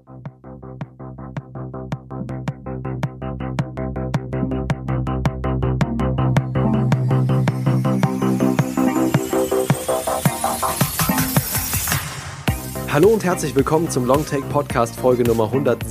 Hallo und herzlich willkommen zum Longtake Podcast Folge Nummer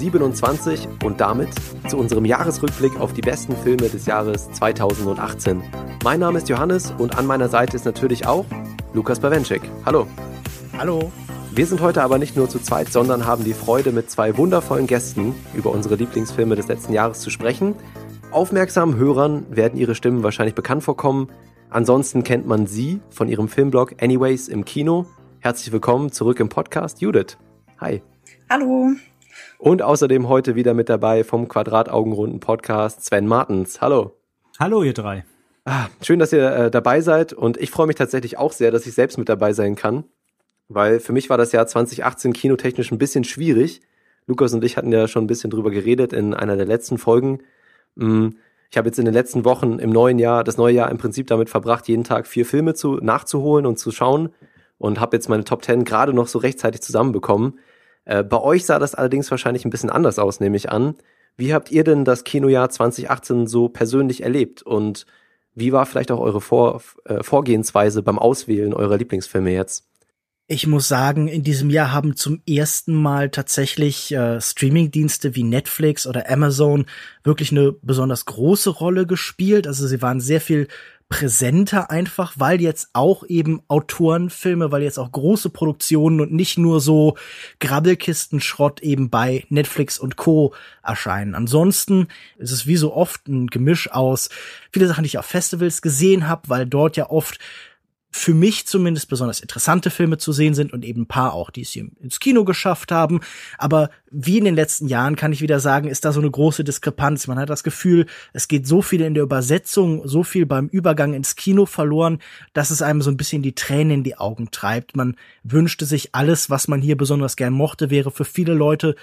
127 und damit zu unserem Jahresrückblick auf die besten Filme des Jahres 2018. Mein Name ist Johannes und an meiner Seite ist natürlich auch Lukas Bawenschik. Hallo. Hallo. Wir sind heute aber nicht nur zu zweit, sondern haben die Freude, mit zwei wundervollen Gästen über unsere Lieblingsfilme des letzten Jahres zu sprechen. Aufmerksamen Hörern werden ihre Stimmen wahrscheinlich bekannt vorkommen. Ansonsten kennt man sie von ihrem Filmblog Anyways im Kino. Herzlich willkommen zurück im Podcast, Judith. Hi. Hallo. Und außerdem heute wieder mit dabei vom Quadrataugenrunden-Podcast Sven Martens. Hallo. Hallo, ihr drei. Schön, dass ihr dabei seid und ich freue mich tatsächlich auch sehr, dass ich selbst mit dabei sein kann, weil für mich war das Jahr 2018 kinotechnisch ein bisschen schwierig. Lukas und ich hatten ja schon ein bisschen drüber geredet in einer der letzten Folgen. Ich habe jetzt in den letzten Wochen das neue Jahr im Prinzip damit verbracht, jeden Tag 4 Filme nachzuholen und zu schauen. Und habe jetzt meine Top 10 gerade noch so rechtzeitig zusammenbekommen. Bei euch sah das allerdings wahrscheinlich ein bisschen anders aus, nehme ich an. Wie habt ihr denn das Kinojahr 2018 so persönlich erlebt? Und wie war vielleicht auch eure Vorgehensweise beim Auswählen eurer Lieblingsfilme jetzt? Ich muss sagen, in diesem Jahr haben zum ersten Mal tatsächlich Streamingdienste wie Netflix oder Amazon wirklich eine besonders große Rolle gespielt. Also sie waren sehr viel präsenter einfach, weil jetzt auch eben Autorenfilme, weil jetzt auch große Produktionen und nicht nur so Grabbelkistenschrott eben bei Netflix und Co. erscheinen. Ansonsten ist es wie so oft ein Gemisch aus viele Sachen, die ich auf Festivals gesehen habe, weil dort ja oft für mich zumindest besonders interessante Filme zu sehen sind und eben ein paar auch, die es hier ins Kino geschafft haben. Aber wie in den letzten Jahren kann ich wieder sagen, ist da so eine große Diskrepanz. Man hat das Gefühl, es geht so viel in der Übersetzung, so viel beim Übergang ins Kino verloren, dass es einem so ein bisschen die Tränen in die Augen treibt. Man wünschte sich, alles, was man hier besonders gern mochte, wäre für viele Leute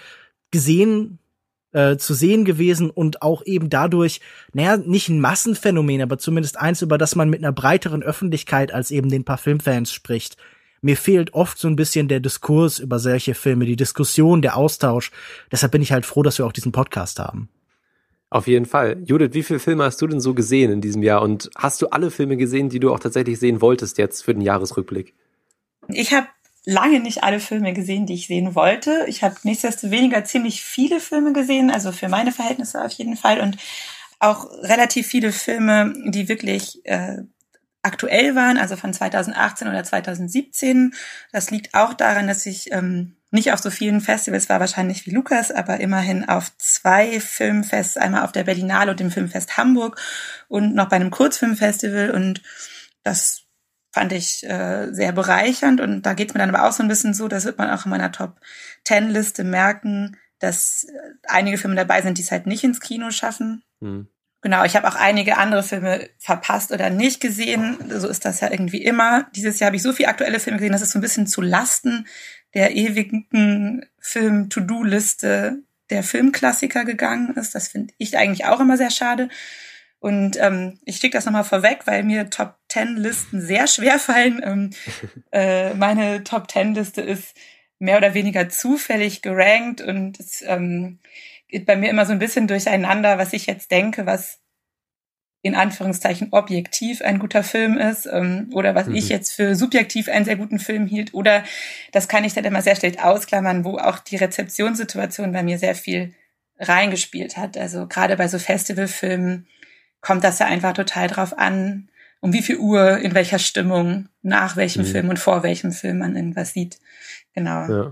zu sehen gewesen und auch eben dadurch, nicht ein Massenphänomen, aber zumindest eins, über das man mit einer breiteren Öffentlichkeit als eben den paar Filmfans spricht. Mir fehlt oft so ein bisschen der Diskurs über solche Filme, die Diskussion, der Austausch. Deshalb bin ich halt froh, dass wir auch diesen Podcast haben. Auf jeden Fall. Judith, wie viele Filme hast du denn so gesehen in diesem Jahr? Und hast du alle Filme gesehen, die du auch tatsächlich sehen wolltest jetzt für den Jahresrückblick? Ich habe lange nicht alle Filme gesehen, die ich sehen wollte. Ich habe nichtsdestoweniger ziemlich viele Filme gesehen, also für meine Verhältnisse auf jeden Fall. Und auch relativ viele Filme, die wirklich aktuell waren, also von 2018 oder 2017. Das liegt auch daran, dass ich nicht auf so vielen Festivals war, wahrscheinlich wie Lukas, aber immerhin auf 2 Filmfests, einmal auf der Berlinale und dem Filmfest Hamburg und noch bei einem Kurzfilmfestival. Und das fand ich sehr bereichernd. Und da geht's mir dann aber auch so ein bisschen so, das wird man auch in meiner Top-10-Liste merken, dass einige Filme dabei sind, die es halt nicht ins Kino schaffen. Genau, ich habe auch einige andere Filme verpasst oder nicht gesehen. So ist das ja irgendwie immer. Dieses Jahr habe ich so viele aktuelle Filme gesehen, dass es so ein bisschen zu Lasten der ewigen Film-To-Do-Liste der Filmklassiker gegangen ist. Das finde ich eigentlich auch immer sehr schade. Und ich schicke das nochmal vorweg, weil mir Top-10-Listen sehr schwer fallen. Meine Top-10-Liste ist mehr oder weniger zufällig gerankt und es geht bei mir immer so ein bisschen durcheinander, was ich jetzt denke, was in Anführungszeichen objektiv ein guter Film ist oder was ich jetzt für subjektiv einen sehr guten Film hielt. Oder das kann ich dann immer sehr schlecht ausklammern, wo auch die Rezeptionssituation bei mir sehr viel reingespielt hat. Also gerade bei so Festivalfilmen kommt das ja einfach total drauf an, um wie viel Uhr, in welcher Stimmung, nach welchem Film und vor welchem Film man irgendwas sieht. Genau. Ja.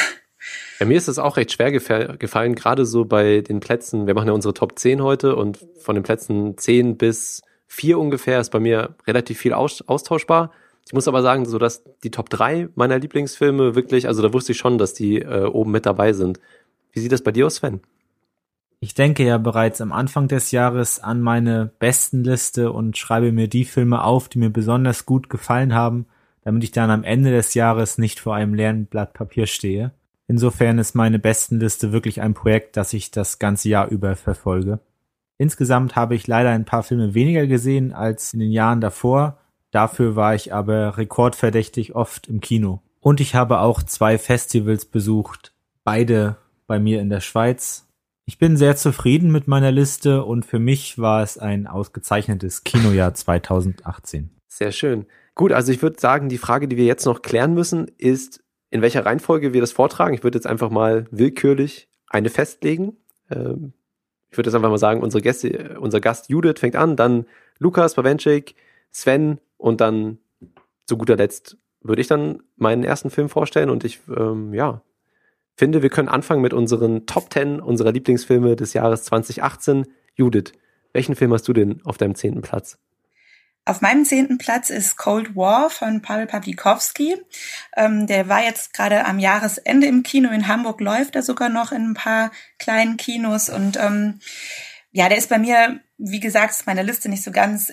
Ja, mir ist das auch recht schwer gefallen, gerade so bei den Plätzen, wir machen ja unsere Top 10 heute und von den Plätzen 10 bis 4 ungefähr ist bei mir relativ viel austauschbar. Ich muss aber sagen, so dass die Top 3 meiner Lieblingsfilme wirklich, also da wusste ich schon, dass die oben mit dabei sind. Wie sieht das bei dir aus, Sven? Ich denke ja bereits am Anfang des Jahres an meine Bestenliste und schreibe mir die Filme auf, die mir besonders gut gefallen haben, damit ich dann am Ende des Jahres nicht vor einem leeren Blatt Papier stehe. Insofern ist meine Bestenliste wirklich ein Projekt, das ich das ganze Jahr über verfolge. Insgesamt habe ich leider ein paar Filme weniger gesehen als in den Jahren davor. Dafür war ich aber rekordverdächtig oft im Kino. Und ich habe auch 2 Festivals besucht, beide bei mir in der Schweiz. Ich bin sehr zufrieden mit meiner Liste und für mich war es ein ausgezeichnetes Kinojahr 2018. Sehr schön. Gut, also ich würde sagen, die Frage, die wir jetzt noch klären müssen, ist, in welcher Reihenfolge wir das vortragen. Ich würde jetzt einfach mal willkürlich eine festlegen. Ich würde jetzt einfach mal sagen, unser Gast Judith fängt an, dann Lukas Bawenschik, Sven und dann zu guter Letzt würde ich dann meinen ersten Film vorstellen und ich finde, wir können anfangen mit unseren Top 10 unserer Lieblingsfilme des Jahres 2018. Judith, welchen Film hast du denn auf deinem 10. Platz? Auf meinem 10. Platz ist Cold War von Paweł Pawlikowski. Der war jetzt gerade am Jahresende im Kino. In Hamburg läuft er sogar noch in ein paar kleinen Kinos. Und der ist bei mir, wie gesagt, ist meine Liste nicht so ganz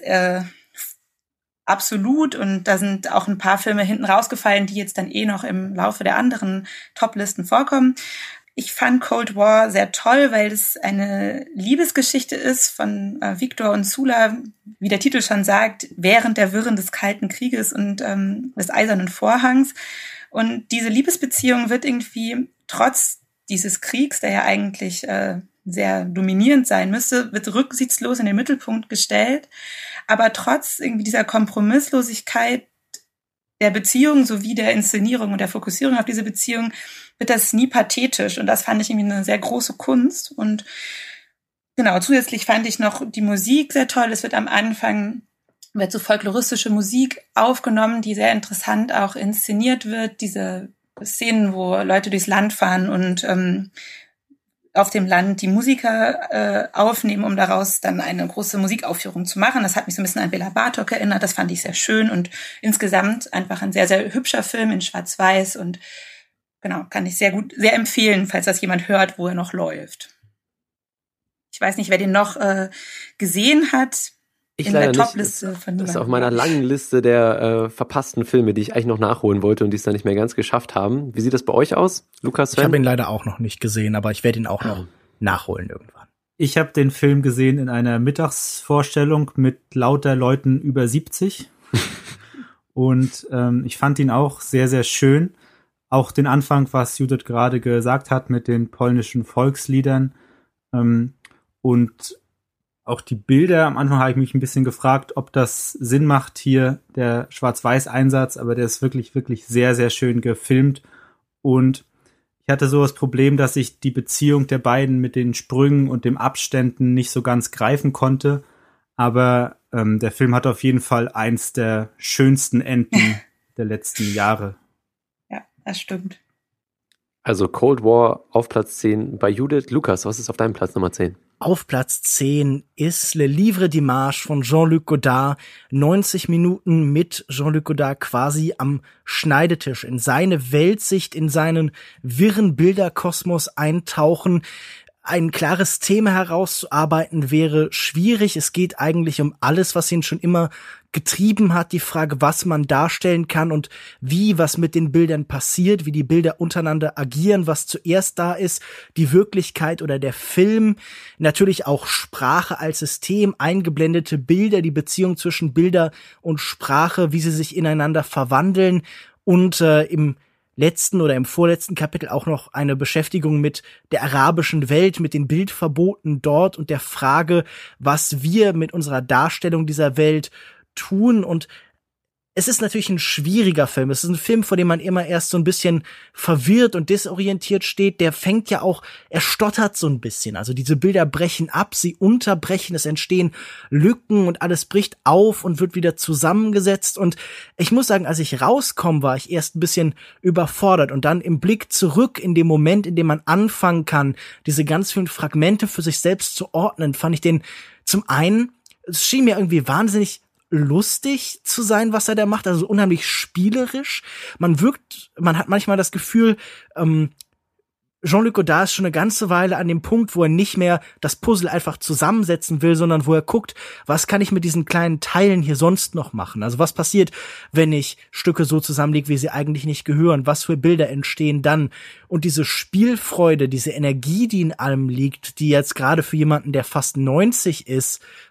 absolut. Und da sind auch ein paar Filme hinten rausgefallen, die jetzt dann noch im Laufe der anderen Top-Listen vorkommen. Ich fand Cold War sehr toll, weil es eine Liebesgeschichte ist von Viktor und Sula, wie der Titel schon sagt, während der Wirren des Kalten Krieges und des Eisernen Vorhangs. Und diese Liebesbeziehung wird irgendwie trotz dieses Kriegs, der ja eigentlich sehr dominierend sein müsste, wird rücksichtslos in den Mittelpunkt gestellt. Aber trotz irgendwie dieser Kompromisslosigkeit der Beziehung sowie der Inszenierung und der Fokussierung auf diese Beziehung wird das nie pathetisch. Und das fand ich irgendwie eine sehr große Kunst. Und genau, zusätzlich fand ich noch die Musik sehr toll. Es wird am Anfang so folkloristische Musik aufgenommen, die sehr interessant auch inszeniert wird. Diese Szenen, wo Leute durchs Land fahren und auf dem Land die Musiker aufnehmen, um daraus dann eine große Musikaufführung zu machen. Das hat mich so ein bisschen an Bela Bartok erinnert. Das fand ich sehr schön und insgesamt einfach ein sehr, sehr hübscher Film in Schwarz-Weiß und genau, kann ich sehr empfehlen, falls das jemand hört, wo er noch läuft. Ich weiß nicht, wer den noch gesehen hat. Ich in leider der nicht. Top-Liste von Das ist auf meiner langen Liste der verpassten Filme, die ich eigentlich noch nachholen wollte und die es dann nicht mehr ganz geschafft haben. Wie sieht das bei euch aus, Lukas, Sven? Ich habe ihn leider auch noch nicht gesehen, aber ich werde ihn auch noch nachholen irgendwann. Ich habe den Film gesehen in einer Mittagsvorstellung mit lauter Leuten über 70 und ich fand ihn auch sehr, sehr schön. Auch den Anfang, was Judith gerade gesagt hat mit den polnischen Volksliedern und auch die Bilder. Am Anfang habe ich mich ein bisschen gefragt, ob das Sinn macht hier, der Schwarz-Weiß-Einsatz, aber der ist wirklich, wirklich sehr, sehr schön gefilmt. Und ich hatte so das Problem, dass ich die Beziehung der beiden mit den Sprüngen und den Abständen nicht so ganz greifen konnte. Aber der Film hat auf jeden Fall eins der schönsten Enden der letzten Jahre. Ja, das stimmt. Also Cold War auf Platz 10 bei Judith. Lukas, was ist auf deinem Platz Nummer 10? Auf Platz 10 ist Le Livre d'Images von Jean-Luc Godard. 90 Minuten mit Jean-Luc Godard quasi am Schneidetisch, in seine Weltsicht, in seinen wirren Bilderkosmos eintauchen. Ein klares Thema herauszuarbeiten wäre schwierig. Es geht eigentlich um alles, was ihn schon immer getrieben hat. Die Frage, was man darstellen kann und wie, was mit den Bildern passiert, wie die Bilder untereinander agieren, was zuerst da ist, die Wirklichkeit oder der Film. Natürlich auch Sprache als System, eingeblendete Bilder, die Beziehung zwischen Bilder und Sprache, wie sie sich ineinander verwandeln und im letzten oder im vorletzten Kapitel auch noch eine Beschäftigung mit der arabischen Welt, mit den Bildverboten dort und der Frage, was wir mit unserer Darstellung dieser Welt tun. Und es ist natürlich ein schwieriger Film. Es ist ein Film, vor dem man immer erst so ein bisschen verwirrt und desorientiert steht. Der fängt ja auch, er stottert so ein bisschen. Also diese Bilder brechen ab, sie unterbrechen, es entstehen Lücken und alles bricht auf und wird wieder zusammengesetzt. Und ich muss sagen, als ich rauskomme, war ich erst ein bisschen überfordert. Und dann im Blick zurück in dem Moment, in dem man anfangen kann, diese ganz vielen Fragmente für sich selbst zu ordnen, fand ich den zum einen, es schien mir irgendwie wahnsinnig lustig zu sein, was er da macht, also unheimlich spielerisch. Man hat manchmal das Gefühl, Jean-Luc Godard ist schon eine ganze Weile an dem Punkt, wo er nicht mehr das Puzzle einfach zusammensetzen will, sondern wo er guckt, was kann ich mit diesen kleinen Teilen hier sonst noch machen? Also was passiert, wenn ich Stücke so zusammenlege, wie sie eigentlich nicht gehören? Was für Bilder entstehen dann? Und diese Spielfreude, diese Energie, die in allem liegt, die jetzt gerade für jemanden, der fast 90 ist,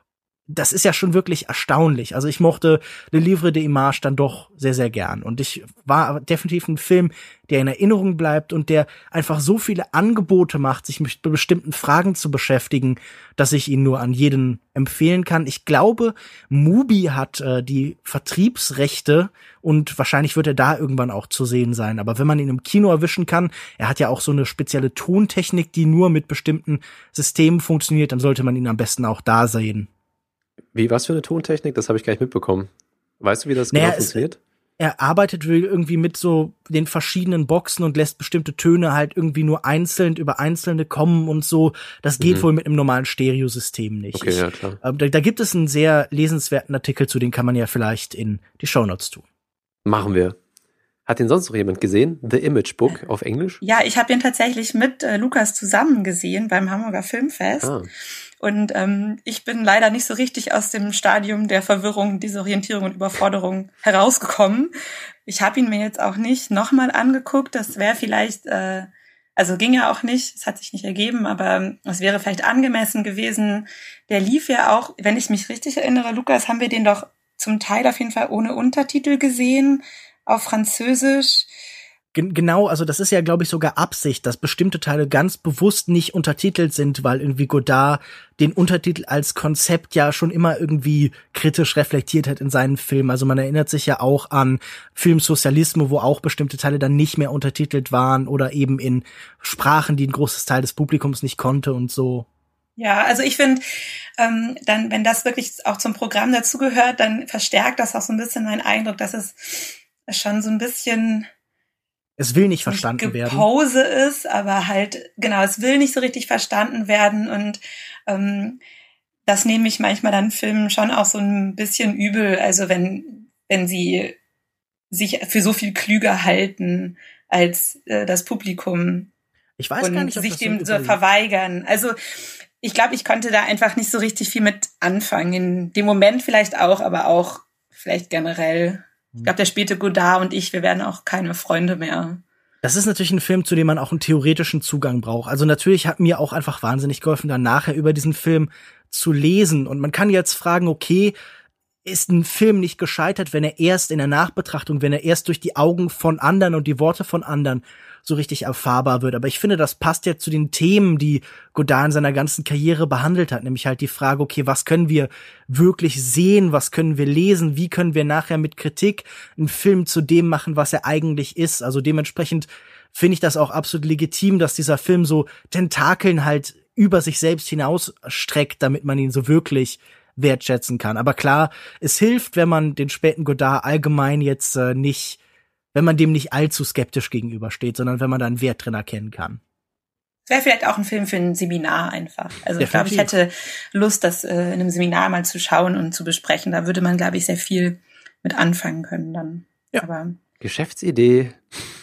das ist ja schon wirklich erstaunlich. Also ich mochte Le Livre de Image dann doch sehr, sehr gern. Und ich war definitiv ein Film, der in Erinnerung bleibt und der einfach so viele Angebote macht, sich mit bestimmten Fragen zu beschäftigen, dass ich ihn nur an jeden empfehlen kann. Ich glaube, Mubi hat die Vertriebsrechte und wahrscheinlich wird er da irgendwann auch zu sehen sein. Aber wenn man ihn im Kino erwischen kann, er hat ja auch so eine spezielle Tontechnik, die nur mit bestimmten Systemen funktioniert, dann sollte man ihn am besten auch da sehen. Wie, was für eine Tontechnik? Das habe ich gar nicht mitbekommen. Weißt du, wie das genau funktioniert? Er arbeitet irgendwie mit so den verschiedenen Boxen und lässt bestimmte Töne halt irgendwie nur einzeln über einzelne kommen und so. Das geht wohl mit einem normalen Stereosystem nicht. Okay, ja, klar. Da gibt es einen sehr lesenswerten Artikel zu, den kann man ja vielleicht in die Shownotes tun. Machen wir. Hat den sonst noch jemand gesehen? The Image Book auf Englisch? Ja, ich habe ihn tatsächlich mit Lukas zusammen gesehen beim Hamburger Filmfest. Ah. Und ich bin leider nicht so richtig aus dem Stadium der Verwirrung, Desorientierung und Überforderung herausgekommen. Ich habe ihn mir jetzt auch nicht nochmal angeguckt. Das wäre vielleicht, also ging ja auch nicht, es hat sich nicht ergeben, aber es wäre vielleicht angemessen gewesen. Der lief ja auch, wenn ich mich richtig erinnere, Lukas, haben wir den doch zum Teil auf jeden Fall ohne Untertitel gesehen, auf Französisch. Genau, also das ist ja, glaube ich, sogar Absicht, dass bestimmte Teile ganz bewusst nicht untertitelt sind, weil irgendwie Godard den Untertitel als Konzept ja schon immer irgendwie kritisch reflektiert hat in seinen Filmen. Also man erinnert sich ja auch an Film Socialismo, wo auch bestimmte Teile dann nicht mehr untertitelt waren oder eben in Sprachen, die ein großes Teil des Publikums nicht konnte und so. Ja, also ich finde, dann, wenn das wirklich auch zum Programm dazugehört, dann verstärkt das auch so ein bisschen meinen Eindruck, dass es schon so ein bisschen es will nicht verstanden werden. Gepose ist, aber halt, genau, es will nicht so richtig verstanden werden und das nehme ich manchmal dann Filmen schon auch so ein bisschen übel, also wenn sie sich für so viel klüger halten als das Publikum. Ich weiß und gar nicht, ob sich das dem so verweigern. Also ich glaube, ich konnte da einfach nicht so richtig viel mit anfangen. In dem Moment vielleicht auch, aber auch vielleicht generell. Ich glaube, der späte Godard und ich, wir werden auch keine Freunde mehr. Das ist natürlich ein Film, zu dem man auch einen theoretischen Zugang braucht. Also natürlich hat mir auch einfach wahnsinnig geholfen, dann nachher über diesen Film zu lesen. Und man kann jetzt fragen, okay, ist ein Film nicht gescheitert, wenn er erst in der Nachbetrachtung, wenn er erst durch die Augen von anderen und die Worte von anderen so richtig erfahrbar wird. Aber ich finde, das passt ja zu den Themen, die Godard in seiner ganzen Karriere behandelt hat. Nämlich halt die Frage, okay, was können wir wirklich sehen? Was können wir lesen? Wie können wir nachher mit Kritik einen Film zu dem machen, was er eigentlich ist? Also dementsprechend finde ich das auch absolut legitim, dass dieser Film so Tentakeln halt über sich selbst hinausstreckt, damit man ihn so wirklich wertschätzen kann. Aber klar, es hilft, wenn man den späten Godard allgemein jetzt nicht, wenn man dem nicht allzu skeptisch gegenübersteht, sondern wenn man da einen Wert drin erkennen kann. Es wäre vielleicht auch ein Film für ein Seminar einfach. Also ich glaube, ich hätte Lust, das in einem Seminar mal zu schauen und zu besprechen. Da würde man, glaube ich, sehr viel mit anfangen können dann. Ja. Aber Geschäftsidee.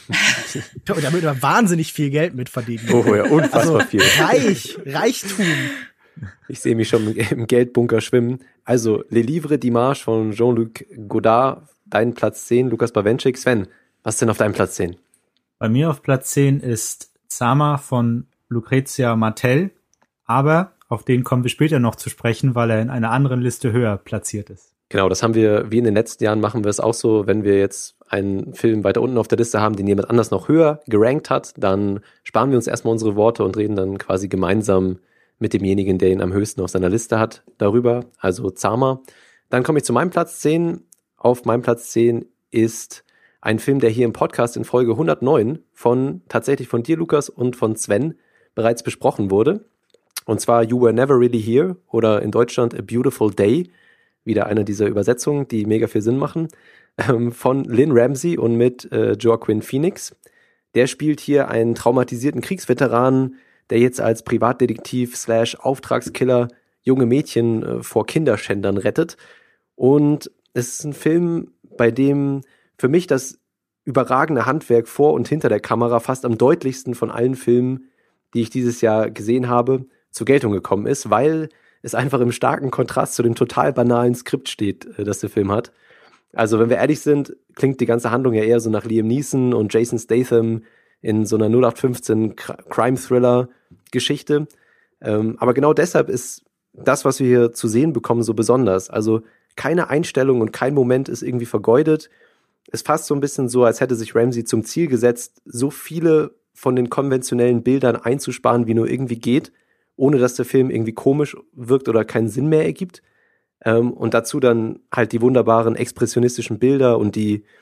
Da würde man wahnsinnig viel Geld mit verdienen. Oh ja, unfassbar viel. Reichtum. Ich sehe mich schon im Geldbunker schwimmen. Also, Les Livres d'Image von Jean-Luc Godard, dein Platz 10, Lukas Bawenschik. Sven, was ist denn auf deinem Platz 10? Bei mir auf Platz 10 ist Zama von Lucrezia Martel, aber auf den kommen wir später noch zu sprechen, weil er in einer anderen Liste höher platziert ist. Genau, das haben wir, wie in den letzten Jahren machen wir es auch so, wenn wir jetzt einen Film weiter unten auf der Liste haben, den jemand anders noch höher gerankt hat, dann sparen wir uns erstmal unsere Worte und reden dann quasi gemeinsam mit demjenigen, der ihn am höchsten auf seiner Liste hat, darüber, also Zama. Dann komme ich zu meinem Platz 10. Auf meinem Platz 10 ist ein Film, der hier im Podcast in Folge 109 tatsächlich von dir, Lukas, und von Sven bereits besprochen wurde. Und zwar You Were Never Really Here oder in Deutschland A Beautiful Day. Wieder eine dieser Übersetzungen, die mega viel Sinn machen. Von Lynn Ramsey und mit Joaquin Phoenix. Der spielt hier einen traumatisierten Kriegsveteran, der jetzt als Privatdetektiv / Auftragskiller junge Mädchen vor Kinderschändern rettet. Und es ist ein Film, bei dem für mich das überragende Handwerk vor und hinter der Kamera fast am deutlichsten von allen Filmen, die ich dieses Jahr gesehen habe, zur Geltung gekommen ist, weil es einfach im starken Kontrast zu dem total banalen Skript steht, das der Film hat. Also wenn wir ehrlich sind, klingt die ganze Handlung ja eher so nach Liam Neeson und Jason Statham in so einer 0815 Crime-Thriller-Geschichte. Aber genau deshalb ist das, was wir hier zu sehen bekommen, so besonders. Also keine Einstellung und kein Moment ist irgendwie vergeudet. Es fast so ein bisschen so, als hätte sich Ramsey zum Ziel gesetzt, so viele von den konventionellen Bildern einzusparen, wie nur irgendwie geht, ohne dass der Film irgendwie komisch wirkt oder keinen Sinn mehr ergibt. Und dazu dann halt die wunderbaren expressionistischen Bilder und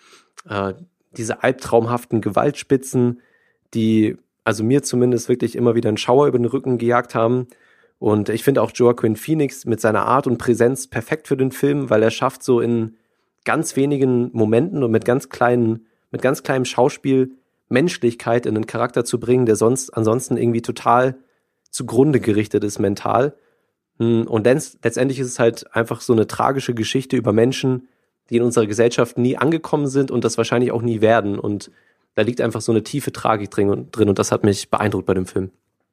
diese albtraumhaften Gewaltspitzen, die also mir zumindest wirklich immer wieder einen Schauer über den Rücken gejagt haben. Und ich finde auch Joaquin Phoenix mit seiner Art und Präsenz perfekt für den Film, weil er schafft so in ganz wenigen Momenten und mit ganz kleinem Schauspiel Menschlichkeit in einen Charakter zu bringen, der sonst ansonsten irgendwie total zugrunde gerichtet ist mental. Und letztendlich ist es halt einfach so eine tragische Geschichte über Menschen, die in unserer Gesellschaft nie angekommen sind und das wahrscheinlich auch nie werden. Und da liegt einfach so eine tiefe Tragik drin und das hat mich beeindruckt bei dem Film.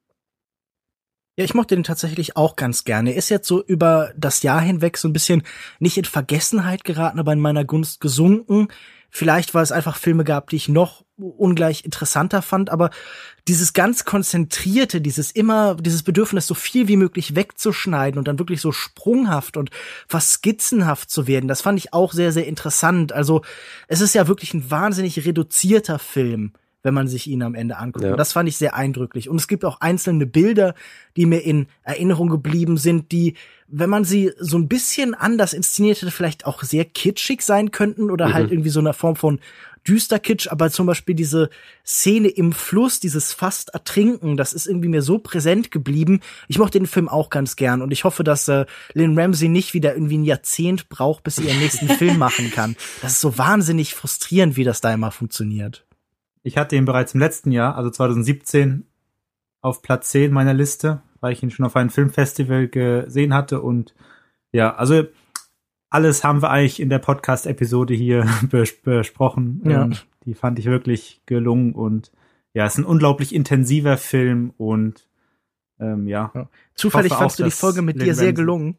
Ja, ich mochte den tatsächlich auch ganz gerne. Er ist jetzt so über das Jahr hinweg so ein bisschen nicht in Vergessenheit geraten, aber in meiner Gunst gesunken. Vielleicht, weil es einfach Filme gab, die ich noch ungleich interessanter fand, aber dieses ganz konzentrierte, dieses Bedürfnis, so viel wie möglich wegzuschneiden und dann wirklich so sprunghaft und fast skizzenhaft zu werden, das fand ich auch sehr, sehr interessant. Also es ist ja wirklich ein wahnsinnig reduzierter Film, wenn man sich ihn am Ende anguckt. Ja. Und das fand ich sehr eindrücklich. Und es gibt auch einzelne Bilder, die mir in Erinnerung geblieben sind, die, wenn man sie so ein bisschen anders inszeniert hätte, vielleicht auch sehr kitschig sein könnten oder halt irgendwie so eine Form von düster Kitsch. Aber zum Beispiel diese Szene im Fluss, dieses fast Ertrinken, das ist irgendwie mir so präsent geblieben. Ich mochte den Film auch ganz gern und ich hoffe, dass Lynn Ramsey nicht wieder irgendwie ein Jahrzehnt braucht, bis sie ihren nächsten Film machen kann. Das ist so wahnsinnig frustrierend, wie das da immer funktioniert. Ich hatte ihn bereits im letzten Jahr, also 2017, auf Platz 10 meiner Liste, weil ich ihn schon auf einem Filmfestival gesehen hatte. Und ja, also alles haben wir eigentlich in der Podcast-Episode hier besprochen. Ja. Die fand ich wirklich gelungen. Und ja, es ist ein unglaublich intensiver Film. Und ja. Zufällig fandst du die Folge mit dir sehr gelungen.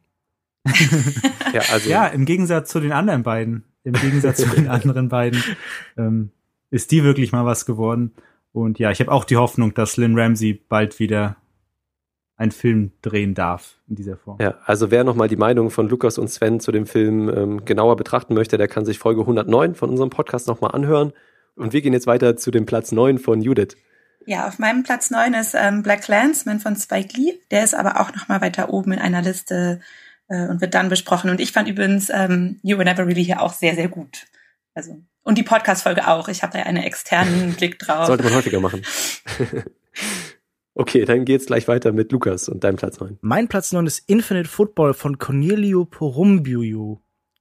Ja, im Gegensatz zu den anderen beiden. Ist die wirklich mal was geworden. Und ja, ich habe auch die Hoffnung, dass Lynn Ramsey bald wieder einen Film drehen darf in dieser Form. Ja, also wer nochmal die Meinung von Lukas und Sven zu dem Film genauer betrachten möchte, der kann sich Folge 109 von unserem Podcast nochmal anhören. Und wir gehen jetzt weiter zu dem Platz 9 von Judith. Ja, auf meinem Platz 9 ist BlacKkKlansman von Spike Lee. Der ist aber auch nochmal weiter oben in einer Liste und wird dann besprochen. Und ich fand übrigens You Were Never Really hier auch sehr, sehr gut. Also und die Podcast-Folge auch. Ich habe da einen externen Blick drauf. Sollte man häufiger machen. Okay, dann geht's gleich weiter mit Lukas und deinem Platz 9. Mein Platz 9 ist Infinite Football von Corneliu Porumboiu.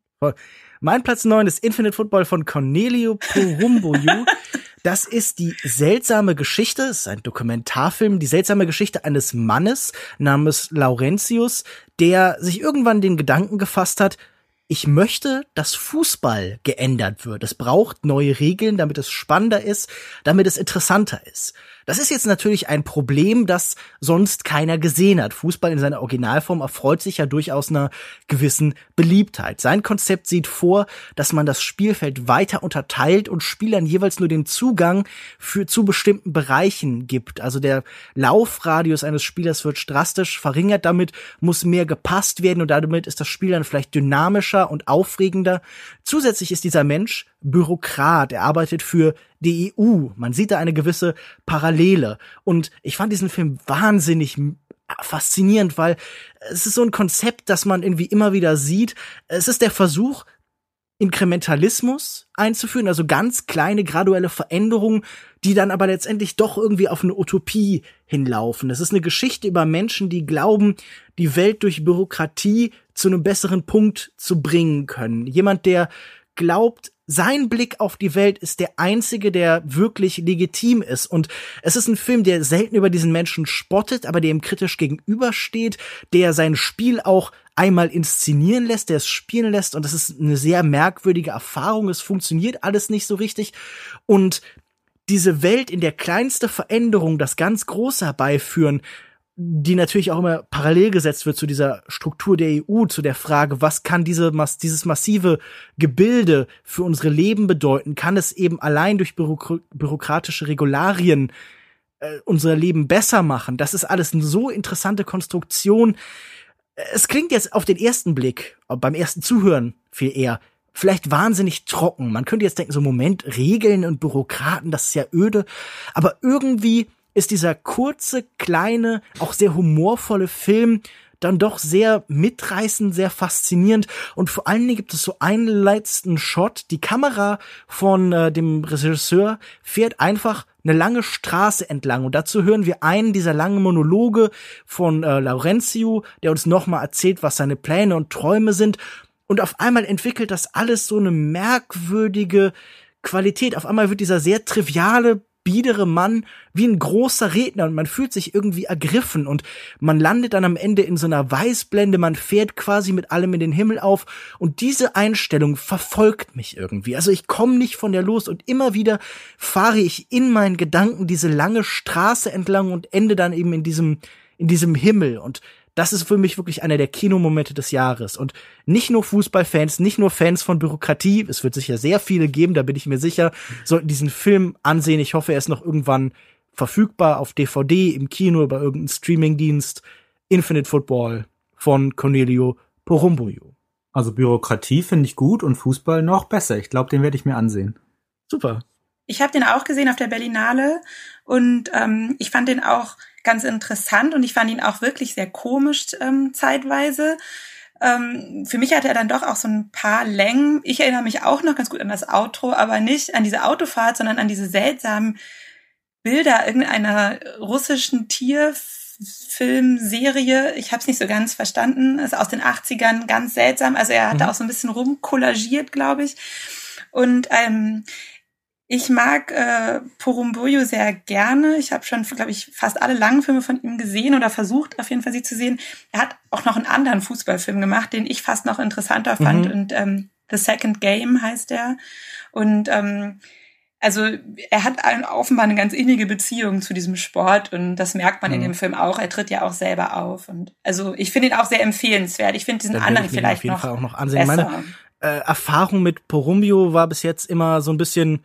Mein Platz 9 ist Infinite Football von Corneliu Porumboiu. Das ist die seltsame Geschichte, es ist ein Dokumentarfilm, die seltsame Geschichte eines Mannes namens Laurentius, der sich irgendwann den Gedanken gefasst hat, ich möchte, dass Fußball geändert wird. Es braucht neue Regeln, damit es spannender ist, damit es interessanter ist. Das ist jetzt natürlich ein Problem, das sonst keiner gesehen hat. Fußball in seiner Originalform erfreut sich ja durchaus einer gewissen Beliebtheit. Sein Konzept sieht vor, dass man das Spielfeld weiter unterteilt und Spielern jeweils nur den Zugang zu bestimmten Bereichen gibt. Also der Laufradius eines Spielers wird drastisch verringert, damit muss mehr gepasst werden und damit ist das Spiel dann vielleicht dynamischer und aufregender. Zusätzlich ist dieser Mensch Bürokrat, er arbeitet für die EU. Man sieht da eine gewisse Parallele. Und ich fand diesen Film wahnsinnig faszinierend, weil es ist so ein Konzept, das man irgendwie immer wieder sieht. Es ist der Versuch, Inkrementalismus einzuführen, also ganz kleine graduelle Veränderungen, die dann aber letztendlich doch irgendwie auf eine Utopie hinlaufen. Es ist eine Geschichte über Menschen, die glauben, die Welt durch Bürokratie zu einem besseren Punkt zu bringen können. Jemand, der glaubt, sein Blick auf die Welt ist der einzige, der wirklich legitim ist. Und es ist ein Film, der selten über diesen Menschen spottet, aber der ihm kritisch gegenübersteht, der sein Spiel auch einmal inszenieren lässt, der es spielen lässt. Und das ist eine sehr merkwürdige Erfahrung. Es funktioniert alles nicht so richtig. Und diese Welt, in der kleinste Veränderung das ganz Große herbeiführen, die natürlich auch immer parallel gesetzt wird zu dieser Struktur der EU, zu der Frage, was kann dieses massive Gebilde für unsere Leben bedeuten? Kann es eben allein durch bürokratische Regularien unser Leben besser machen? Das ist alles eine so interessante Konstruktion. Es klingt jetzt auf den ersten Blick, beim ersten Zuhören viel eher, vielleicht wahnsinnig trocken. Man könnte jetzt denken, so Moment, Regeln und Bürokraten, das ist ja öde. Aber irgendwie ist dieser kurze, kleine, auch sehr humorvolle Film dann doch sehr mitreißend, sehr faszinierend. Und vor allen Dingen gibt es so einen letzten Shot. Die Kamera von dem Regisseur fährt einfach eine lange Straße entlang. Und dazu hören wir einen dieser langen Monologe von Laurentio, der uns nochmal erzählt, was seine Pläne und Träume sind. Und auf einmal entwickelt das alles so eine merkwürdige Qualität. Auf einmal wird dieser sehr triviale, biedere Mann wie ein großer Redner und man fühlt sich irgendwie ergriffen und man landet dann am Ende in so einer Weißblende, man fährt quasi mit allem in den Himmel auf und diese Einstellung verfolgt mich irgendwie. Also ich komme nicht von der los und immer wieder fahre ich in meinen Gedanken diese lange Straße entlang und ende dann eben in diesem Himmel und das ist für mich wirklich einer der Kinomomente des Jahres. Und nicht nur Fußballfans, nicht nur Fans von Bürokratie, es wird sicher sehr viele geben, da bin ich mir sicher, sollten diesen Film ansehen. Ich hoffe, er ist noch irgendwann verfügbar auf DVD, im Kino, über irgendeinen Streamingdienst. Infinite Football von Cornelio Porumboiu. Also Bürokratie finde ich gut und Fußball noch besser. Ich glaube, den werde ich mir ansehen. Super. Ich habe den auch gesehen auf der Berlinale und ich fand den auch ganz interessant und ich fand ihn auch wirklich sehr komisch zeitweise. Für mich hatte er dann doch auch so ein paar Längen. Ich erinnere mich auch noch ganz gut an das Outro, aber nicht an diese Autofahrt, sondern an diese seltsamen Bilder irgendeiner russischen Tierfilmserie. Ich habe es nicht so ganz verstanden. Ist aus den 80ern, ganz seltsam. Also er hat da auch so ein bisschen rumkollagiert, glaube ich. Und ich mag Porumboiu sehr gerne. Ich habe schon, glaube ich, fast alle langen Filme von ihm gesehen oder versucht, auf jeden Fall sie zu sehen. Er hat auch noch einen anderen Fußballfilm gemacht, den ich fast noch interessanter fand. Und The Second Game heißt der. Und also er hat offenbar eine ganz innige Beziehung zu diesem Sport und das merkt man in dem Film auch. Er tritt ja auch selber auf. Und also ich finde ihn auch sehr empfehlenswert. Ich finde diesen anderen vielleicht auf jeden noch Fall auch noch ansehen. besser. Meine Erfahrung mit Porumboiu war bis jetzt immer so ein bisschen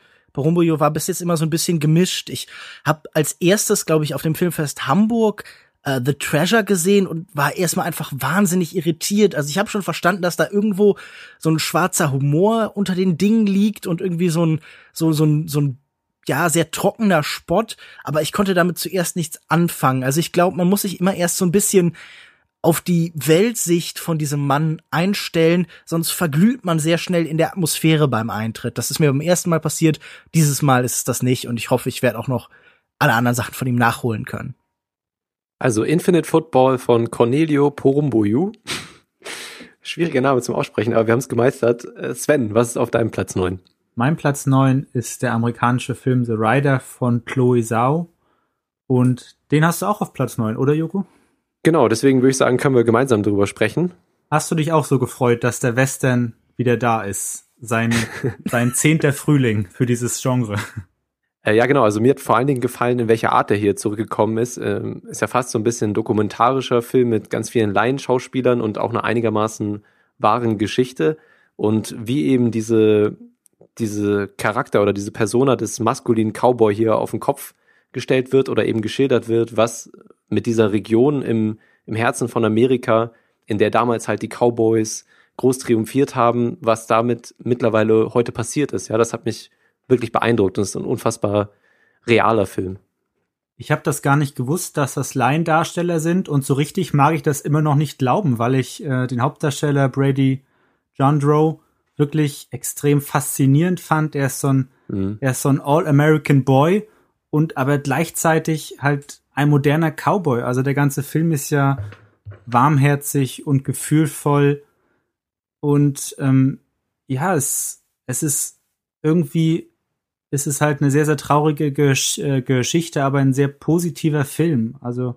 gemischt. Ich habe als erstes, glaube ich, auf dem Filmfest Hamburg The Treasure gesehen und war erstmal einfach wahnsinnig irritiert. Also ich habe schon verstanden, dass da irgendwo so ein schwarzer Humor unter den Dingen liegt und irgendwie so ein ja, sehr trockener Spott, aber ich konnte damit zuerst nichts anfangen. Also ich glaube, man muss sich immer erst so ein bisschen auf die Weltsicht von diesem Mann einstellen, sonst verglüht man sehr schnell in der Atmosphäre beim Eintritt. Das ist mir beim ersten Mal passiert, dieses Mal ist es das nicht und ich hoffe, ich werde auch noch alle anderen Sachen von ihm nachholen können. Also Infinite Football von Cornelio Porumboiu. Schwieriger Name zum Aussprechen, aber wir haben es gemeistert. Sven, was ist auf deinem Platz 9? Mein Platz 9 ist der amerikanische Film The Rider von Chloe Zhao und den hast du auch auf Platz 9, oder Joko? Genau, deswegen würde ich sagen, können wir gemeinsam drüber sprechen. Hast du dich auch so gefreut, dass der Western wieder da ist? Sein 10. Frühling für dieses Genre. Ja, genau. Also mir hat vor allen Dingen gefallen, in welcher Art der hier zurückgekommen ist. Ist ja fast so ein bisschen ein dokumentarischer Film mit ganz vielen Laienschauspielern und auch einer einigermaßen wahren Geschichte. Und wie eben diese Charakter oder diese Persona des maskulinen Cowboy hier auf den Kopf gestellt wird oder eben geschildert wird, was mit dieser Region im Herzen von Amerika, in der damals halt die Cowboys groß triumphiert haben, was damit mittlerweile heute passiert ist. Ja, das hat mich wirklich beeindruckt und es ist ein unfassbar realer Film. Ich habe das gar nicht gewusst, dass das Laiendarsteller sind und so richtig mag ich das immer noch nicht glauben, weil ich den Hauptdarsteller Brady Jandreau wirklich extrem faszinierend fand. Er ist so ein All-American Boy und aber gleichzeitig halt ein moderner Cowboy. Also der ganze Film ist ja warmherzig und gefühlvoll und ja, es ist irgendwie, es ist halt eine sehr, sehr traurige Geschichte, aber ein sehr positiver Film. Also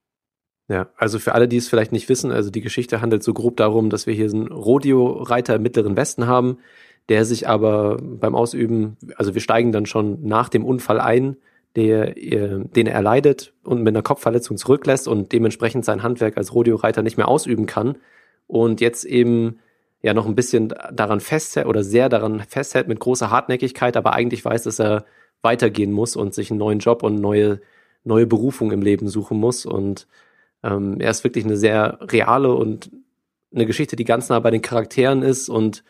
für alle, die es vielleicht nicht wissen, also die Geschichte handelt so grob darum, dass wir hier einen Rodeo-Reiter im Mittleren Westen haben, der sich aber beim Ausüben, also wir steigen dann schon nach dem Unfall ein, den er erleidet und mit einer Kopfverletzung zurücklässt und dementsprechend sein Handwerk als Rodeo-Reiter nicht mehr ausüben kann und jetzt eben ja noch ein bisschen daran festhält oder sehr daran festhält mit großer Hartnäckigkeit, aber eigentlich weiß, dass er weitergehen muss und sich einen neuen Job und neue Berufung im Leben suchen muss und Er ist wirklich eine sehr reale und eine Geschichte, die ganz nah bei den Charakteren ist und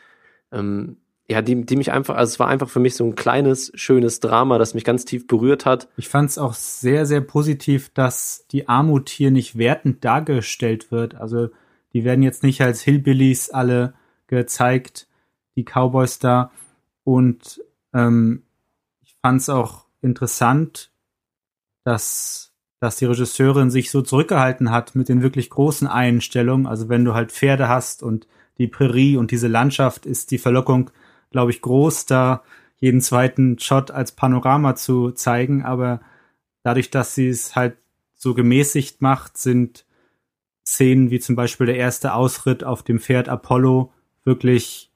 die mich einfach, also es war einfach für mich so ein kleines, schönes Drama, das mich ganz tief berührt hat. Ich fand es auch sehr, sehr positiv, dass die Armut hier nicht wertend dargestellt wird. Also die werden jetzt nicht als Hillbillies alle gezeigt, die Cowboys da. Und ich fand es auch interessant, dass die Regisseurin sich so zurückgehalten hat mit den wirklich großen Einstellungen. Also wenn du halt Pferde hast und die Prärie und diese Landschaft, ist die Verlockung, glaube ich, groß, da jeden zweiten Shot als Panorama zu zeigen. Aber dadurch, dass sie es halt so gemäßigt macht, sind Szenen wie zum Beispiel der erste Ausritt auf dem Pferd Apollo wirklich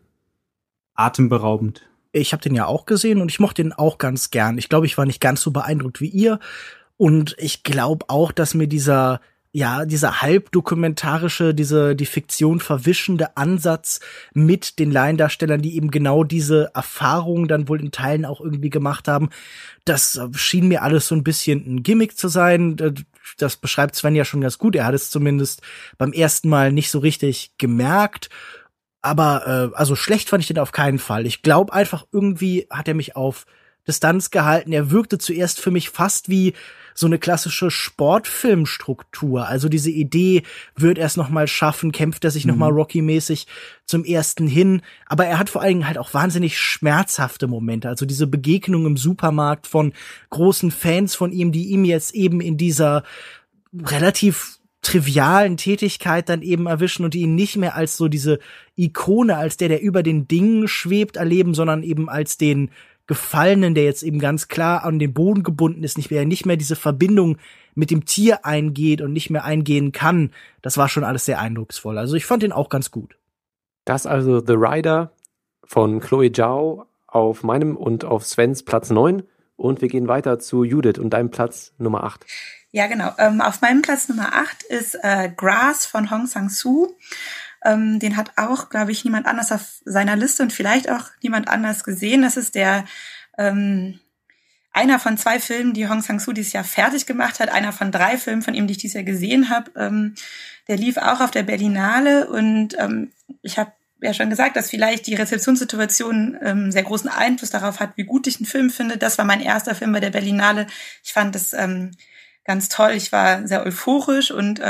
atemberaubend. Ich habe den ja auch gesehen und ich mochte den auch ganz gern. Ich glaube, ich war nicht ganz so beeindruckt wie ihr. Und ich glaube auch, dass mir dieser halbdokumentarische, die Fiktion verwischende Ansatz mit den Laiendarstellern, die eben genau diese Erfahrungen dann wohl in Teilen auch irgendwie gemacht haben, das schien mir alles so ein bisschen ein Gimmick zu sein. Das beschreibt Sven ja schon ganz gut. Er hat es zumindest beim ersten Mal nicht so richtig gemerkt. Aber also schlecht fand ich den auf keinen Fall. Ich glaube einfach, irgendwie hat er mich auf Distanz gehalten. Er wirkte zuerst für mich fast wie so eine klassische Sportfilmstruktur. Also diese Idee, wird er es noch mal schaffen, kämpft er sich noch mal Rocky-mäßig zum ersten hin. Aber er hat vor allen Dingen halt auch wahnsinnig schmerzhafte Momente. Also diese Begegnung im Supermarkt von großen Fans von ihm, die ihm jetzt eben in dieser relativ trivialen Tätigkeit dann eben erwischen und die ihn nicht mehr als so diese Ikone, als der über den Dingen schwebt, erleben, sondern eben als den Gefallenen, der jetzt eben ganz klar an den Boden gebunden ist, nicht mehr diese Verbindung mit dem Tier eingeht und nicht mehr eingehen kann. Das war schon alles sehr eindrucksvoll. Also ich fand den auch ganz gut. Das also The Rider von Chloe Zhao auf meinem und auf Svens Platz 9. Und wir gehen weiter zu Judith und deinem Platz Nummer 8. Ja, genau. Auf meinem Platz Nummer 8 ist Grass von Hong Sang-soo. Den hat auch, glaube ich, niemand anders auf seiner Liste und vielleicht auch niemand anders gesehen. Das ist einer von 2 Filmen, die Hong Sang-soo dieses Jahr fertig gemacht hat. Einer von 3 Filmen von ihm, die ich dieses Jahr gesehen habe. Der lief auch auf der Berlinale und ich habe ja schon gesagt, dass vielleicht die Rezeptionssituation sehr großen Einfluss darauf hat, wie gut ich einen Film finde. Das war mein erster Film bei der Berlinale. Ich fand das ganz toll. Ich war sehr euphorisch und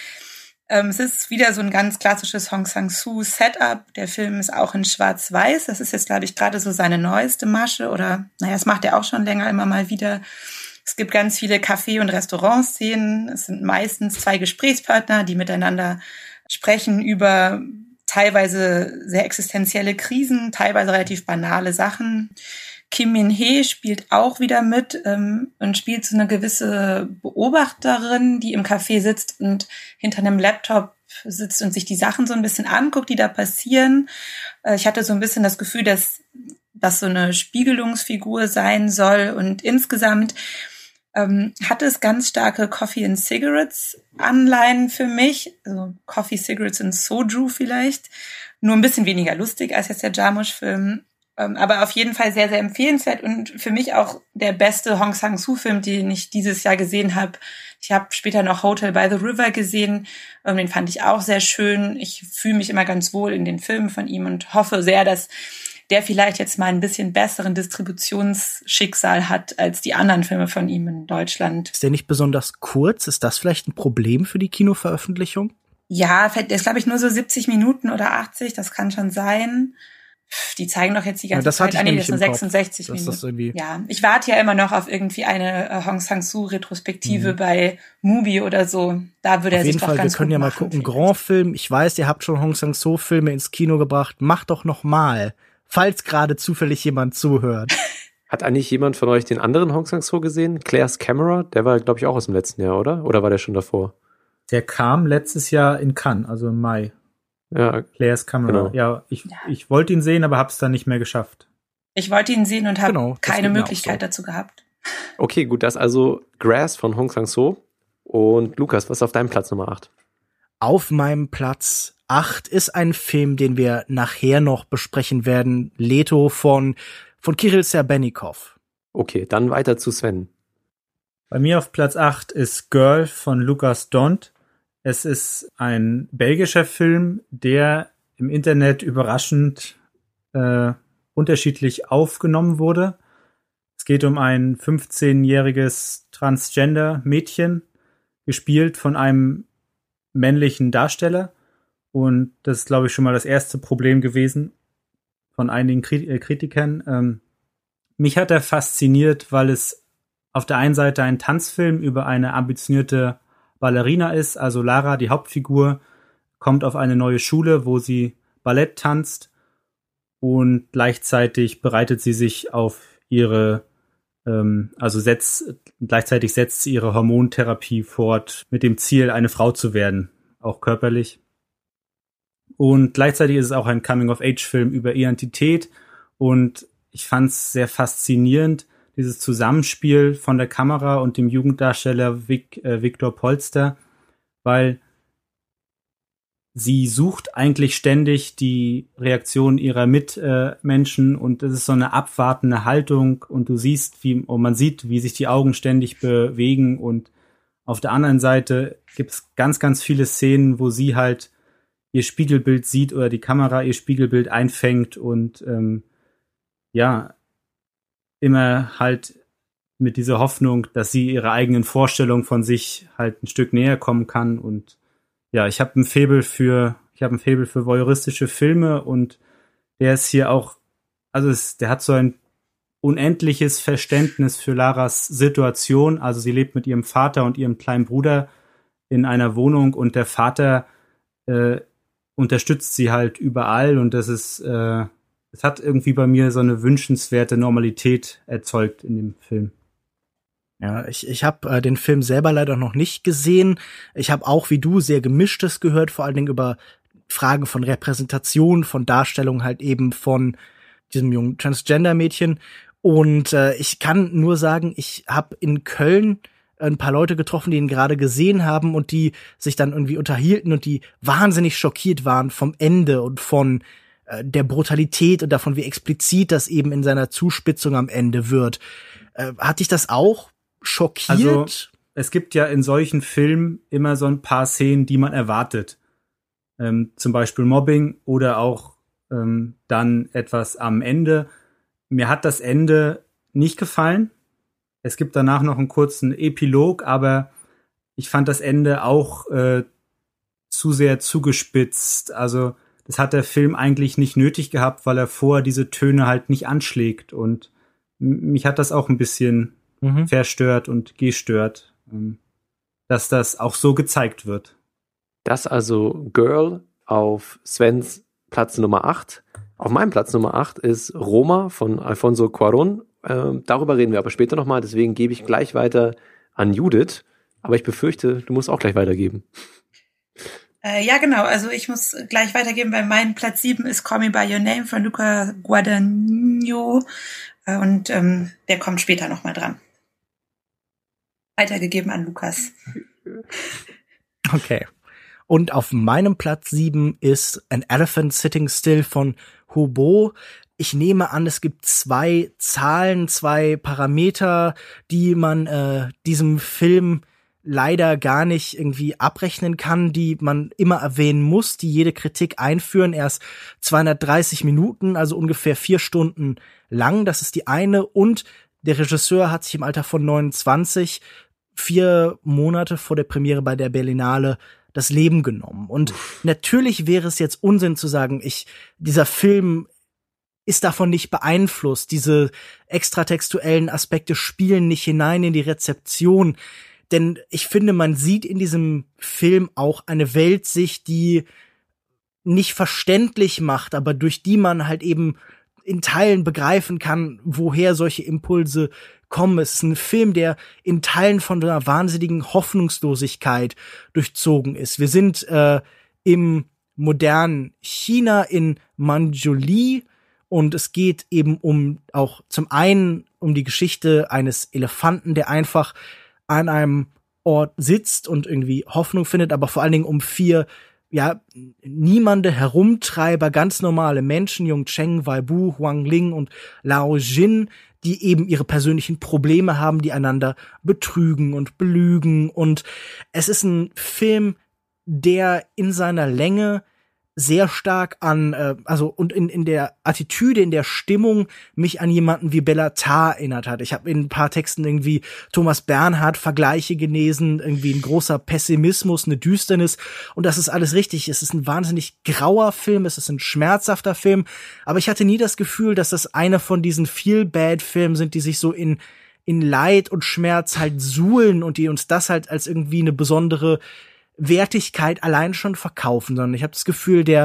es ist wieder so ein ganz klassisches Hong Sang-soo Setup. Der Film ist auch in Schwarz-Weiß. Das ist jetzt, glaube ich, gerade so seine neueste Masche oder, das macht er auch schon länger immer mal wieder. Es gibt ganz viele Café- und Restaurantszenen. Es sind meistens 2 Gesprächspartner, die miteinander sprechen über teilweise sehr existenzielle Krisen, teilweise relativ banale Sachen. Kim Min-hee spielt auch wieder mit und spielt so eine gewisse Beobachterin, die im Café sitzt und hinter einem Laptop sitzt und sich die Sachen so ein bisschen anguckt, die da passieren. Ich hatte so ein bisschen das Gefühl, dass das so eine Spiegelungsfigur sein soll und insgesamt hatte es ganz starke Coffee and Cigarettes Anleihen für mich, also Coffee, Cigarettes and Soju vielleicht, nur ein bisschen weniger lustig als jetzt der Jarmusch-Film. Aber auf jeden Fall sehr, sehr empfehlenswert und für mich auch der beste Hong Sang-soo-Film, den ich dieses Jahr gesehen habe. Ich habe später noch Hotel by the River gesehen, den fand ich auch sehr schön. Ich fühle mich immer ganz wohl in den Filmen von ihm und hoffe sehr, dass der vielleicht jetzt mal ein bisschen besseren Distributionsschicksal hat als die anderen Filme von ihm in Deutschland. Ist der nicht besonders kurz? Ist das vielleicht ein Problem für die Kinoveröffentlichung? Ja, der ist, glaube ich, nur so 70 Minuten oder 80, das kann schon sein. Die zeigen doch jetzt die ganze Zeit an, das sind 66 Minuten. Ja, ich warte ja immer noch auf irgendwie eine Hong Sang-soo-Retrospektive bei Mubi oder so. Da würde er sich doch ganz gut machen. Auf jeden Fall, wir können ja mal gucken. Grand-Film, ich weiß, ihr habt schon Hong Sang-soo-Filme ins Kino gebracht. Macht doch noch mal, falls gerade zufällig jemand zuhört. Hat eigentlich jemand von euch den anderen Hong Sang-soo gesehen? Claire's Camera? Der war, glaube ich, auch aus dem letzten Jahr, oder? Oder war der schon davor? Der kam letztes Jahr in Cannes, also im Mai. Ja, Claire's Camera. Genau. Ja, ich wollte ihn sehen, aber hab's dann nicht mehr geschafft. Ich wollte ihn sehen und habe keine Möglichkeit dazu gehabt. Okay, gut, das ist also Grass von Hong Sang-soo. Und Lukas, was ist auf deinem Platz Nummer 8? Auf meinem Platz 8 ist ein Film, den wir nachher noch besprechen werden. Leto von Kirill Serbennikov. Okay, dann weiter zu Sven. Bei mir auf Platz 8 ist Girl von Lucas Dont. Es ist ein belgischer Film, der im Internet überraschend unterschiedlich aufgenommen wurde. Es geht um ein 15-jähriges Transgender-Mädchen, gespielt von einem männlichen Darsteller. Und das ist, glaube ich, schon mal das erste Problem gewesen von einigen Kritikern. Mich hat er fasziniert, weil es auf der einen Seite ein Tanzfilm über eine ambitionierte Ballerina ist. Also Lara, die Hauptfigur, kommt auf eine neue Schule, wo sie Ballett tanzt. Und gleichzeitig bereitet sie sich auf ihre gleichzeitig setzt sie ihre Hormontherapie fort mit dem Ziel, eine Frau zu werden, auch körperlich. Und gleichzeitig ist es auch ein Coming-of-Age-Film über Identität und ich fand es sehr faszinierend, dieses Zusammenspiel von der Kamera und dem Jugenddarsteller Viktor Polster, weil sie sucht eigentlich ständig die Reaktion ihrer Mitmenschen und es ist so eine abwartende Haltung und man sieht, wie sich die Augen ständig bewegen und auf der anderen Seite gibt es ganz, ganz viele Szenen, wo sie halt ihr Spiegelbild sieht oder die Kamera ihr Spiegelbild einfängt und immer halt mit dieser Hoffnung, dass sie ihrer eigenen Vorstellung von sich halt ein Stück näher kommen kann und ja, ich habe ein Faible für voyeuristische Filme und der ist hier auch, der hat so ein unendliches Verständnis für Laras Situation. Also sie lebt mit ihrem Vater und ihrem kleinen Bruder in einer Wohnung und der Vater unterstützt sie halt überall und das ist, es hat irgendwie bei mir so eine wünschenswerte Normalität erzeugt in dem Film. Ja, ich habe den Film selber leider noch nicht gesehen. Ich habe auch wie du sehr Gemischtes gehört, vor allen Dingen über Fragen von Repräsentation, von Darstellung halt eben von diesem jungen Transgender-Mädchen. Und ich kann nur sagen, ich habe in Köln ein paar Leute getroffen, die ihn gerade gesehen haben und die sich dann irgendwie unterhielten und die wahnsinnig schockiert waren vom Ende und von der Brutalität und davon, wie explizit das eben in seiner Zuspitzung am Ende wird. Hat dich das auch schockiert? Also, es gibt ja in solchen Filmen immer so ein paar Szenen, die man erwartet. Zum Beispiel Mobbing oder auch dann etwas am Ende. Mir hat das Ende nicht gefallen. Es gibt danach noch einen kurzen Epilog, aber ich fand das Ende auch zu sehr zugespitzt. Also, das hat der Film eigentlich nicht nötig gehabt, weil er vorher diese Töne halt nicht anschlägt. Und mich hat das auch ein bisschen verstört und gestört, dass das auch so gezeigt wird. Das also Girl auf Svens Platz Nummer 8. Auf meinem Platz Nummer 8 ist Roma von Alfonso Cuarón. Darüber reden wir aber später nochmal, deswegen gebe ich gleich weiter an Judith. Aber ich befürchte, du musst auch gleich weitergeben. Ja, genau. Also ich muss gleich weitergeben, weil mein Platz 7 ist Call Me By Your Name von Luca Guadagnino. Und der kommt später nochmal dran. Weitergegeben an Lukas. Okay. Und auf meinem Platz 7 ist An Elephant Sitting Still von Hubo. Ich nehme an, es gibt 2 Zahlen, 2 Parameter, die man diesem Film leider gar nicht irgendwie abrechnen kann, die man immer erwähnen muss, die jede Kritik einführen. Er ist 230 Minuten, also ungefähr 4 Stunden lang. Das ist die eine. Und der Regisseur hat sich im Alter von 29 4 Monate vor der Premiere bei der Berlinale das Leben genommen. Und natürlich wäre es jetzt Unsinn zu sagen, dieser Film ist davon nicht beeinflusst. Diese extratextuellen Aspekte spielen nicht hinein in die Rezeption. Denn ich finde, man sieht in diesem Film auch eine Weltsicht, die nicht verständlich macht, aber durch die man halt eben in Teilen begreifen kann, woher solche Impulse kommen. Es ist ein Film, der in Teilen von einer wahnsinnigen Hoffnungslosigkeit durchzogen ist. Wir sind im modernen China in Manjuli und es geht eben zum einen um die Geschichte eines Elefanten, der einfach an einem Ort sitzt und irgendwie Hoffnung findet, aber vor allen Dingen um 4 niemande Herumtreiber, ganz normale Menschen, Yongcheng, Weibu, Huang Ling und Lao Jin, die eben ihre persönlichen Probleme haben, die einander betrügen und belügen. Und es ist ein Film, der in seiner Länge sehr stark an, und in der Attitüde, in der Stimmung mich an jemanden wie Béla Tarr erinnert hat. Ich habe in ein paar Texten irgendwie Thomas Bernhard Vergleiche gelesen, irgendwie ein großer Pessimismus, eine Düsternis, und das ist alles richtig. Es ist ein wahnsinnig grauer Film, es ist ein schmerzhafter Film, aber ich hatte nie das Gefühl, dass das einer von diesen Feel-Bad-Filmen sind, die sich so in Leid und Schmerz halt suhlen und die uns das halt als irgendwie eine besondere Wertigkeit allein schon verkaufen, sondern ich habe das Gefühl, er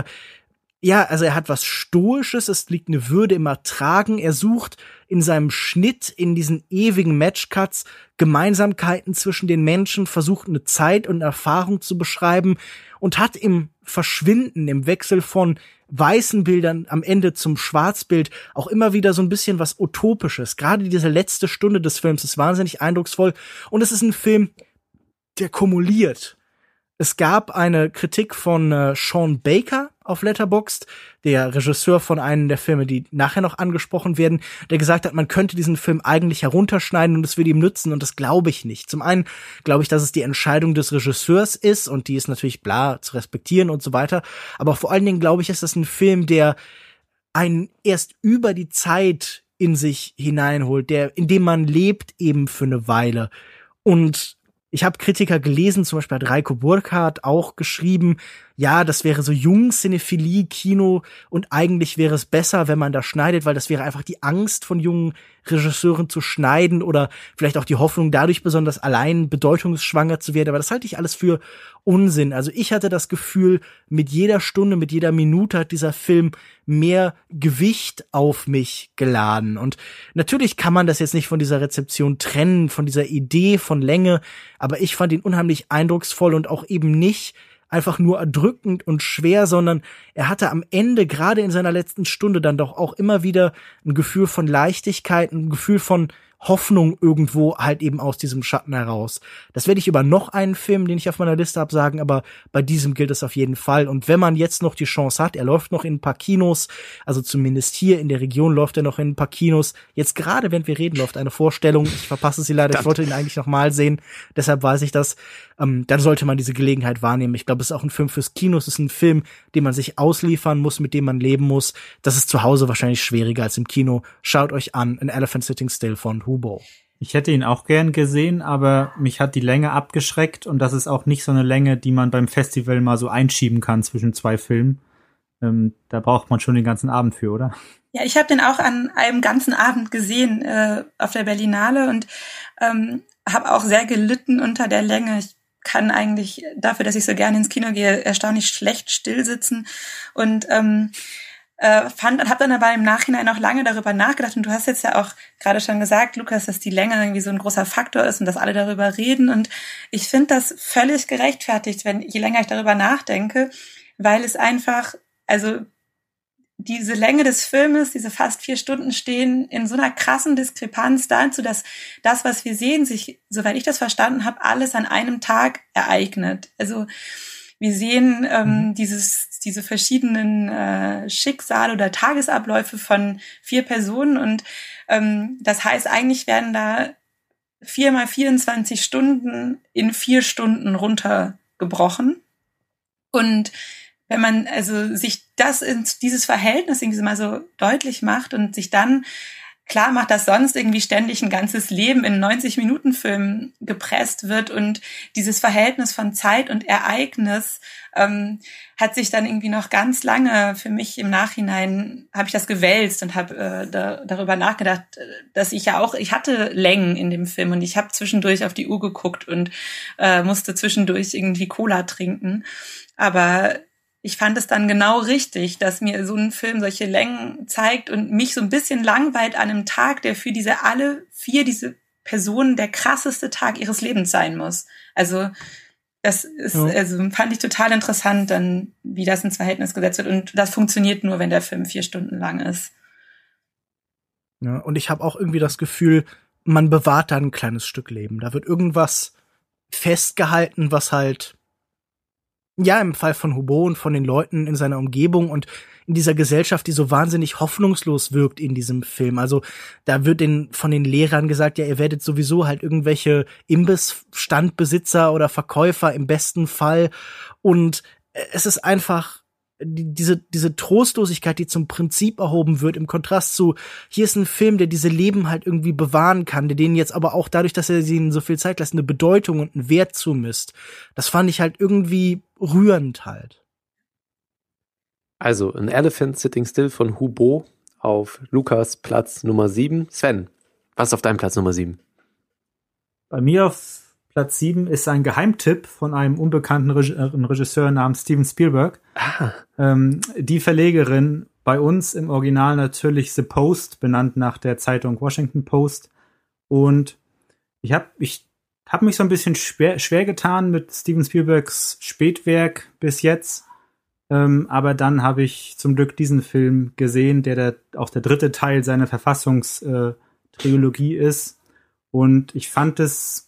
hat was Stoisches, es liegt eine Würde im Ertragen, er sucht in seinem Schnitt, in diesen ewigen Matchcuts, Gemeinsamkeiten zwischen den Menschen, versucht eine Zeit und eine Erfahrung zu beschreiben und hat im Verschwinden, im Wechsel von weißen Bildern am Ende zum Schwarzbild auch immer wieder so ein bisschen was Utopisches. Gerade diese letzte Stunde des Films ist wahnsinnig eindrucksvoll und es ist ein Film, der kumuliert. Es gab eine Kritik von Sean Baker auf Letterboxd, der Regisseur von einem der Filme, die nachher noch angesprochen werden, der gesagt hat, man könnte diesen Film eigentlich herunterschneiden und es würde ihm nützen, und das glaube ich nicht. Zum einen glaube ich, dass es die Entscheidung des Regisseurs ist und die ist natürlich zu respektieren und so weiter, aber vor allen Dingen glaube ich, ist das ein Film, der einen erst über die Zeit in sich hineinholt, in dem man lebt eben für eine Weile. Und ich habe Kritiker gelesen, zum Beispiel hat Reiko Burkhardt auch geschrieben, ja, das wäre so Jungcinephilie-Kino und eigentlich wäre es besser, wenn man da schneidet, weil das wäre einfach die Angst von jungen Regisseuren zu schneiden oder vielleicht auch die Hoffnung, dadurch besonders allein bedeutungsschwanger zu werden. Aber das halte ich alles für Unsinn. Also ich hatte das Gefühl, mit jeder Stunde, mit jeder Minute hat dieser Film mehr Gewicht auf mich geladen. Und natürlich kann man das jetzt nicht von dieser Rezeption trennen, von dieser Idee von Länge, aber ich fand ihn unheimlich eindrucksvoll und auch eben nicht einfach nur erdrückend und schwer, sondern er hatte am Ende, gerade in seiner letzten Stunde, dann doch auch immer wieder ein Gefühl von Leichtigkeit, ein Gefühl von Hoffnung irgendwo halt eben aus diesem Schatten heraus. Das werde ich über noch einen Film, den ich auf meiner Liste habe, sagen, aber bei diesem gilt es auf jeden Fall. Und wenn man jetzt noch die Chance hat, er läuft noch in ein paar Kinos, also zumindest hier in der Region läuft er noch in ein paar Kinos. Jetzt gerade, während wir reden, läuft eine Vorstellung. Ich verpasse sie leider, ich wollte ihn eigentlich noch mal sehen, deshalb weiß ich das. Dann sollte man diese Gelegenheit wahrnehmen. Ich glaube, es ist auch ein Film fürs Kino, es ist ein Film, den man sich ausliefern muss, mit dem man leben muss. Das ist zu Hause wahrscheinlich schwieriger als im Kino. Schaut euch an, An Elephant Sitting Still von Hubo. Ich hätte ihn auch gern gesehen, aber mich hat die Länge abgeschreckt und das ist auch nicht so eine Länge, die man beim Festival mal so einschieben kann zwischen zwei Filmen. Da braucht man schon den ganzen Abend für, oder? Ja, ich habe den auch an einem ganzen Abend gesehen auf der Berlinale und habe auch sehr gelitten unter der Länge. Ich kann eigentlich dafür, dass ich so gerne ins Kino gehe, erstaunlich schlecht stillsitzen und habe dann aber im Nachhinein auch lange darüber nachgedacht und du hast jetzt ja auch gerade schon gesagt, Lukas, dass die Länge irgendwie so ein großer Faktor ist und dass alle darüber reden und ich finde das völlig gerechtfertigt, je länger ich darüber nachdenke, weil es einfach, also diese Länge des Filmes, diese fast 4 Stunden stehen in so einer krassen Diskrepanz dazu, dass das, was wir sehen, sich, soweit ich das verstanden habe, alles an einem Tag ereignet. Also wir sehen diese verschiedenen Schicksale oder Tagesabläufe von 4 Personen und das heißt, eigentlich werden da 4 mal 24 Stunden in 4 Stunden runtergebrochen. Und wenn man also sich dieses Verhältnis irgendwie mal so deutlich macht und sich dann klar macht, dass sonst irgendwie ständig ein ganzes Leben in 90-Minuten-Film gepresst wird und dieses Verhältnis von Zeit und Ereignis hat sich dann irgendwie noch ganz lange für mich im Nachhinein, habe ich das gewälzt und habe darüber nachgedacht, dass ich hatte Längen in dem Film und ich habe zwischendurch auf die Uhr geguckt und musste zwischendurch irgendwie Cola trinken, aber ich fand es dann genau richtig, dass mir so ein Film solche Längen zeigt und mich so ein bisschen langweilt an einem Tag, der für diese Personen der krasseste Tag ihres Lebens sein muss. Also das ist, fand ich total interessant, dann wie das ins Verhältnis gesetzt wird und das funktioniert nur, wenn der Film 4 Stunden lang ist. Ja, und ich habe auch irgendwie das Gefühl, man bewahrt da ein kleines Stück Leben. Da wird irgendwas festgehalten, was halt Ja, im Fall von Hubo und von den Leuten in seiner Umgebung und in dieser Gesellschaft, die so wahnsinnig hoffnungslos wirkt in diesem Film. Also da wird von den Lehrern gesagt, ja, ihr werdet sowieso halt irgendwelche Imbissstandbesitzer oder Verkäufer im besten Fall. Und es ist einfach diese Trostlosigkeit, die zum Prinzip erhoben wird, im Kontrast zu, hier ist ein Film, der diese Leben halt irgendwie bewahren kann, der denen jetzt aber auch dadurch, dass er ihnen so viel Zeit lässt, eine Bedeutung und einen Wert zumisst. Das fand ich halt irgendwie rührend halt. Also, An Elephant Sitting Still von Hubo auf Lukas Platz Nummer 7. Sven, was ist auf deinem Platz Nummer 7? Bei mir auf Platz 7 ist ein Geheimtipp von einem unbekannten Regisseur namens Steven Spielberg. Die Verlegerin, bei uns im Original natürlich The Post, benannt nach der Zeitung Washington Post. Und ich hab mich so ein bisschen schwer getan mit Steven Spielbergs Spätwerk bis jetzt. Aber dann habe ich zum Glück diesen Film gesehen, der auch der dritte Teil seiner Verfassungstrilogie ist. Und ich fand es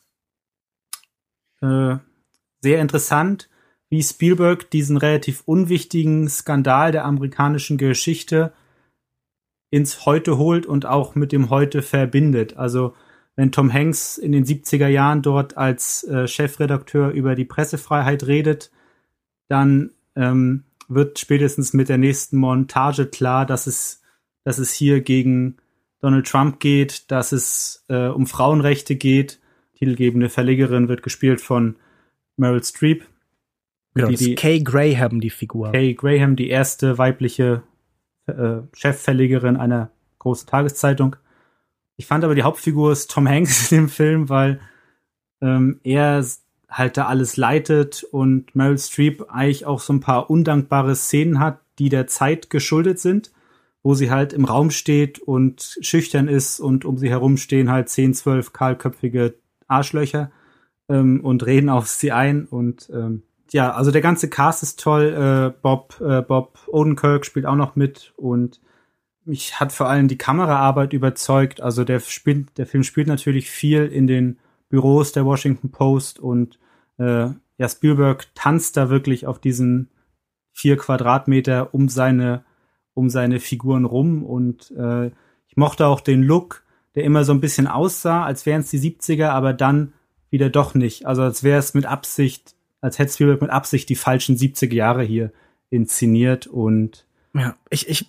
sehr interessant, wie Spielberg diesen relativ unwichtigen Skandal der amerikanischen Geschichte ins Heute holt und auch mit dem Heute verbindet. Also wenn Tom Hanks in den 70er Jahren dort als Chefredakteur über die Pressefreiheit redet, dann wird spätestens mit der nächsten Montage klar, dass es hier gegen Donald Trump geht, dass es um Frauenrechte geht. Titelgebende Verlegerin wird gespielt von Meryl Streep. Genau, das ist Kay Graham, die Figur. Kay Graham, die erste weibliche Chefverlegerin einer großen Tageszeitung. Ich fand aber, die Hauptfigur ist Tom Hanks in dem Film, weil er halt da alles leitet und Meryl Streep eigentlich auch so ein paar undankbare Szenen hat, die der Zeit geschuldet sind, wo sie halt im Raum steht und schüchtern ist und um sie herum stehen halt 10, 12 kahlköpfige Arschlöcher und reden auf sie ein. Und ja, also der ganze Cast ist toll. Bob Odenkirk spielt auch noch mit und mich hat vor allem die Kameraarbeit überzeugt. Also der Film spielt natürlich viel in den Büros der Washington Post und Spielberg tanzt da wirklich auf diesen 4 Quadratmeter um seine Figuren rum und ich mochte auch den Look, der immer so ein bisschen aussah, als wären es die 70er, aber dann wieder doch nicht. Also als wäre es als hätte Spielberg mit Absicht die falschen 70er Jahre hier inszeniert und ja, ich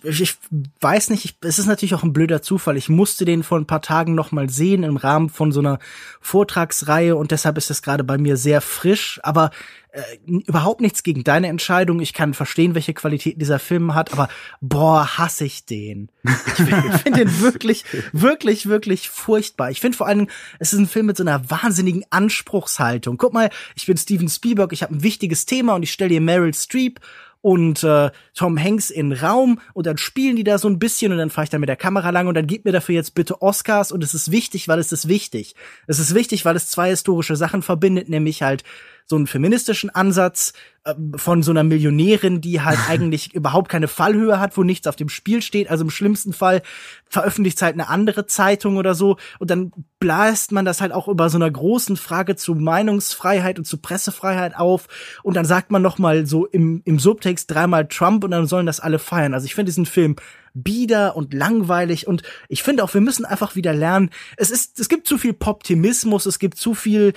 weiß nicht, es ist natürlich auch ein blöder Zufall. Ich musste den vor ein paar Tagen noch mal sehen im Rahmen von so einer Vortragsreihe und deshalb ist es gerade bei mir sehr frisch, aber überhaupt nichts gegen deine Entscheidung. Ich kann verstehen, welche Qualitäten dieser Film hat, aber hasse ich den. Ich finde den wirklich, wirklich, wirklich furchtbar. Ich finde vor allem, es ist ein Film mit so einer wahnsinnigen Anspruchshaltung. Guck mal, ich bin Steven Spielberg, ich habe ein wichtiges Thema und ich stelle dir Meryl Streep und Tom Hanks in Raum und dann spielen die da so ein bisschen und dann fahre ich da mit der Kamera lang und dann gib mir dafür jetzt bitte Oscars und es ist wichtig, weil es ist wichtig. Es ist wichtig, weil es 2 historische Sachen verbindet, nämlich halt so einen feministischen Ansatz von so einer Millionärin, die halt eigentlich überhaupt keine Fallhöhe hat, wo nichts auf dem Spiel steht. Also im schlimmsten Fall veröffentlicht halt eine andere Zeitung oder so und dann bläst man das halt auch über so einer großen Frage zu Meinungsfreiheit und zu Pressefreiheit auf und dann sagt man noch mal so im Subtext 3-mal Trump und dann sollen das alle feiern. Also ich finde diesen Film bieder und langweilig und ich finde auch, wir müssen einfach wieder lernen, es gibt zu viel Poptimismus, es gibt zu viel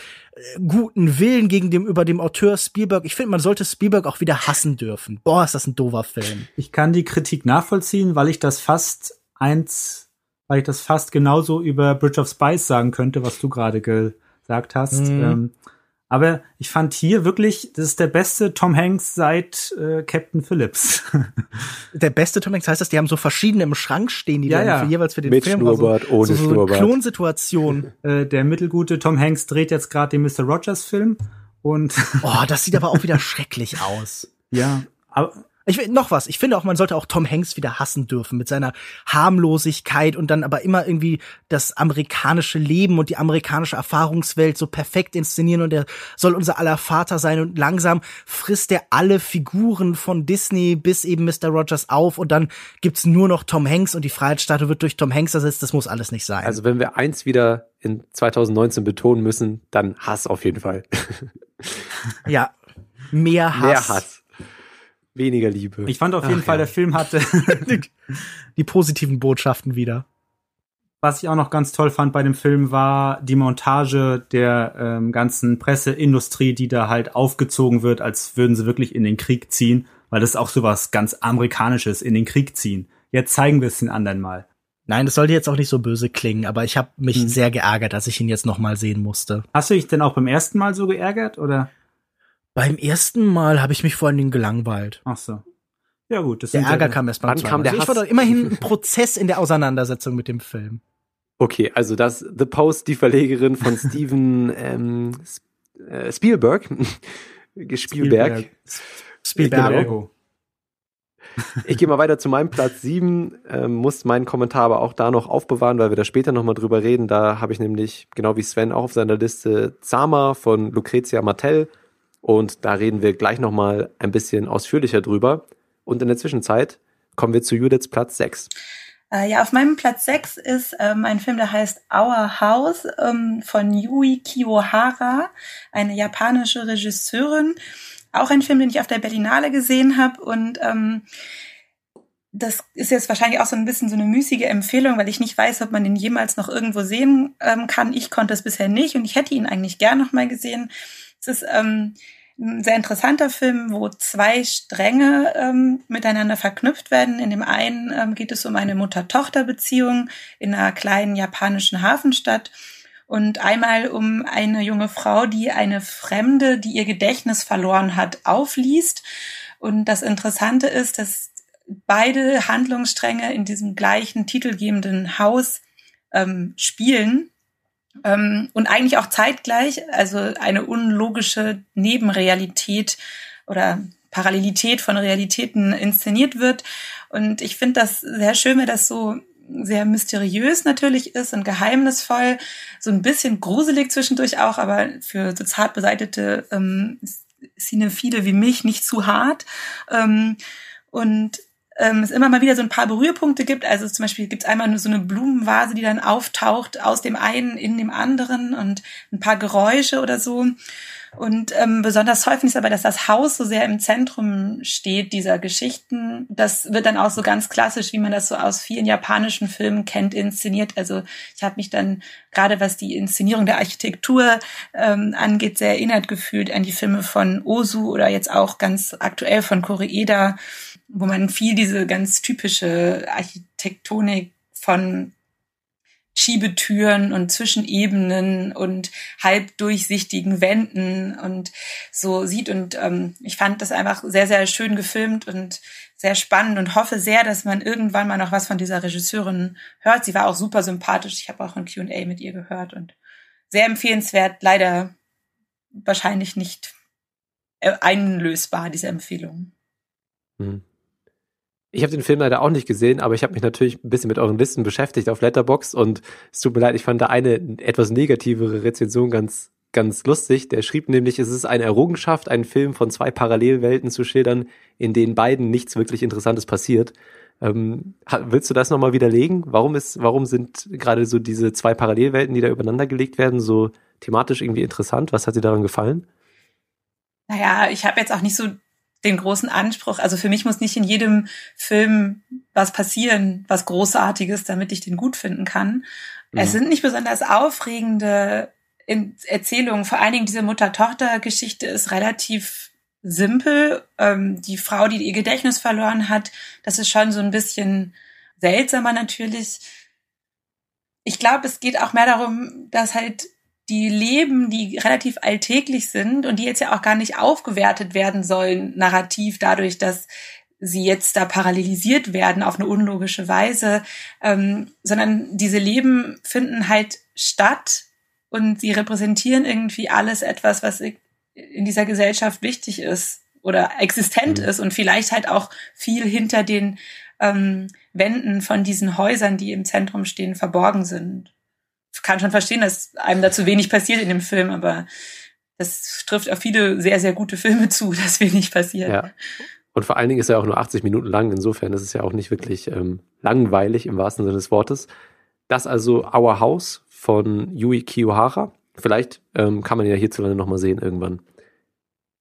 guten Willen gegenüber dem Auteur Spielberg. Ich finde, man sollte Spielberg auch wieder hassen dürfen. Ist das ein doofer Film. Ich kann die Kritik nachvollziehen, weil ich das fast genauso über Bridge of Spies sagen könnte, was du gerade gesagt hast. Aber ich fand hier wirklich, das ist der beste Tom Hanks seit Captain Phillips. Der beste Tom Hanks heißt das, die haben so verschiedene im Schrank stehen, die dann jeweils für den mit Film Schnurrbart, ohne so Schnurrbart. eine Klonsituation. Der mittelgute Tom Hanks dreht jetzt gerade den Mr. Rogers Film und das sieht aber auch wieder schrecklich aus. Ja, aber Ich will noch was. Ich finde auch, man sollte auch Tom Hanks wieder hassen dürfen mit seiner Harmlosigkeit und dann aber immer irgendwie das amerikanische Leben und die amerikanische Erfahrungswelt so perfekt inszenieren und er soll unser aller Vater sein und langsam frisst er alle Figuren von Disney bis eben Mr. Rogers auf und dann gibt's nur noch Tom Hanks und die Freiheitsstatue wird durch Tom Hanks ersetzt. Das muss alles nicht sein. Also wenn wir eins wieder in 2019 betonen müssen, dann Hass auf jeden Fall. Ja. Mehr Hass. Mehr Hass. Weniger Liebe. Ich fand auf jeden Fall, der Film hatte die positiven Botschaften wieder. Was ich auch noch ganz toll fand bei dem Film war die Montage der ganzen Presseindustrie, die da halt aufgezogen wird, als würden sie wirklich in den Krieg ziehen, weil das ist auch sowas ganz Amerikanisches, in den Krieg ziehen. Jetzt zeigen wir es den anderen mal. Nein, das sollte jetzt auch nicht so böse klingen, aber ich habe mich sehr geärgert, dass ich ihn jetzt noch mal sehen musste. Hast du dich denn auch beim ersten Mal so geärgert, oder? Beim ersten Mal habe ich mich vor allen Dingen gelangweilt. Ach so. Ja gut. Das der Ärger kam erst beim zweiten Mal. Also ich war doch immerhin ein Prozess in der Auseinandersetzung mit dem Film. Okay, also das The Post, die Verlegerin von Steven Spielberg. Spielberg. Genau. Ich gehe mal weiter zu meinem Platz 7, muss meinen Kommentar aber auch da noch aufbewahren, weil wir da später nochmal drüber reden. Da habe ich nämlich, genau wie Sven, auch auf seiner Liste Zama von Lucrezia Martel. Und da reden wir gleich nochmal ein bisschen ausführlicher drüber. Und in der Zwischenzeit kommen wir zu Judiths Platz 6. Ja, auf meinem Platz 6 ist ein Film, der heißt Our House von Yui Kiyohara, eine japanische Regisseurin. Auch ein Film, den ich auf der Berlinale gesehen habe. Und das ist jetzt wahrscheinlich auch so ein bisschen so eine müßige Empfehlung, weil ich nicht weiß, ob man den jemals noch irgendwo sehen kann. Ich konnte es bisher nicht und ich hätte ihn eigentlich gern noch mal gesehen. Es ist ein sehr interessanter Film, wo zwei Stränge miteinander verknüpft werden. In dem einen geht es um eine Mutter-Tochter-Beziehung in einer kleinen japanischen Hafenstadt und einmal um eine junge Frau, die eine Fremde, die ihr Gedächtnis verloren hat, aufliest. Und das Interessante ist, dass beide Handlungsstränge in diesem gleichen titelgebenden Haus spielen. Und eigentlich auch zeitgleich, also eine unlogische Nebenrealität oder Parallelität von Realitäten inszeniert wird. Und ich finde das sehr schön, weil das so sehr mysteriös natürlich ist und geheimnisvoll, so ein bisschen gruselig zwischendurch auch, aber für so zart beseitete Cinephile wie mich nicht zu hart. Und es immer mal wieder so ein paar Berührpunkte gibt. Also zum Beispiel gibt es einmal nur so eine Blumenvase, die dann auftaucht aus dem einen in dem anderen und ein paar Geräusche oder so. Und besonders toll finde ich es aber, dass das Haus so sehr im Zentrum steht dieser Geschichten. Das wird dann auch so ganz klassisch, wie man das so aus vielen japanischen Filmen kennt, inszeniert. Also ich habe mich dann, gerade was die Inszenierung der Architektur angeht, sehr erinnert gefühlt an die Filme von Ozu oder jetzt auch ganz aktuell von Koreeda, wo man viel diese ganz typische Architektonik von Schiebetüren und Zwischenebenen und halbdurchsichtigen Wänden und so sieht. Und ich fand das einfach sehr, sehr schön gefilmt und sehr spannend und hoffe sehr, dass man irgendwann mal noch was von dieser Regisseurin hört. Sie war auch super sympathisch. Ich habe auch ein Q&A mit ihr gehört und sehr empfehlenswert. Leider wahrscheinlich nicht einlösbar, diese Empfehlung. Ich habe den Film leider auch nicht gesehen, aber ich habe mich natürlich ein bisschen mit euren Listen beschäftigt auf Letterboxd und es tut mir leid, ich fand da eine etwas negativere Rezension ganz, ganz lustig. Der schrieb nämlich, es ist eine Errungenschaft, einen Film von zwei Parallelwelten zu schildern, in denen beiden nichts wirklich Interessantes passiert. Willst du das nochmal widerlegen? Warum sind gerade so diese zwei Parallelwelten, die da übereinander gelegt werden, so thematisch irgendwie interessant? Was hat dir daran gefallen? Naja, ich habe jetzt auch nicht so den großen Anspruch, also für mich muss nicht in jedem Film was passieren, was Großartiges, damit ich den gut finden kann. Es sind nicht besonders aufregende Erzählungen, vor allen Dingen diese Mutter-Tochter-Geschichte ist relativ simpel. Die Frau, die ihr Gedächtnis verloren hat, das ist schon so ein bisschen seltsamer natürlich. Ich glaube, es geht auch mehr darum, dass halt die Leben, die relativ alltäglich sind und die jetzt ja auch gar nicht aufgewertet werden sollen, narrativ dadurch, dass sie jetzt da parallelisiert werden auf eine unlogische Weise, sondern diese Leben finden halt statt und sie repräsentieren irgendwie alles etwas, was in dieser Gesellschaft wichtig ist oder existent ist und vielleicht halt auch viel hinter den Wänden von diesen Häusern, die im Zentrum stehen, verborgen sind. Ich kann schon verstehen, dass einem da zu wenig passiert in dem Film, aber das trifft auf viele sehr, sehr gute Filme zu, dass wenig passiert. Ja. Und vor allen Dingen ist er auch nur 80 Minuten lang, insofern ist es ja auch nicht wirklich langweilig im wahrsten Sinne des Wortes. Das also Our House von Yui Kiyohara. Vielleicht kann man ja hierzulande nochmal sehen irgendwann.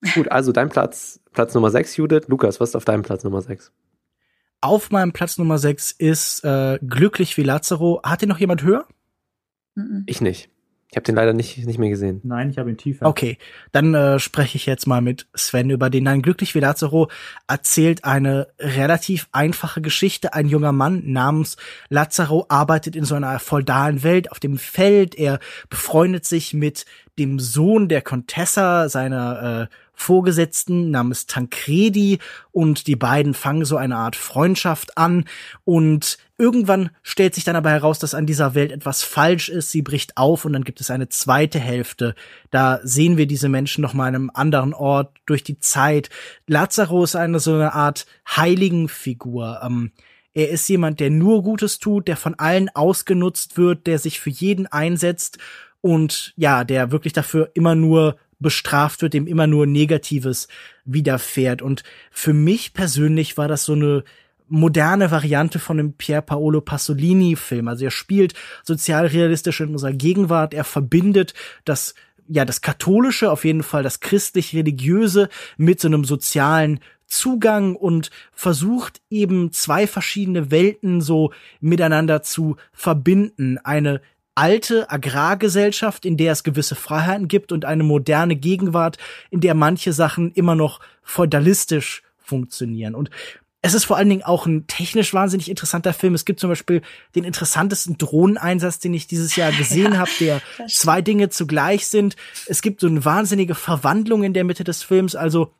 Gut, also dein Platz Nummer 6, Judith. Lukas, was ist auf deinem Platz Nummer 6? Auf meinem Platz Nummer 6 ist Glücklich wie Lazaro. Hat den noch jemand höher? Ich nicht. Ich habe den leider nicht mehr gesehen. Nein, ich habe ihn tiefer. Okay, dann spreche ich jetzt mal mit Sven über den. Nein, Glücklich wie Lazaro erzählt eine relativ einfache Geschichte. Ein junger Mann namens Lazaro arbeitet in so einer feudalen Welt auf dem Feld. Er befreundet sich mit dem Sohn der Contessa, seiner Vorgesetzten namens Tancredi, und die beiden fangen so eine Art Freundschaft an, und irgendwann stellt sich dann aber heraus, dass an dieser Welt etwas falsch ist. Sie bricht auf und dann gibt es eine zweite Hälfte. Da sehen wir diese Menschen noch mal an einem anderen Ort durch die Zeit. Lazaro ist so eine Art Heiligenfigur. Er ist jemand, der nur Gutes tut, der von allen ausgenutzt wird, der sich für jeden einsetzt und ja, der wirklich dafür immer nur bestraft wird, dem immer nur Negatives widerfährt. Und für mich persönlich war das so eine moderne Variante von einem Pier Paolo Pasolini-Film. Also er spielt sozialrealistisch in unserer Gegenwart, er verbindet das Katholische, auf jeden Fall das christlich-religiöse, mit so einem sozialen Zugang und versucht eben zwei verschiedene Welten so miteinander zu verbinden. Eine alte Agrargesellschaft, in der es gewisse Freiheiten gibt, und eine moderne Gegenwart, in der manche Sachen immer noch feudalistisch funktionieren. Und es ist vor allen Dingen auch ein technisch wahnsinnig interessanter Film. Es gibt zum Beispiel den interessantesten Drohneneinsatz, den ich dieses Jahr gesehen habe, der zwei Dinge zugleich sind. Es gibt so eine wahnsinnige Verwandlung in der Mitte des Films. Also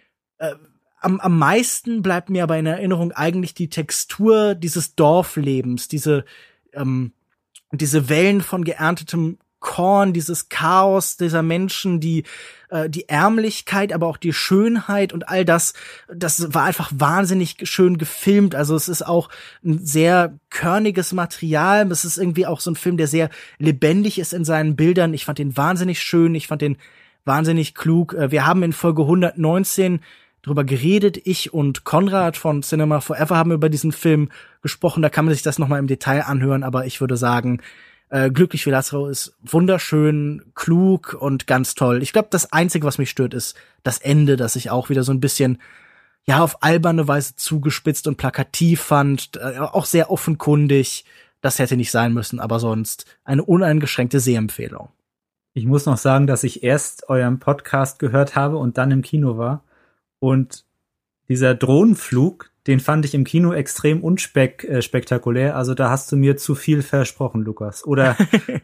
am meisten bleibt mir aber in Erinnerung eigentlich die Textur dieses Dorflebens, diese Wellen von geerntetem Korn, dieses Chaos dieser Menschen, die Ärmlichkeit, aber auch die Schönheit und all das war einfach wahnsinnig schön gefilmt. Also es ist auch ein sehr körniges Material. Es ist irgendwie auch so ein Film, der sehr lebendig ist in seinen Bildern. Ich fand den wahnsinnig schön, ich fand den wahnsinnig klug. Wir haben in Folge 119 drüber geredet. Ich und Konrad von Cinema Forever haben über diesen Film gesprochen. Da kann man sich das nochmal im Detail anhören, aber ich würde sagen, Glücklich wie Lazaro ist wunderschön, klug und ganz toll. Ich glaube, das Einzige, was mich stört, ist das Ende, das ich auch wieder so ein bisschen, ja, auf alberne Weise zugespitzt und plakativ fand, auch sehr offenkundig. Das hätte nicht sein müssen, aber sonst eine uneingeschränkte Sehempfehlung. Ich muss noch sagen, dass ich erst euren Podcast gehört habe und dann im Kino war. Und dieser Drohnenflug, den fand ich im Kino extrem unspektakulär. Also da hast du mir zu viel versprochen, Lukas. Oder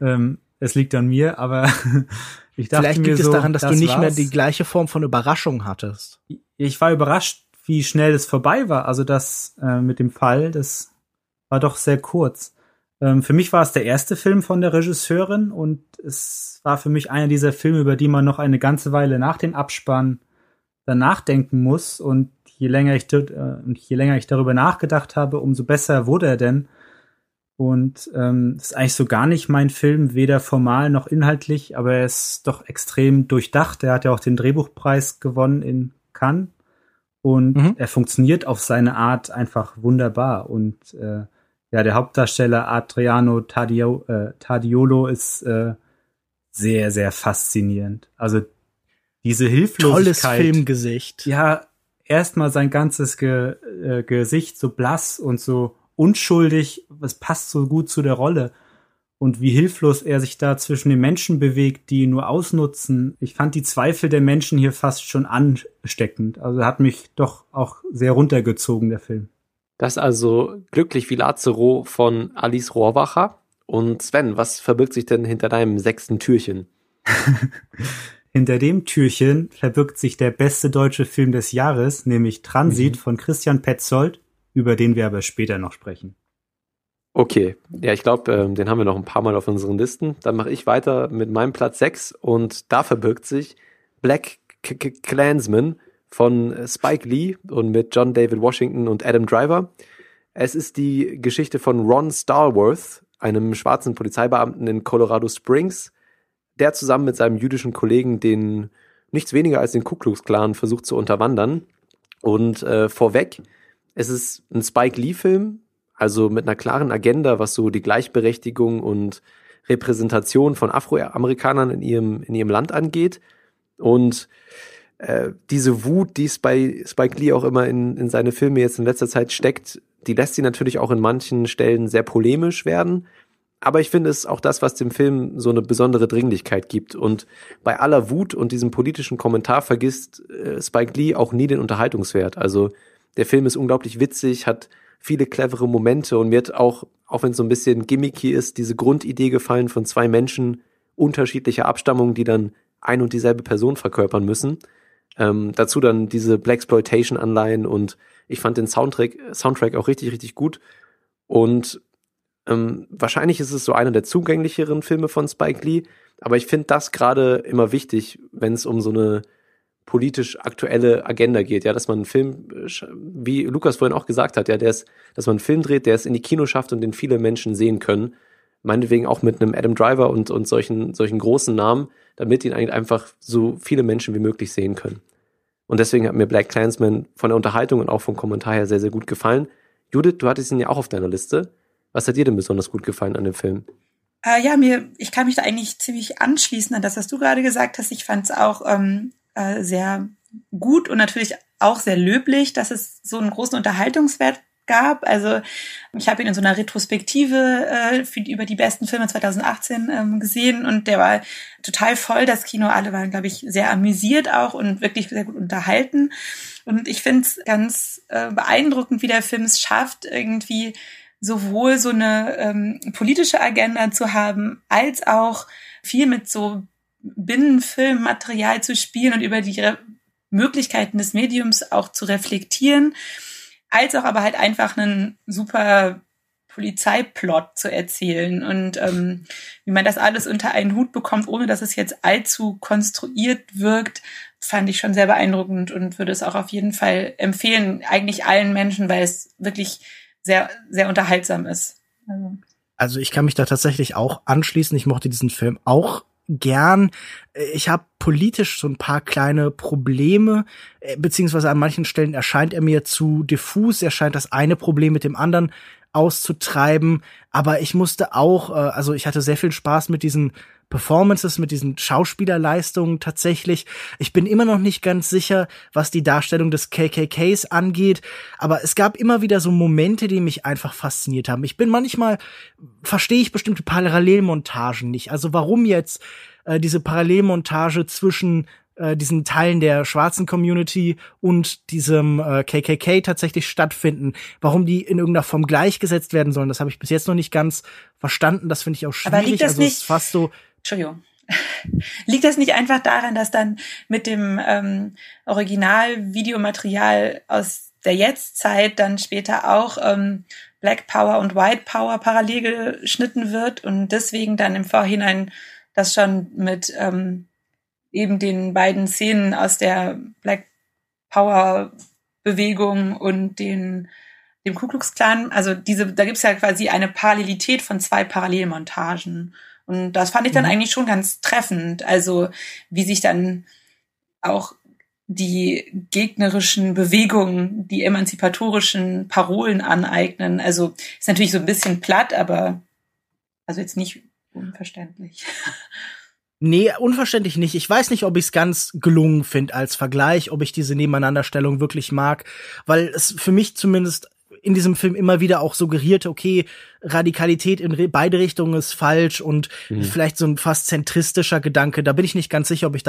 es liegt an mir, aber ich dachte vielleicht mir liegt so, es daran, dass du nicht war's. mehr die gleiche Form von Überraschung hattest. Ich war überrascht, wie schnell es vorbei war. Also das mit dem Fall, das war doch sehr kurz. Für mich war es der erste Film von der Regisseurin und es war für mich einer dieser Filme, über die man noch eine ganze Weile nach dem Abspann dann nachdenken muss. Und je länger ich darüber nachgedacht habe, umso besser wurde er denn. Und das ist eigentlich so gar nicht mein Film, weder formal noch inhaltlich, aber er ist doch extrem durchdacht. Er hat ja auch den Drehbuchpreis gewonnen in Cannes. Und er funktioniert auf seine Art einfach wunderbar. Und der Hauptdarsteller Adriano Tadiolo ist sehr, sehr faszinierend. Also diese Hilflosigkeit. Tolles Filmgesicht. Ja, erstmal sein ganzes Gesicht so blass und so unschuldig. Es passt so gut zu der Rolle. Und wie hilflos er sich da zwischen den Menschen bewegt, die ihn nur ausnutzen. Ich fand die Zweifel der Menschen hier fast schon ansteckend. Also hat mich doch auch sehr runtergezogen, der Film. Das ist also Glücklich wie Lazaro von Alice Rohrwacher. Und Sven, was verbirgt sich denn hinter deinem 6. Türchen? Hinter dem Türchen verbirgt sich der beste deutsche Film des Jahres, nämlich Transit von Christian Petzold, über den wir aber später noch sprechen. Okay, ja, ich glaube, den haben wir noch ein paar Mal auf unseren Listen. Dann mache ich weiter mit meinem Platz 6 und da verbirgt sich Black Klansman von Spike Lee und mit John David Washington und Adam Driver. Es ist die Geschichte von Ron Stallworth, einem schwarzen Polizeibeamten in Colorado Springs, der zusammen mit seinem jüdischen Kollegen den nichts weniger als den Ku Klux Klan versucht zu unterwandern. Und vorweg, es ist ein Spike Lee-Film, also mit einer klaren Agenda, was so die Gleichberechtigung und Repräsentation von Afroamerikanern in ihrem Land angeht. Und diese Wut, die es bei Spike Lee auch immer in seine Filme jetzt in letzter Zeit steckt, die lässt sie natürlich auch in manchen Stellen sehr polemisch werden. Aber ich finde, es ist auch das, was dem Film so eine besondere Dringlichkeit gibt. Und bei aller Wut und diesem politischen Kommentar vergisst Spike Lee auch nie den Unterhaltungswert. Also der Film ist unglaublich witzig, hat viele clevere Momente und mir hat auch wenn es so ein bisschen gimmicky ist, diese Grundidee gefallen von zwei Menschen unterschiedlicher Abstammung, die dann ein und dieselbe Person verkörpern müssen. Dazu dann diese Blaxploitation-Anleihen und ich fand den Soundtrack auch richtig, richtig gut. Und wahrscheinlich ist es so einer der zugänglicheren Filme von Spike Lee, aber ich finde das gerade immer wichtig, wenn es um so eine politisch aktuelle Agenda geht, ja, dass man einen Film, wie Lukas vorhin auch gesagt hat, ja, dass man einen Film dreht, der es in die Kino schafft und den viele Menschen sehen können, meinetwegen auch mit einem Adam Driver und solchen großen Namen, damit ihn eigentlich einfach so viele Menschen wie möglich sehen können. Und deswegen hat mir BlacKkKlansman von der Unterhaltung und auch vom Kommentar her sehr, sehr gut gefallen. Judith, du hattest ihn ja auch auf deiner Liste. Was hat dir denn besonders gut gefallen an dem Film? Ich kann mich da eigentlich ziemlich anschließen an das, was du gerade gesagt hast. Ich fand es auch sehr gut und natürlich auch sehr löblich, dass es so einen großen Unterhaltungswert gab. Also ich habe ihn in so einer Retrospektive über die besten Filme 2018 gesehen und der war total voll. Das Kino, alle waren, glaube ich, sehr amüsiert auch und wirklich sehr gut unterhalten. Und ich finde es ganz beeindruckend, wie der Film es schafft, irgendwie sowohl so eine politische Agenda zu haben, als auch viel mit so Binnenfilmmaterial zu spielen und über die Möglichkeiten des Mediums auch zu reflektieren, als auch aber halt einfach einen super Polizeiplot zu erzählen und wie man das alles unter einen Hut bekommt, ohne dass es jetzt allzu konstruiert wirkt, fand ich schon sehr beeindruckend und würde es auch auf jeden Fall empfehlen, eigentlich allen Menschen, weil es wirklich sehr, sehr unterhaltsam ist. Also ich kann mich da tatsächlich auch anschließen. Ich mochte diesen Film auch gern. Ich habe politisch so ein paar kleine Probleme, beziehungsweise an manchen Stellen erscheint er mir zu diffus. Er scheint das eine Problem mit dem anderen auszutreiben. Aber ich musste auch, also ich hatte sehr viel Spaß mit diesen Performances, mit diesen Schauspielerleistungen tatsächlich. Ich bin immer noch nicht ganz sicher, was die Darstellung des KKKs angeht, aber es gab immer wieder so Momente, die mich einfach fasziniert haben. Verstehe ich bestimmte Parallelmontagen nicht. Also warum jetzt diese Parallelmontage zwischen diesen Teilen der schwarzen Community und diesem KKK tatsächlich stattfinden. Warum die in irgendeiner Form gleichgesetzt werden sollen, das habe ich bis jetzt noch nicht ganz verstanden. Das finde ich auch schwierig. Aber liegt das also nicht, es ist fast so. Entschuldigung. Liegt das nicht einfach daran, dass dann mit dem Original-Videomaterial aus der Jetztzeit dann später auch Black Power und White Power parallel geschnitten wird und deswegen dann im Vorhinein das schon mit eben den beiden Szenen aus der Black Power Bewegung und dem Ku Klux Klan, also da gibt's ja quasi eine Parallelität von zwei Parallelmontagen. Und das fand ich dann eigentlich schon ganz treffend. Also wie sich dann auch die gegnerischen Bewegungen, die emanzipatorischen Parolen aneignen. Also ist natürlich so ein bisschen platt, aber also jetzt nicht unverständlich. Nee, unverständlich nicht. Ich weiß nicht, ob ich es ganz gelungen finde als Vergleich, ob ich diese Nebeneinanderstellung wirklich mag, weil es für mich zumindest in diesem Film immer wieder auch suggerierte, okay, Radikalität in beide Richtungen ist falsch und vielleicht so ein fast zentristischer Gedanke. Da bin ich nicht ganz sicher, ob ich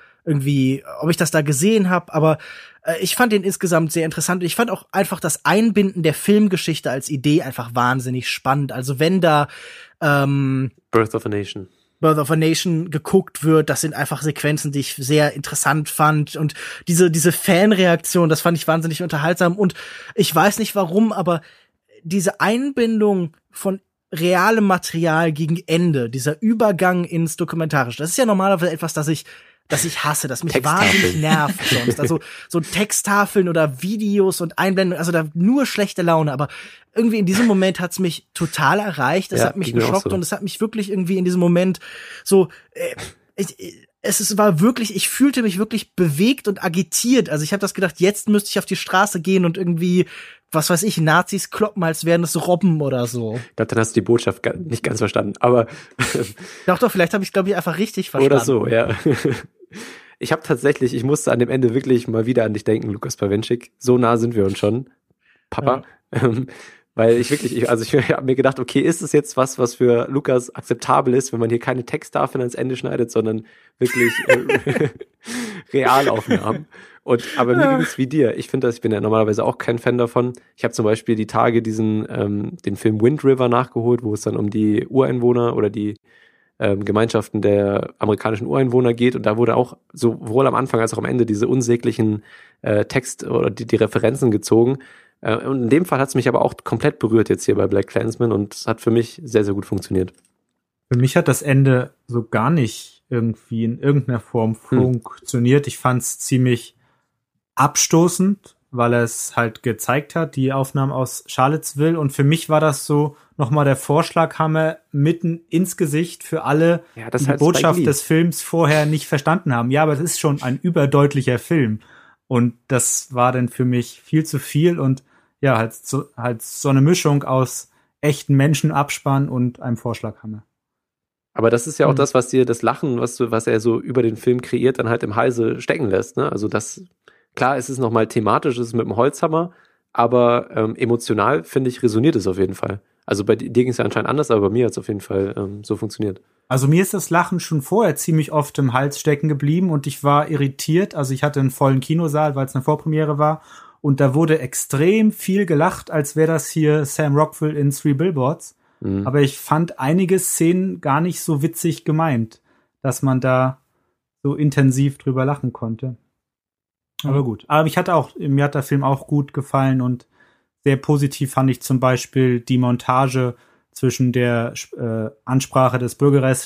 das da gesehen habe, aber ich fand den insgesamt sehr interessant. Ich fand auch einfach das Einbinden der Filmgeschichte als Idee einfach wahnsinnig spannend. Also wenn da Birth of a Nation geguckt wird, das sind einfach Sequenzen, die ich sehr interessant fand und diese Fanreaktion, das fand ich wahnsinnig unterhaltsam und ich weiß nicht warum, aber diese Einbindung von realem Material gegen Ende, dieser Übergang ins Dokumentarische, das ist ja normalerweise etwas, das ich hasse, das mich wahnsinnig nervt sonst. Also so Texttafeln oder Videos und Einblendungen, also da nur schlechte Laune, aber irgendwie in diesem Moment hat's mich total erreicht, es hat mich geschockt und es hat mich wirklich irgendwie in diesem Moment so, ich fühlte mich wirklich bewegt und agitiert. Also ich habe das gedacht, jetzt müsste ich auf die Straße gehen und irgendwie, was weiß ich, Nazis kloppen, als wären es Robben oder so. Ich glaube, dann hast du die Botschaft nicht ganz verstanden, aber Doch, vielleicht habe ich, glaube ich, einfach richtig verstanden. Oder so, ja. Ich habe tatsächlich, ich musste an dem Ende wirklich mal wieder an dich denken, Lukas Bawenschik. So nah sind wir uns schon, Papa. Ja. Weil ich habe mir gedacht, okay, ist es jetzt was für Lukas akzeptabel ist, wenn man hier keine Texttafeln ans Ende schneidet, sondern wirklich Realaufnahmen. Aber mir ging es wie dir. Ich bin ja normalerweise auch kein Fan davon. Ich habe zum Beispiel die Tage den Film Wind River nachgeholt, wo es dann um die Ureinwohner oder die Gemeinschaften der amerikanischen Ureinwohner geht. Und da wurde auch sowohl am Anfang als auch am Ende diese unsäglichen Text- oder die Referenzen gezogen. Und in dem Fall hat es mich aber auch komplett berührt jetzt hier bei BlacKkKlansman und es hat für mich sehr, sehr gut funktioniert. Für mich hat das Ende so gar nicht irgendwie in irgendeiner Form funktioniert. Ich fand es ziemlich abstoßend, weil er es halt gezeigt hat, die Aufnahmen aus Charlottesville. Und für mich war das so nochmal der Vorschlaghammer mitten ins Gesicht für alle, die die Botschaft des Films vorher nicht verstanden haben. Ja, aber es ist schon ein überdeutlicher Film. Und das war dann für mich viel zu viel und ja, halt so eine Mischung aus echten Menschenabspann und einem Vorschlaghammer. Aber das ist ja auch das, was dir das Lachen, was er so über den Film kreiert, dann halt im Halse stecken lässt, ne? Also klar, es ist nochmal thematisch, es ist mit dem Holzhammer, aber emotional, finde ich, resoniert es auf jeden Fall. Also bei dir ging es ja anscheinend anders, aber bei mir hat es auf jeden Fall so funktioniert. Also mir ist das Lachen schon vorher ziemlich oft im Hals stecken geblieben und ich war irritiert. Also ich hatte einen vollen Kinosaal, weil es eine Vorpremiere war und da wurde extrem viel gelacht, als wäre das hier Sam Rockwell in Three Billboards. Mhm. Aber ich fand einige Szenen gar nicht so witzig gemeint, dass man da so intensiv drüber lachen konnte. Aber gut. Aber mir hat der Film auch gut gefallen und sehr positiv fand ich zum Beispiel die Montage zwischen der Ansprache des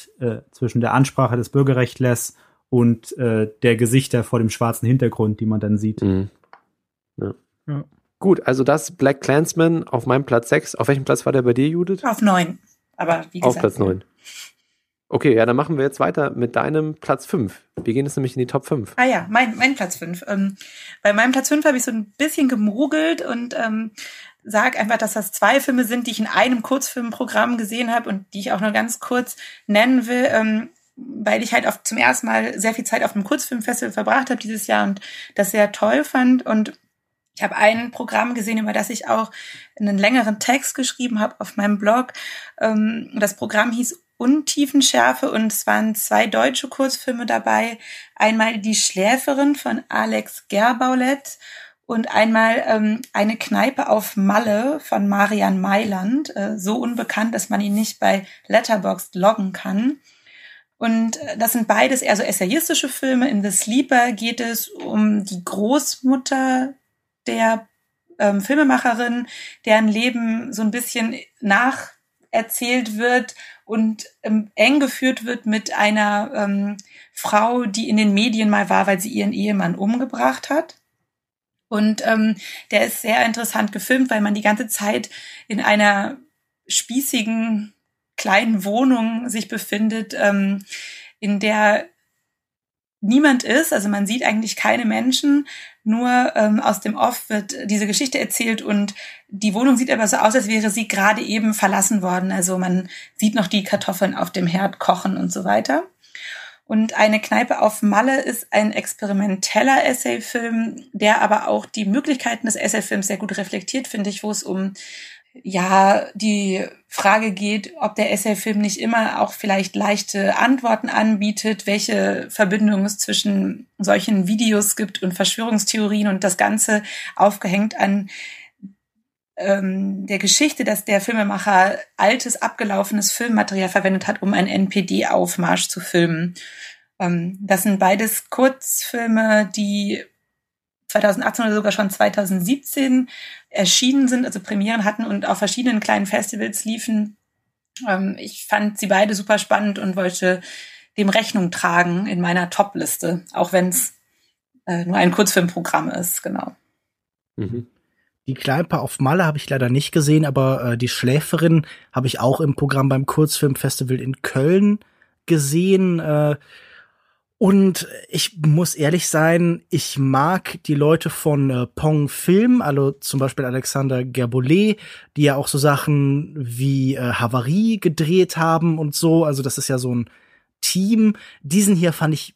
Bürgerrechtlers und der Gesichter vor dem schwarzen Hintergrund, die man dann sieht. Mhm. Ja. Ja. Gut, also das BlacKkKlansman auf meinem Platz 6. Auf welchem Platz war der bei dir, Judith? Auf 9. Aber wie gesagt. Auf Platz 9. Okay, ja, dann machen wir jetzt weiter mit deinem Platz 5. Wir gehen jetzt nämlich in die Top 5. Ah ja, mein Platz 5. Bei meinem Platz 5 habe ich so ein bisschen gemogelt und sag einfach, dass das 2 Filme sind, die ich in einem Kurzfilmprogramm gesehen habe und die ich auch nur ganz kurz nennen will, weil ich halt zum ersten Mal sehr viel Zeit auf einem Kurzfilmfestival verbracht habe dieses Jahr und das sehr toll fand. Und ich habe ein Programm gesehen, über das ich auch einen längeren Text geschrieben habe auf meinem Blog. Das Programm hieß Untiefenschärfe und es waren 2 deutsche Kurzfilme dabei. Einmal Die Schläferin von Alex Gerbaulet und einmal Eine Kneipe auf Malle von Marian Mailand. So unbekannt, dass man ihn nicht bei Letterboxd loggen kann. Und das sind beides eher so essayistische Filme. In The Sleeper geht es um die Großmutter der Filmemacherin, deren Leben so ein bisschen nacherzählt wird und eng geführt wird mit einer Frau, die in den Medien mal war, weil sie ihren Ehemann umgebracht hat. Und der ist sehr interessant gefilmt, weil man die ganze Zeit in einer spießigen kleinen Wohnung sich befindet, in der niemand ist. Also man sieht eigentlich keine Menschen, nur aus dem Off wird diese Geschichte erzählt und die Wohnung sieht aber so aus, als wäre sie gerade eben verlassen worden. Also man sieht noch die Kartoffeln auf dem Herd kochen und so weiter. Und Eine Kneipe auf Malle ist ein experimenteller Essayfilm, der aber auch die Möglichkeiten des Essayfilms sehr gut reflektiert, finde ich, wo es um die Frage geht, ob der Essayfilm nicht immer auch vielleicht leichte Antworten anbietet, welche Verbindungen es zwischen solchen Videos gibt und Verschwörungstheorien und das Ganze aufgehängt an der Geschichte, dass der Filmemacher altes, abgelaufenes Filmmaterial verwendet hat, um einen NPD-Aufmarsch zu filmen. Das sind beides Kurzfilme, die 2018 oder sogar schon 2017 erschienen sind, also Premieren hatten und auf verschiedenen kleinen Festivals liefen. Ich fand sie beide super spannend und wollte dem Rechnung tragen in meiner Top-Liste, auch wenn es nur ein Kurzfilmprogramm ist, genau. Mhm. Die Kneipe auf Malle habe ich leider nicht gesehen, aber Die Schläferin habe ich auch im Programm beim Kurzfilmfestival in Köln gesehen. Und ich muss ehrlich sein, ich mag die Leute von Pong Film, also zum Beispiel Alexander Gerbolet, die ja auch so Sachen wie Havarie gedreht haben und so. Also das ist ja so ein Team. Diesen hier fand ich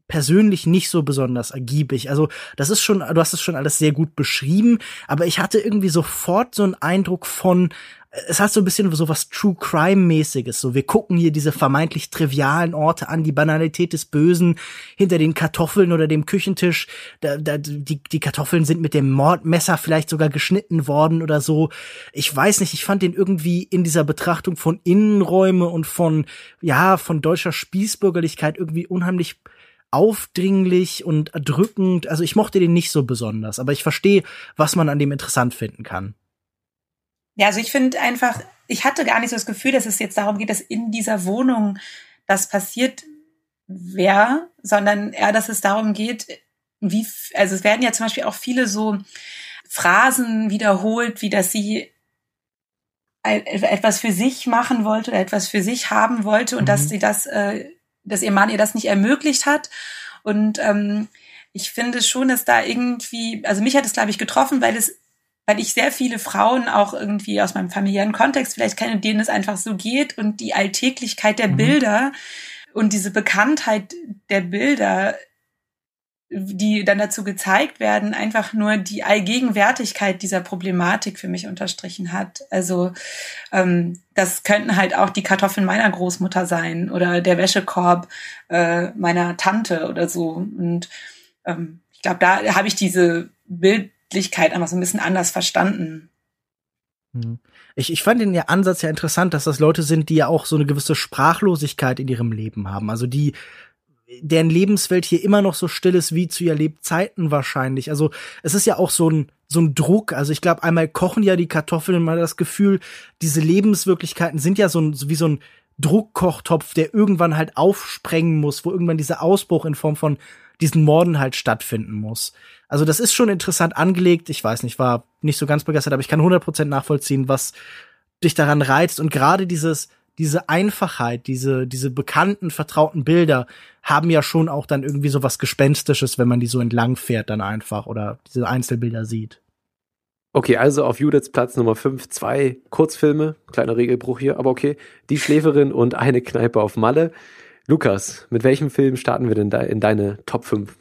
persönlich nicht so besonders ergiebig. Also das ist schon, du hast es schon alles sehr gut beschrieben, aber ich hatte irgendwie sofort so einen Eindruck von, es hat so ein bisschen so was True Crime-mäßiges. So, wir gucken hier diese vermeintlich trivialen Orte an, die Banalität des Bösen hinter den Kartoffeln oder dem Küchentisch. Die Kartoffeln sind mit dem Mordmesser vielleicht sogar geschnitten worden oder so. Ich weiß nicht, ich fand den irgendwie in dieser Betrachtung von Innenräume und von deutscher Spießbürgerlichkeit irgendwie unheimlich aufdringlich und erdrückend. Also ich mochte den nicht so besonders, aber ich verstehe, was man an dem interessant finden kann. Ja, also ich finde einfach, ich hatte gar nicht so das Gefühl, dass es jetzt darum geht, dass in dieser Wohnung das passiert wäre, sondern eher, dass es darum geht, also es werden ja zum Beispiel auch viele so Phrasen wiederholt, wie dass sie etwas für sich machen wollte oder etwas für sich haben wollte und dass ihr Mann ihr das nicht ermöglicht hat. Und ich finde schon, dass da irgendwie, also mich hat es, glaube ich, getroffen, weil ich sehr viele Frauen auch irgendwie aus meinem familiären Kontext vielleicht kenne, denen es einfach so geht und die Alltäglichkeit der Bilder und diese Bekanntheit der Bilder, die dann dazu gezeigt werden, einfach nur die Allgegenwärtigkeit dieser Problematik für mich unterstrichen hat. Also das könnten halt auch die Kartoffeln meiner Großmutter sein oder der Wäschekorb meiner Tante oder so. Und ich glaube, da habe ich diese einfach so ein bisschen anders verstanden. Ich fand den Ansatz ja interessant, dass das Leute sind, die ja auch so eine gewisse Sprachlosigkeit in ihrem Leben haben. Also deren Lebenswelt hier immer noch so still ist wie zu ihren Lebzeiten wahrscheinlich. Also es ist ja auch so ein Druck. Also ich glaube, einmal kochen ja die Kartoffeln und man hat das Gefühl, diese Lebenswirklichkeiten sind ja wie so ein Druckkochtopf, der irgendwann halt aufsprengen muss, wo irgendwann dieser Ausbruch in Form von diesen Morden halt stattfinden muss. Also das ist schon interessant angelegt. Ich weiß nicht, war nicht so ganz begeistert, aber ich kann 100% nachvollziehen, was dich daran reizt. Und gerade diese Einfachheit, diese bekannten, vertrauten Bilder haben ja schon auch dann irgendwie so was Gespenstisches, wenn man die so entlang fährt dann einfach oder diese Einzelbilder sieht. Okay, also auf Judiths Platz Nummer 5 2 Kurzfilme, kleiner Regelbruch hier, aber okay. Die Schläferin und Eine Kneipe auf Malle. Lukas, mit welchem Film starten wir denn da in deine Top 5?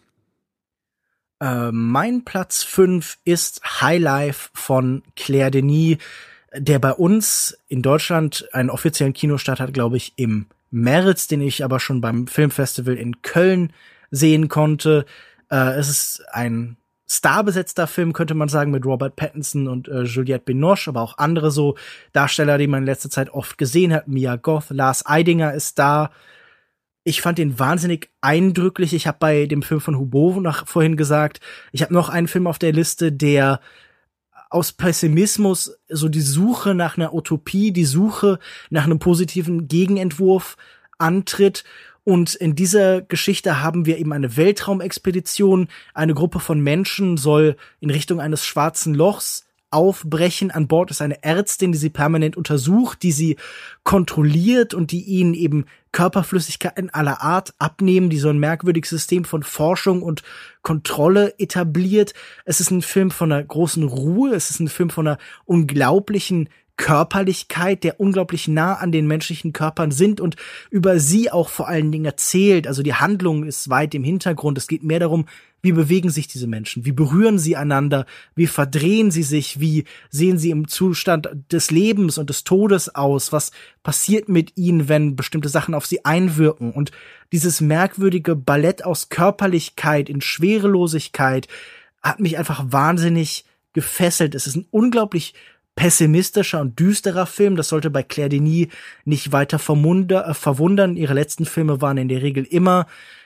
Mein Platz 5 ist High Life von Claire Denis, der bei uns in Deutschland einen offiziellen Kinostart hat, glaube ich, im März, den ich aber schon beim Filmfestival in Köln sehen konnte. Es ist ein starbesetzter Film, könnte man sagen, mit Robert Pattinson und Juliette Binoche, aber auch andere so Darsteller, die man in letzter Zeit oft gesehen hat. Mia Goth, Lars Eidinger ist da. Ich fand den wahnsinnig eindrücklich. Ich habe bei dem Film von Hubo vorhin gesagt, ich habe noch einen Film auf der Liste, der aus Pessimismus so die Suche nach einer Utopie, die Suche nach einem positiven Gegenentwurf antritt. Und in dieser Geschichte haben wir eben eine Weltraumexpedition. Eine Gruppe von Menschen soll in Richtung eines schwarzen Lochs aufbrechen. An Bord ist eine Ärztin, die sie permanent untersucht, die sie kontrolliert und die ihnen eben Körperflüssigkeiten aller Art abnehmen, die so ein merkwürdiges System von Forschung und Kontrolle etabliert. Es ist ein Film von einer großen Ruhe, es ist ein Film von einer unglaublichen Körperlichkeit, der unglaublich nah an den menschlichen Körpern sind und über sie auch vor allen Dingen erzählt. Also die Handlung ist weit im Hintergrund. Es geht mehr darum, wie bewegen sich diese Menschen, wie berühren sie einander, wie verdrehen sie sich, wie sehen sie im Zustand des Lebens und des Todes aus, was passiert mit ihnen, wenn bestimmte Sachen auf sie einwirken. Und dieses merkwürdige Ballett aus Körperlichkeit in Schwerelosigkeit hat mich einfach wahnsinnig gefesselt. Es ist ein unglaublich pessimistischer und düsterer Film. Das sollte bei Claire Denis nicht weiter verwundern. Ihre letzten Filme waren in der Regel immer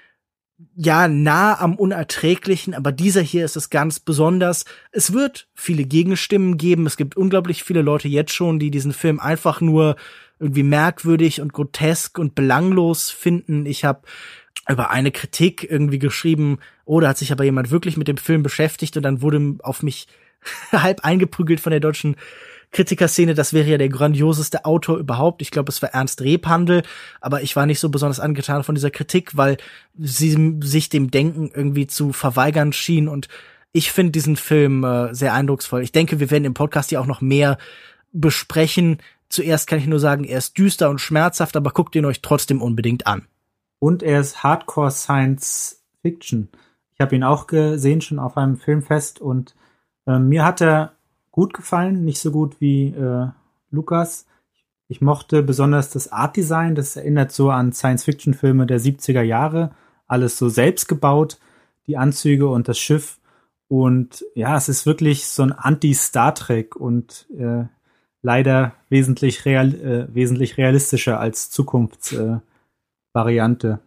nah am Unerträglichen, aber dieser hier ist es ganz besonders. Es wird viele Gegenstimmen geben. Es gibt unglaublich viele Leute jetzt schon, die diesen Film einfach nur irgendwie merkwürdig und grotesk und belanglos finden. Ich habe über eine Kritik irgendwie geschrieben, da hat sich aber jemand wirklich mit dem Film beschäftigt und dann wurde auf mich halb eingeprügelt von der deutschen Kritikerszene, das wäre ja der grandioseste Autor überhaupt. Ich glaube, es war Ernst Rebhandel, aber ich war nicht so besonders angetan von dieser Kritik, weil sie sich dem Denken irgendwie zu verweigern schien und ich finde diesen Film sehr eindrucksvoll. Ich denke, wir werden im Podcast ja auch noch mehr besprechen. Zuerst kann ich nur sagen, er ist düster und schmerzhaft, aber guckt ihn euch trotzdem unbedingt an. Und er ist Hardcore Science Fiction. Ich habe ihn auch gesehen, schon auf einem Filmfest, und mir hat er gut gefallen, nicht so gut wie Lukas. Ich mochte besonders das Art-Design, das erinnert so an Science-Fiction-Filme der 70er Jahre, alles so selbst gebaut, die Anzüge und das Schiff. Und ja, es ist wirklich so ein Anti-Star Trek und leider wesentlich realistischer als Zukunftsvariante.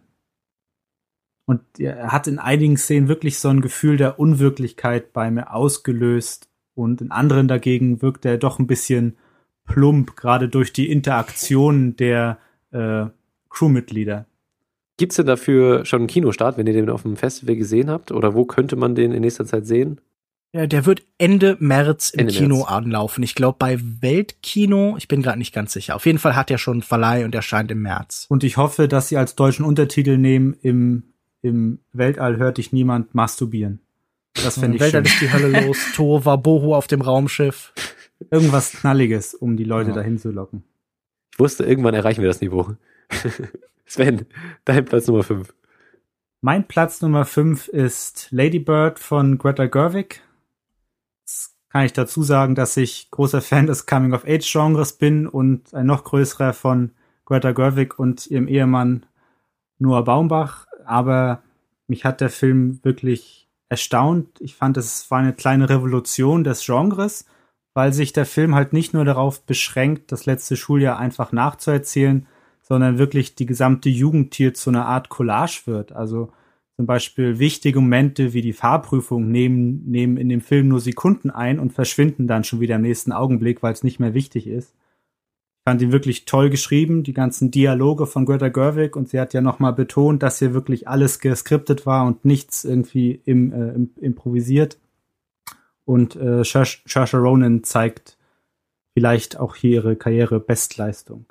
Und er hat in einigen Szenen wirklich so ein Gefühl der Unwirklichkeit bei mir ausgelöst, und in anderen dagegen wirkt er doch ein bisschen plump, gerade durch die Interaktion der Crewmitglieder. Gibt's denn dafür schon einen Kinostart, wenn ihr den auf dem Festival gesehen habt? Oder wo könnte man den in nächster Zeit sehen? Ja, der wird Ende März im Kino anlaufen. Ich glaube bei Weltkino, ich bin gerade nicht ganz sicher. Auf jeden Fall hat er schon einen Verleih und erscheint im März. Und ich hoffe, dass sie als deutschen Untertitel nehmen, im Weltall hört dich niemand masturbieren. Das fände ich Weltall schön. ist die Hölle los, Tohuwabohu auf dem Raumschiff. Irgendwas Knalliges, um die Leute dahin zu locken. Ich wusste, irgendwann erreichen wir das Niveau. Sven, dein Platz Nummer 5. Mein Platz Nummer 5 ist Lady Bird von Greta Gerwig. Jetzt kann ich dazu sagen, dass ich großer Fan des Coming-of-Age-Genres bin und ein noch größerer von Greta Gerwig und ihrem Ehemann Noah Baumbach. Aber mich hat der Film wirklich erstaunt. Ich fand, es war eine kleine Revolution des Genres, weil sich der Film halt nicht nur darauf beschränkt, das letzte Schuljahr einfach nachzuerzählen, sondern wirklich die gesamte Jugend hier zu einer Art Collage wird. Also zum Beispiel wichtige Momente wie die Fahrprüfung nehmen in dem Film nur Sekunden ein und verschwinden dann schon wieder im nächsten Augenblick, weil es nicht mehr wichtig ist. Ich fand ihn wirklich toll geschrieben, die ganzen Dialoge von Greta Gerwig, und sie hat ja nochmal betont, dass hier wirklich alles geskriptet war und nichts irgendwie improvisiert. Und Saoirse Ronan zeigt vielleicht auch hier ihre Karriere-Bestleistung.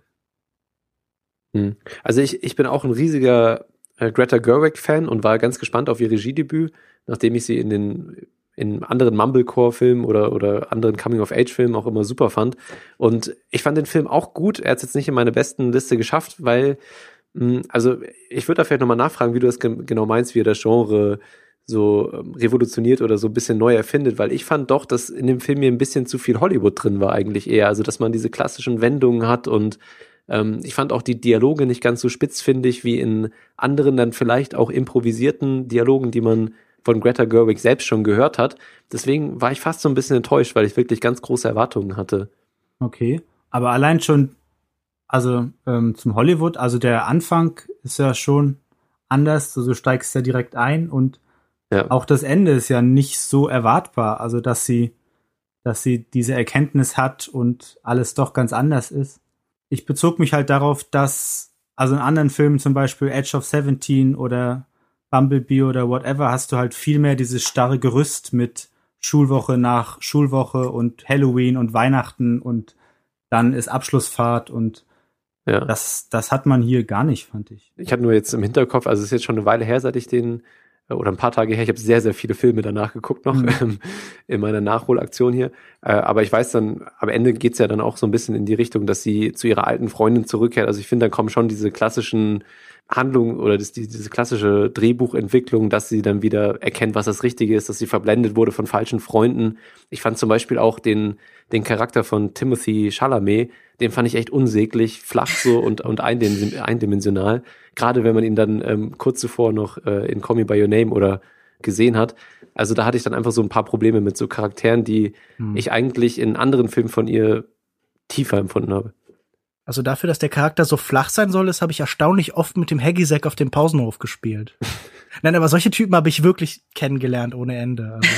Also ich bin auch ein riesiger Greta Gerwig-Fan und war ganz gespannt auf ihr Regiedebüt, nachdem ich sie in anderen Mumblecore-Filmen oder anderen Coming-of-Age-Filmen auch immer super fand. Und ich fand den Film auch gut. Er hat es jetzt nicht in meine besten Liste geschafft, weil, also ich würde da vielleicht nochmal nachfragen, wie du das genau meinst, wie er das Genre so revolutioniert oder so ein bisschen neu erfindet, weil ich fand doch, dass in dem Film hier ein bisschen zu viel Hollywood drin war eigentlich eher. Also dass man diese klassischen Wendungen hat, und ich fand auch die Dialoge nicht ganz so spitzfindig wie in anderen dann vielleicht auch improvisierten Dialogen, die man von Greta Gerwig selbst schon gehört hat. Deswegen war ich fast so ein bisschen enttäuscht, weil ich wirklich ganz große Erwartungen hatte. Okay, aber allein schon, also zum Hollywood, also der Anfang ist ja schon anders, so steigst du ja direkt ein, und auch das Ende ist ja nicht so erwartbar, also dass sie diese Erkenntnis hat und alles doch ganz anders ist. Ich bezog mich halt darauf, dass, also in anderen Filmen, zum Beispiel Edge of 17 oder Bumblebee oder whatever, hast du halt viel mehr dieses starre Gerüst mit Schulwoche nach Schulwoche und Halloween und Weihnachten und dann ist Abschlussfahrt, und das hat man hier gar nicht, fand ich. Ich hatte nur jetzt im Hinterkopf, also es ist jetzt schon eine Weile her, seit ich den, oder ein paar Tage her, ich habe sehr, sehr viele Filme danach geguckt noch in meiner Nachholaktion hier. Aber ich weiß dann, am Ende geht's ja dann auch so ein bisschen in die Richtung, dass sie zu ihrer alten Freundin zurückkehrt. Also ich finde, dann kommen schon diese klassischen Handlungen oder diese klassische Drehbuchentwicklung, dass sie dann wieder erkennt, was das Richtige ist, dass sie verblendet wurde von falschen Freunden. Ich fand zum Beispiel auch den Charakter von Timothée Chalamet, den fand ich echt unsäglich, flach so und eindimensional. Gerade wenn man ihn dann kurz zuvor noch in Call Me By Your Name oder gesehen hat. Also da hatte ich dann einfach so ein paar Probleme mit so Charakteren, die ich eigentlich in anderen Filmen von ihr tiefer empfunden habe. Also dafür, dass der Charakter so flach sein soll, das habe ich erstaunlich oft mit dem Haggisack auf dem Pausenhof gespielt. Nein, aber solche Typen habe ich wirklich kennengelernt ohne Ende. Also.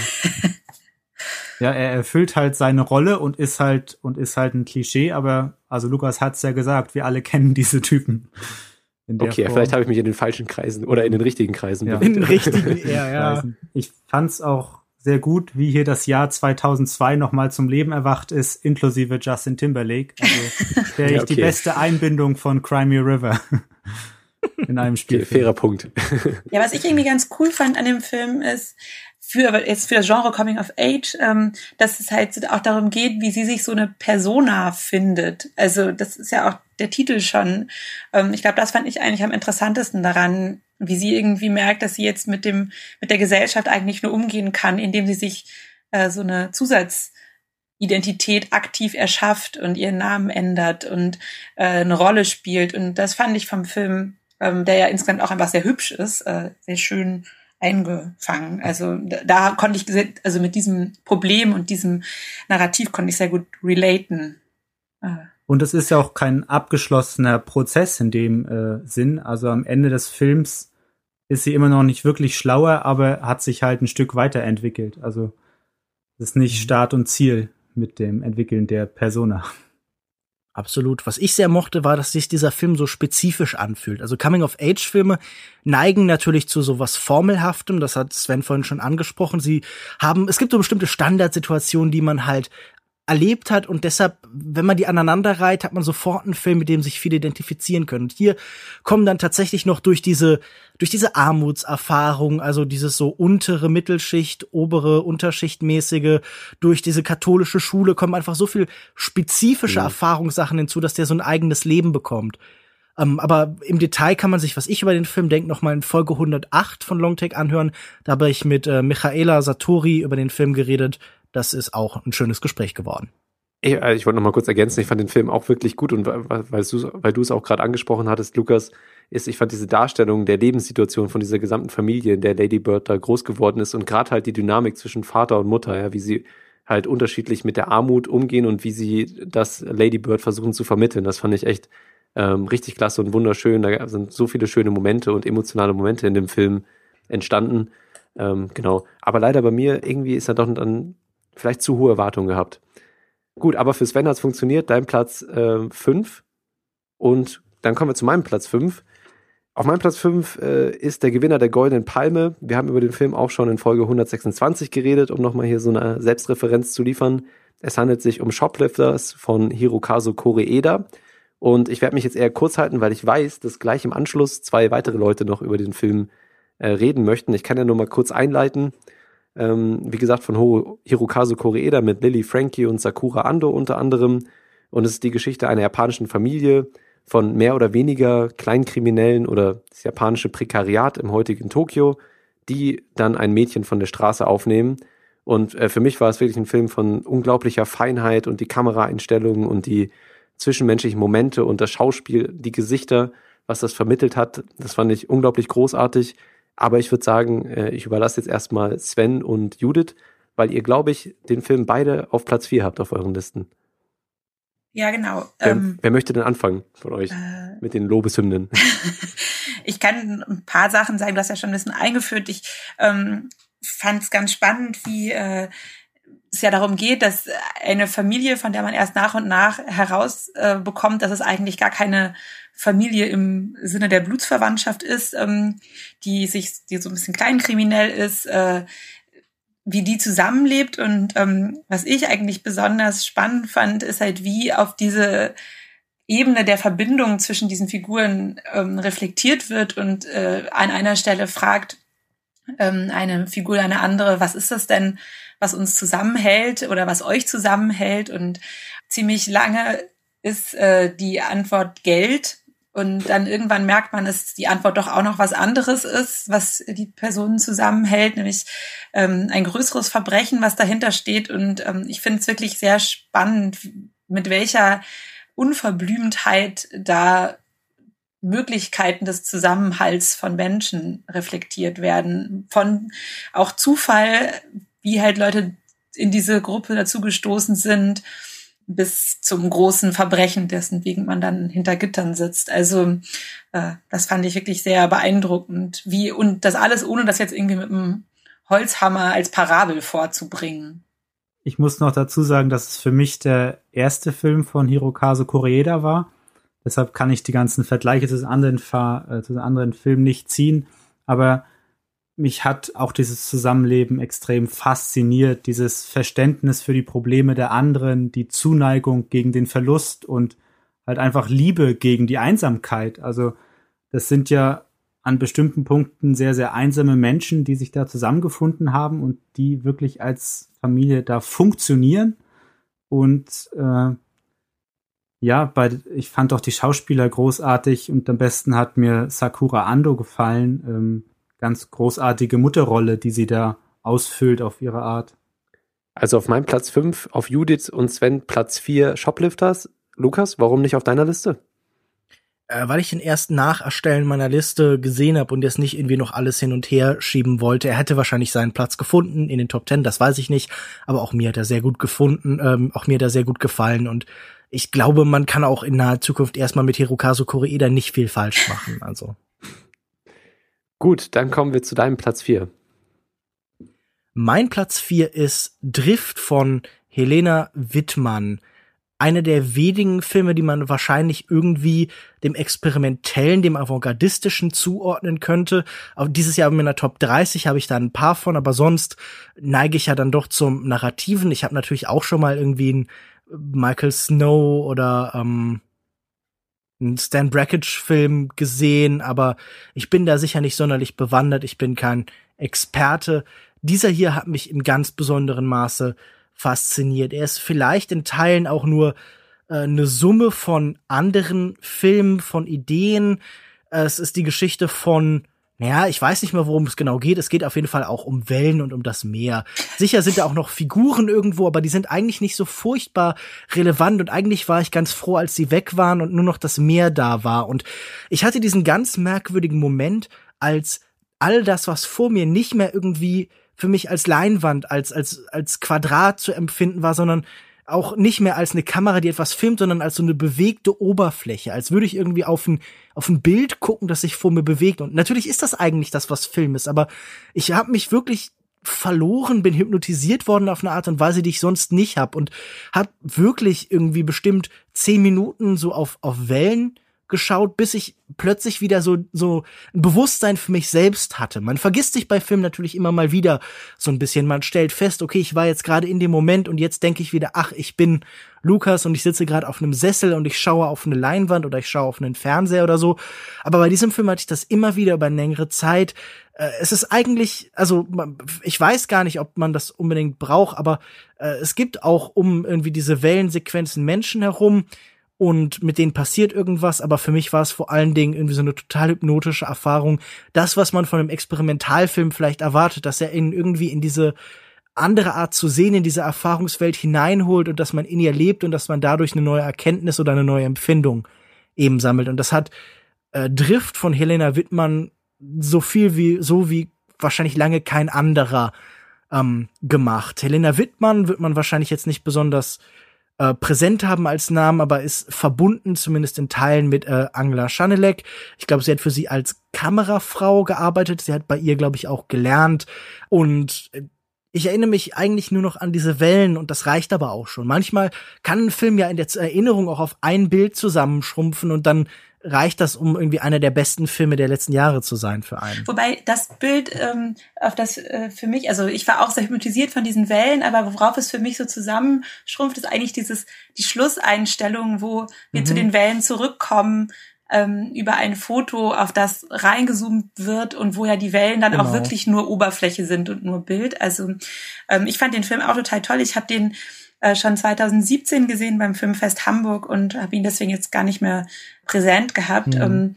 Ja, er erfüllt halt seine Rolle und ist halt ein Klischee, aber also Lukas hat's ja gesagt, wir alle kennen diese Typen. Okay, Form. Vielleicht habe ich mich in den falschen Kreisen oder in den richtigen Kreisen bewegt. In den richtigen, ja. Ich fand's auch sehr gut, wie hier das Jahr 2002 nochmal zum Leben erwacht ist, inklusive Justin Timberlake. Also die beste Einbindung von Cry Me a River in einem Spiel. Okay, fairer Punkt. Ja, was ich irgendwie ganz cool fand an dem Film ist, für das Genre Coming of Age, dass es halt auch darum geht, wie sie sich so eine Persona findet. Also das ist ja auch der Titel schon. Ich glaube, das fand ich eigentlich am interessantesten daran, wie sie irgendwie merkt, dass sie jetzt mit der Gesellschaft eigentlich nur umgehen kann, indem sie sich so eine Zusatzidentität aktiv erschafft und ihren Namen ändert und eine Rolle spielt. Und das fand ich vom Film, der ja insgesamt auch einfach sehr hübsch ist, sehr schön eingefangen. Also da konnte ich, also mit diesem Problem und diesem Narrativ konnte ich sehr gut relaten. Und es ist ja auch kein abgeschlossener Prozess in dem Sinn. Also am Ende des Films ist sie immer noch nicht wirklich schlauer, aber hat sich halt ein Stück weiterentwickelt. Also es ist nicht Start und Ziel mit dem Entwickeln der Persona. Absolut. Was ich sehr mochte, war, dass sich dieser Film so spezifisch anfühlt. Also Coming-of-Age-Filme neigen natürlich zu sowas Formelhaftem. Das hat Sven vorhin schon angesprochen. Es gibt so bestimmte Standardsituationen, die man halt erlebt hat, und deshalb, wenn man die aneinander reiht, hat man sofort einen Film, mit dem sich viele identifizieren können. Und hier kommen dann tatsächlich noch durch diese Armutserfahrung, also dieses so untere Mittelschicht, obere Unterschichtmäßige, durch diese katholische Schule kommen einfach so viel spezifische Erfahrungssachen hinzu, dass der so ein eigenes Leben bekommt. Aber im Detail kann man sich, was ich über den Film denke, noch mal in Folge 108 von Longtake anhören. Da habe ich mit Michaela Satori über den Film geredet. Das ist auch ein schönes Gespräch geworden. Ich wollte noch mal kurz ergänzen, ich fand den Film auch wirklich gut, und weil du es auch gerade angesprochen hattest, Lukas, ich fand diese Darstellung der Lebenssituation von dieser gesamten Familie, in der Lady Bird da groß geworden ist, und gerade halt die Dynamik zwischen Vater und Mutter, ja, wie sie halt unterschiedlich mit der Armut umgehen und wie sie das Lady Bird versuchen zu vermitteln, das fand ich echt richtig klasse und wunderschön. Da sind so viele schöne Momente und emotionale Momente in dem Film entstanden. Genau. Aber leider bei mir irgendwie ist er doch dann vielleicht zu hohe Erwartungen gehabt. Gut, aber für Sven hat es funktioniert. Dein Platz 5. Und dann kommen wir zu meinem Platz 5. Auf meinem Platz 5 ist der Gewinner der Goldenen Palme. Wir haben über den Film auch schon in Folge 126 geredet, um nochmal hier so eine Selbstreferenz zu liefern. Es handelt sich um Shoplifters von Hirokazu Koreeda. Und ich werde mich jetzt eher kurz halten, weil ich weiß, dass gleich im Anschluss 2 weitere Leute noch über den Film reden möchten. Ich kann ja nur mal kurz einleiten. Wie gesagt, von Hirokazu Koreeda mit Lily Frankie und Sakura Ando unter anderem. Und es ist die Geschichte einer japanischen Familie von mehr oder weniger Kleinkriminellen oder das japanische Prekariat im heutigen Tokio, die dann ein Mädchen von der Straße aufnehmen. Und für mich war es wirklich ein Film von unglaublicher Feinheit, und die Kameraeinstellungen und die zwischenmenschlichen Momente und das Schauspiel, die Gesichter, was das vermittelt hat, das fand ich unglaublich großartig. Aber ich würde sagen, ich überlasse jetzt erstmal Sven und Judith, weil ihr, glaube ich, den Film beide auf Platz 4 habt auf euren Listen. Ja, genau. Wer möchte denn anfangen von euch mit den Lobeshymnen? Ich kann ein paar Sachen sagen, du hast ja schon ein bisschen eingeführt. Ich fand es ganz spannend, wie es ja darum geht, dass eine Familie, von der man erst nach und nach herausbekommt, dass es eigentlich gar keine Familie im Sinne der Blutsverwandtschaft ist, die so ein bisschen kleinkriminell ist, wie die zusammenlebt. Und was ich eigentlich besonders spannend fand, ist halt, wie auf diese Ebene der Verbindung zwischen diesen Figuren reflektiert wird und an einer Stelle fragt eine Figur eine andere, was ist das denn, was uns zusammenhält oder was euch zusammenhält? Und ziemlich lange ist die Antwort Geld. Und dann irgendwann merkt man, dass die Antwort doch auch noch was anderes ist, was die Personen zusammenhält, nämlich ein größeres Verbrechen, was dahinter steht. Und ich finde es wirklich sehr spannend, mit welcher Unverblümtheit da Möglichkeiten des Zusammenhalts von Menschen reflektiert werden. Von auch Zufall, wie halt Leute in diese Gruppe dazugestoßen sind, bis zum großen Verbrechen, dessen wegen man dann hinter Gittern sitzt. Also das fand ich wirklich sehr beeindruckend. Und das alles, ohne das jetzt irgendwie mit einem Holzhammer als Parabel vorzubringen. Ich muss noch dazu sagen, dass es für mich der erste Film von Hirokazu Koreeda war. Deshalb kann ich die ganzen Vergleiche zu den anderen Filmen nicht ziehen. Aber mich hat auch dieses Zusammenleben extrem fasziniert. Dieses Verständnis für die Probleme der anderen, die Zuneigung gegen den Verlust und halt einfach Liebe gegen die Einsamkeit. Also das sind ja an bestimmten Punkten sehr, sehr einsame Menschen, die sich da zusammengefunden haben und die wirklich als Familie da funktionieren. Und Ja, ich fand auch die Schauspieler großartig und am besten hat mir Sakura Ando gefallen. Ganz großartige Mutterrolle, die sie da ausfüllt auf ihre Art. Also auf meinem Platz 5, auf Judith und Sven Platz 4 Shoplifters. Lukas, warum nicht auf deiner Liste? Weil ich den erst nach Erstellen meiner Liste gesehen habe und jetzt nicht irgendwie noch alles hin und her schieben wollte. Er hätte wahrscheinlich seinen Platz gefunden in den Top 10, das weiß ich nicht. Aber auch mir hat er sehr gut gefunden, auch mir hat er sehr gut gefallen. Und ich glaube, man kann auch in naher Zukunft erstmal mit Hirokazu Koreeda nicht viel falsch machen. Also. Gut, dann kommen wir zu deinem Platz 4. Mein Platz 4 ist Drift von Helena Wittmann. Eine der wenigen Filme, die man wahrscheinlich irgendwie dem Experimentellen, dem Avantgardistischen zuordnen könnte. Auch dieses Jahr in meiner Top 30 habe ich da ein paar von, aber sonst neige ich ja dann doch zum Narrativen. Ich habe natürlich auch schon mal irgendwie einen Michael Snow oder einen Stan Brakhage-Film gesehen, aber ich bin da sicher nicht sonderlich bewandert. Ich bin kein Experte. Dieser hier hat mich im ganz besonderen Maße fasziniert. Er ist vielleicht in Teilen auch nur eine Summe von anderen Filmen, von Ideen. Es ist die Geschichte von, ich weiß nicht mehr, worum es genau geht. Es geht auf jeden Fall auch um Wellen und um das Meer. Sicher sind da auch noch Figuren irgendwo, aber die sind eigentlich nicht so furchtbar relevant. Und eigentlich war ich ganz froh, als sie weg waren und nur noch das Meer da war. Und ich hatte diesen ganz merkwürdigen Moment, als all das, was vor mir nicht mehr irgendwie für mich als Leinwand, als Quadrat zu empfinden war, sondern auch nicht mehr als eine Kamera, die etwas filmt, sondern als so eine bewegte Oberfläche, als würde ich irgendwie auf ein Bild gucken, das sich vor mir bewegt. Und natürlich ist das eigentlich das, was Film ist, aber ich habe mich wirklich verloren, bin hypnotisiert worden auf eine Art und Weise, die ich sonst nicht habe und habe wirklich irgendwie bestimmt 10 Minuten so auf Wellen geschaut, bis ich plötzlich wieder so ein Bewusstsein für mich selbst hatte. Man vergisst sich bei Filmen natürlich immer mal wieder so ein bisschen. Man stellt fest, okay, ich war jetzt gerade in dem Moment und jetzt denke ich wieder, ach, ich bin Lukas und ich sitze gerade auf einem Sessel und ich schaue auf eine Leinwand oder ich schaue auf einen Fernseher oder so. Aber bei diesem Film hatte ich das immer wieder über eine längere Zeit. Es ist eigentlich, also ich weiß gar nicht, ob man das unbedingt braucht, aber es gibt auch um irgendwie diese Wellensequenzen Menschen herum, und mit denen passiert irgendwas, aber für mich war es vor allen Dingen irgendwie so eine total hypnotische Erfahrung. Das, was man von einem Experimentalfilm vielleicht erwartet, dass er ihn irgendwie in diese andere Art zu sehen, in diese Erfahrungswelt hineinholt und dass man in ihr lebt und dass man dadurch eine neue Erkenntnis oder eine neue Empfindung eben sammelt. Und das hat Drift von Helena Wittmann so wie wahrscheinlich lange kein anderer gemacht. Helena Wittmann wird man wahrscheinlich jetzt nicht besonders präsent haben als Namen, aber ist verbunden, zumindest in Teilen, mit Angela Schanelek. Ich glaube, sie hat für sie als Kamerafrau gearbeitet. Sie hat bei ihr, glaube ich, auch gelernt. Und ich erinnere mich eigentlich nur noch an diese Wellen und das reicht aber auch schon. Manchmal kann ein Film ja in der Erinnerung auch auf ein Bild zusammenschrumpfen und dann reicht das, um irgendwie einer der besten Filme der letzten Jahre zu sein für einen. Wobei das Bild, auf das für mich, also ich war auch sehr hypnotisiert von diesen Wellen, aber worauf es für mich so zusammenschrumpft, ist eigentlich die Schlusseinstellung, wo wir zu den Wellen zurückkommen, über ein Foto, auf das reingezoomt wird und wo ja die Wellen dann auch wirklich nur Oberfläche sind und nur Bild. Also ich fand den Film auch total toll. Ich habe den schon 2017 gesehen beim Filmfest Hamburg und habe ihn deswegen jetzt gar nicht mehr präsent gehabt. Und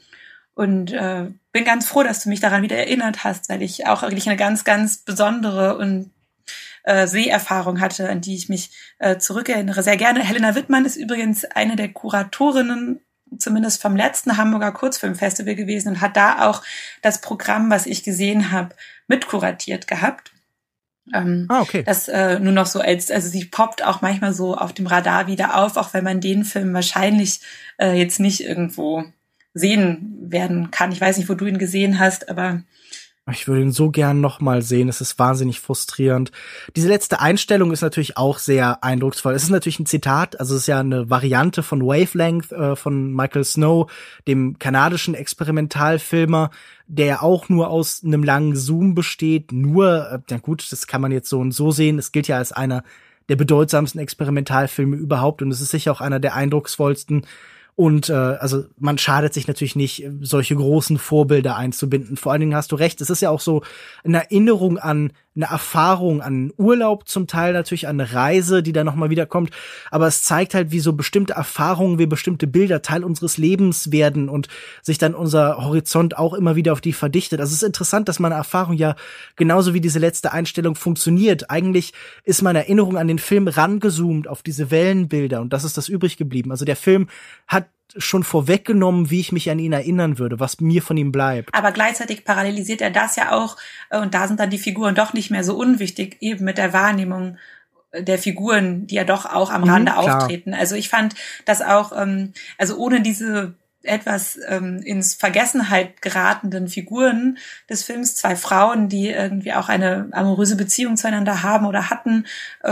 bin ganz froh, dass du mich daran wieder erinnert hast, weil ich auch wirklich eine ganz, ganz besondere und Seherfahrung hatte, an die ich mich zurückerinnere. Sehr gerne. Helena Wittmann ist übrigens eine der Kuratorinnen, zumindest vom letzten Hamburger Kurzfilmfestival gewesen und hat da auch das Programm, was ich gesehen habe, mitkuratiert gehabt. Okay. Das nur noch so also sie poppt auch manchmal so auf dem Radar wieder auf, auch wenn man den Film wahrscheinlich jetzt nicht irgendwo sehen werden kann. Ich weiß nicht, wo du ihn gesehen hast, aber ich würde ihn so gern noch mal sehen. Es ist wahnsinnig frustrierend. Diese letzte Einstellung ist natürlich auch sehr eindrucksvoll. Es ist natürlich ein Zitat, also es ist ja eine Variante von Wavelength von Michael Snow, dem kanadischen Experimentalfilmer, der ja auch nur aus einem langen Zoom besteht. Na gut, das kann man jetzt so und so sehen. Es gilt ja als einer der bedeutsamsten Experimentalfilme überhaupt und es ist sicher auch einer der eindrucksvollsten. Und also man schadet sich natürlich nicht, solche großen Vorbilder einzubinden. Vor allen Dingen hast du recht, es ist ja auch so eine Erinnerung an eine Erfahrung, an Urlaub zum Teil natürlich, an eine Reise, die dann nochmal wiederkommt. Aber es zeigt halt, wie so bestimmte Erfahrungen, wie bestimmte Bilder Teil unseres Lebens werden und sich dann unser Horizont auch immer wieder auf die verdichtet. Also es ist interessant, dass meine Erfahrung ja genauso wie diese letzte Einstellung funktioniert. Eigentlich ist meine Erinnerung an den Film rangezoomt auf diese Wellenbilder und das ist das übrig geblieben. Also der Film hat schon vorweggenommen, wie ich mich an ihn erinnern würde, was mir von ihm bleibt. Aber gleichzeitig parallelisiert er das ja auch, und da sind dann die Figuren doch nicht mehr so unwichtig, eben mit der Wahrnehmung der Figuren, die ja doch auch am Rande auftreten. Also ich fand das auch, also ohne diese etwas ins Vergessenheit geratenen Figuren des Films, 2 Frauen, die irgendwie auch eine amoröse Beziehung zueinander haben oder hatten,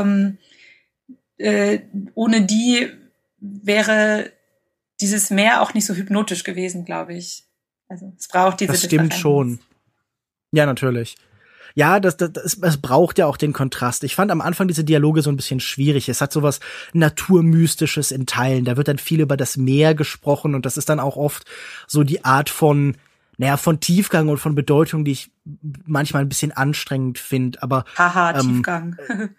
ohne die wäre dieses Meer auch nicht so hypnotisch gewesen, glaube ich. Also es braucht diese Das stimmt schon. Ja, natürlich. Ja, es braucht ja auch den Kontrast. Ich fand am Anfang diese Dialoge so ein bisschen schwierig. Es hat sowas Naturmystisches in Teilen. Da wird dann viel über das Meer gesprochen und das ist dann auch oft so die Art von Tiefgang und von Bedeutung, die ich manchmal ein bisschen anstrengend finde. Aber Tiefgang.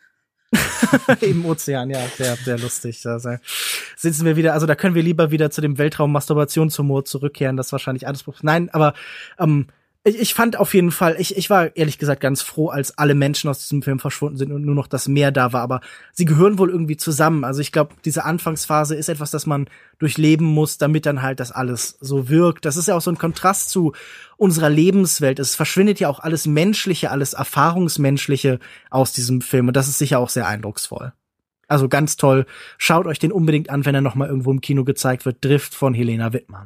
Im Ozean, ja, sehr, sehr lustig. Da sitzen wir wieder, also da können wir lieber wieder zu dem Weltraum-Masturbationshumor zurückkehren, das ist wahrscheinlich alles. Nein, aber ich fand auf jeden Fall, ich war ehrlich gesagt ganz froh, als alle Menschen aus diesem Film verschwunden sind und nur noch das Meer da war, aber sie gehören wohl irgendwie zusammen. Also ich glaube, diese Anfangsphase ist etwas, das man durchleben muss, damit dann halt das alles so wirkt. Das ist ja auch so ein Kontrast zu unserer Lebenswelt. Es verschwindet ja auch alles Menschliche, alles Erfahrungsmenschliche aus diesem Film und das ist sicher auch sehr eindrucksvoll. Also ganz toll. Schaut euch den unbedingt an, wenn er noch mal irgendwo im Kino gezeigt wird. Drift von Helena Wittmann.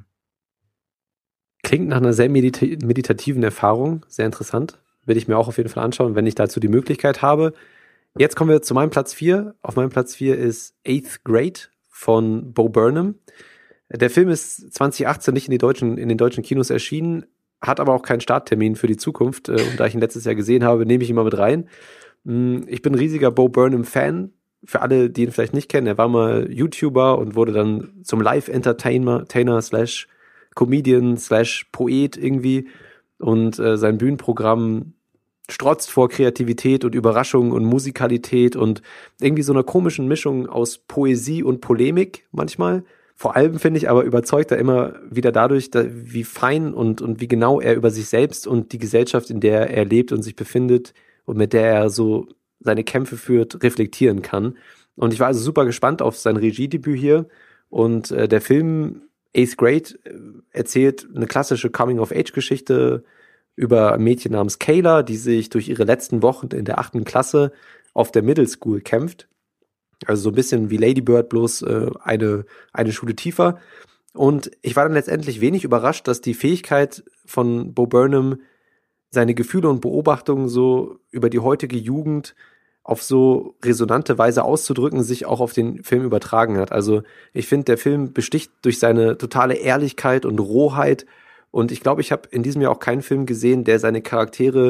Klingt nach einer sehr meditativen Erfahrung, sehr interessant. Will ich mir auch auf jeden Fall anschauen, wenn ich dazu die Möglichkeit habe. Jetzt kommen wir zu meinem Platz 4. Auf meinem Platz 4 ist Eighth Grade von Bo Burnham. Der Film ist 2018 nicht in den deutschen Kinos erschienen, hat aber auch keinen Starttermin für die Zukunft. Und da ich ihn letztes Jahr gesehen habe, nehme ich ihn mal mit rein. Ich bin ein riesiger Bo Burnham-Fan. Für alle, die ihn vielleicht nicht kennen, er war mal YouTuber und wurde dann zum Live-Entertainer / Comedian / Poet irgendwie und sein Bühnenprogramm strotzt vor Kreativität und Überraschung und Musikalität und irgendwie so einer komischen Mischung aus Poesie und Polemik manchmal. Vor allem finde ich aber überzeugt er immer wieder dadurch, wie fein und wie genau er über sich selbst und die Gesellschaft, in der er lebt und sich befindet und mit der er so seine Kämpfe führt, reflektieren kann. Und ich war also super gespannt auf sein Regiedebüt hier und der Film Eighth Grade erzählt eine klassische Coming-of-Age-Geschichte über ein Mädchen namens Kayla, die sich durch ihre letzten Wochen in der 8. Klasse auf der Middle School kämpft. Also so ein bisschen wie Lady Bird, bloß eine Schule tiefer. Und ich war dann letztendlich wenig überrascht, dass die Fähigkeit von Bo Burnham, seine Gefühle und Beobachtungen so über die heutige Jugend auf so resonante Weise auszudrücken, sich auch auf den Film übertragen hat. Also ich finde, der Film besticht durch seine totale Ehrlichkeit und Rohheit. Und ich glaube, ich habe in diesem Jahr auch keinen Film gesehen, der seine Charaktere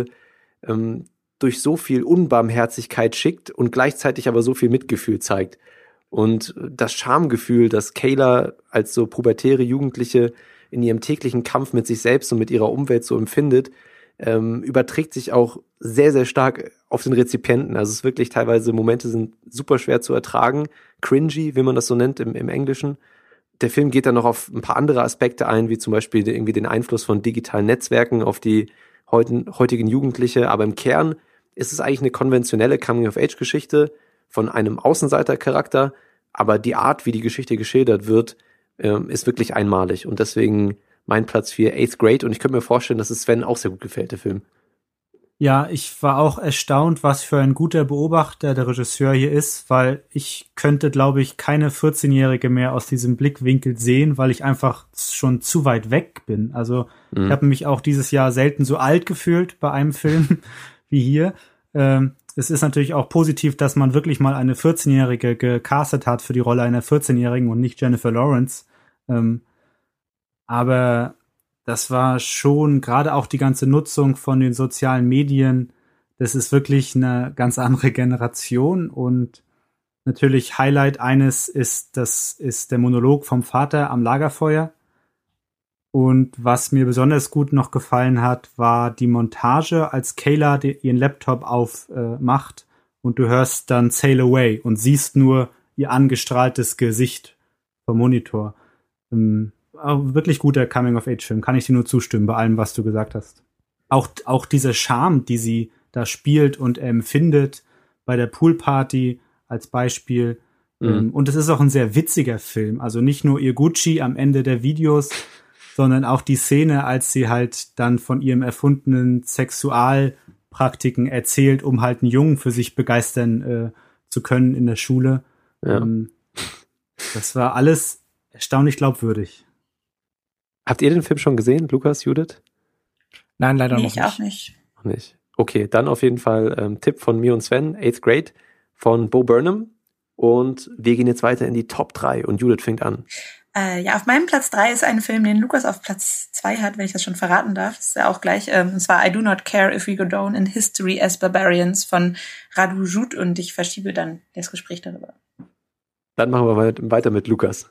durch so viel Unbarmherzigkeit schickt und gleichzeitig aber so viel Mitgefühl zeigt. Und das Schamgefühl, das Kayla als so pubertäre Jugendliche in ihrem täglichen Kampf mit sich selbst und mit ihrer Umwelt so empfindet, überträgt sich auch sehr, sehr stark auf den Rezipienten. Also es ist wirklich teilweise, Momente sind super schwer zu ertragen, cringy, wie man das so nennt im Englischen. Der Film geht dann noch auf ein paar andere Aspekte ein, wie zum Beispiel irgendwie den Einfluss von digitalen Netzwerken auf die heutigen Jugendliche. Aber im Kern ist es eigentlich eine konventionelle Coming-of-Age-Geschichte von einem Außenseitercharakter. Aber die Art, wie die Geschichte geschildert wird, ist wirklich einmalig. Und deswegen mein Platz 4, Eighth Grade. Und ich könnte mir vorstellen, dass es Sven auch sehr gut gefällt, der Film. Ja, ich war auch erstaunt, was für ein guter Beobachter der Regisseur hier ist, weil ich könnte, glaube ich, keine 14-Jährige mehr aus diesem Blickwinkel sehen, weil ich einfach schon zu weit weg bin. Also ich habe mich auch dieses Jahr selten so alt gefühlt bei einem Film wie hier. Es ist natürlich auch positiv, dass man wirklich mal eine 14-Jährige gecastet hat für die Rolle einer 14-Jährigen und nicht Jennifer Lawrence. Aber das war schon, gerade auch die ganze Nutzung von den sozialen Medien, das ist wirklich eine ganz andere Generation und natürlich Highlight eines ist der Monolog vom Vater am Lagerfeuer Und was mir besonders gut noch gefallen hat, war die Montage, als Kayla ihren Laptop aufmacht und du hörst dann Sail Away und siehst nur ihr angestrahltes Gesicht vom Monitor. Wirklich guter Coming-of-Age-Film, kann ich dir nur zustimmen bei allem, was du gesagt hast. Auch diese Charme, die sie da spielt und empfindet bei der Poolparty als Beispiel. Und es ist auch ein sehr witziger Film. Also nicht nur ihr Gucci am Ende der Videos, sondern auch die Szene, als sie halt dann von ihrem erfundenen Sexualpraktiken erzählt, um halt einen Jungen für sich begeistern zu können in der Schule. Ja. Das war alles erstaunlich glaubwürdig. Habt ihr den Film schon gesehen, Lukas, Judith? Nein, leider noch nicht. Ich auch nicht. Noch nicht. Okay, dann auf jeden Fall Tipp von mir und Sven, 8th Grade von Bo Burnham. Und wir gehen jetzt weiter in die Top 3 und Judith fängt an. Auf meinem Platz 3 ist ein Film, den Lukas auf Platz 2 hat, wenn ich das schon verraten darf. Das ist ja auch gleich. Und zwar I Do Not Care If We Go Down in History as Barbarians von Radu Jud. Und ich verschiebe dann das Gespräch darüber. Dann machen wir weiter mit Lukas.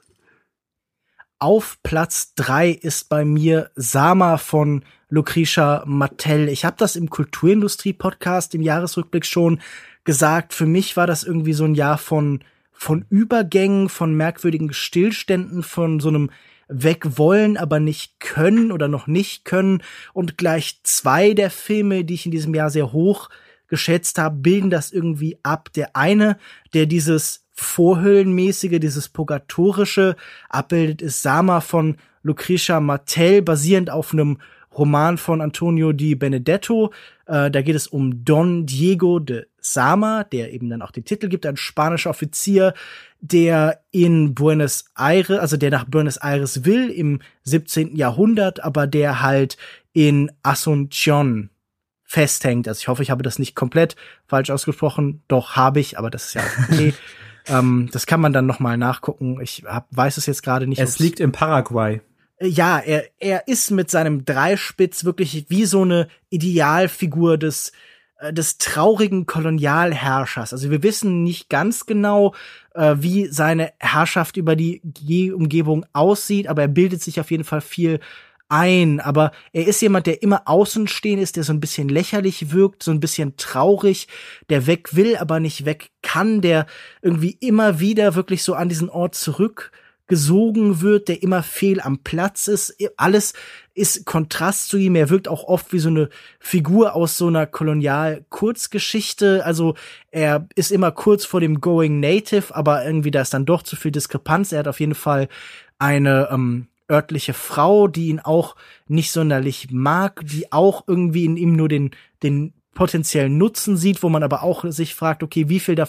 Auf Platz 3 ist bei mir Sama von Lucretia Martel. Ich habe das im Kulturindustrie-Podcast im Jahresrückblick schon gesagt. Für mich war das irgendwie so ein Jahr von Übergängen, von merkwürdigen Stillständen, von so einem Wegwollen, aber nicht können oder noch nicht können. Und gleich 2 der Filme, die ich in diesem Jahr sehr hoch geschätzt habe, bilden das irgendwie ab. Der eine, der dieses Vorhüllenmäßige, dieses Purgatorische abbildet, ist Sama von Lucretia Martel, basierend auf einem Roman von Antonio Di Benedetto. Da geht es um Don Diego de Sama, der eben dann auch den Titel gibt, ein spanischer Offizier, der in Buenos Aires, also der nach Buenos Aires will im 17. Jahrhundert, aber der halt in Asunción festhängt. Also ich hoffe, ich habe das nicht komplett falsch ausgesprochen. Doch, habe ich, aber das ist ja auch okay. Das kann man dann noch mal nachgucken. Ich weiß es jetzt gerade nicht. Es liegt in Paraguay. Ja, er ist mit seinem Dreispitz wirklich wie so eine Idealfigur des traurigen Kolonialherrschers. Also wir wissen nicht ganz genau, wie seine Herrschaft über die Umgebung aussieht, aber er bildet sich auf jeden Fall viel ein. Aber er ist jemand, der immer außenstehend ist, der so ein bisschen lächerlich wirkt, so ein bisschen traurig, der weg will, aber nicht weg kann, der irgendwie immer wieder wirklich so an diesen Ort zurückgesogen wird, der immer fehl am Platz ist. Alles ist Kontrast zu ihm. Er wirkt auch oft wie so eine Figur aus so einer Kolonial-Kurzgeschichte. Also er ist immer kurz vor dem Going Native, aber irgendwie da ist dann doch zu viel Diskrepanz. Er hat auf jeden Fall eine örtliche Frau, die ihn auch nicht sonderlich mag, die auch irgendwie in ihm nur den potenziellen Nutzen sieht, wo man aber auch sich fragt, okay, wie viel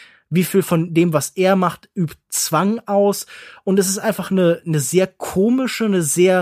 von dem, was er macht, übt Zwang aus. Und es ist einfach eine sehr komische, eine sehr,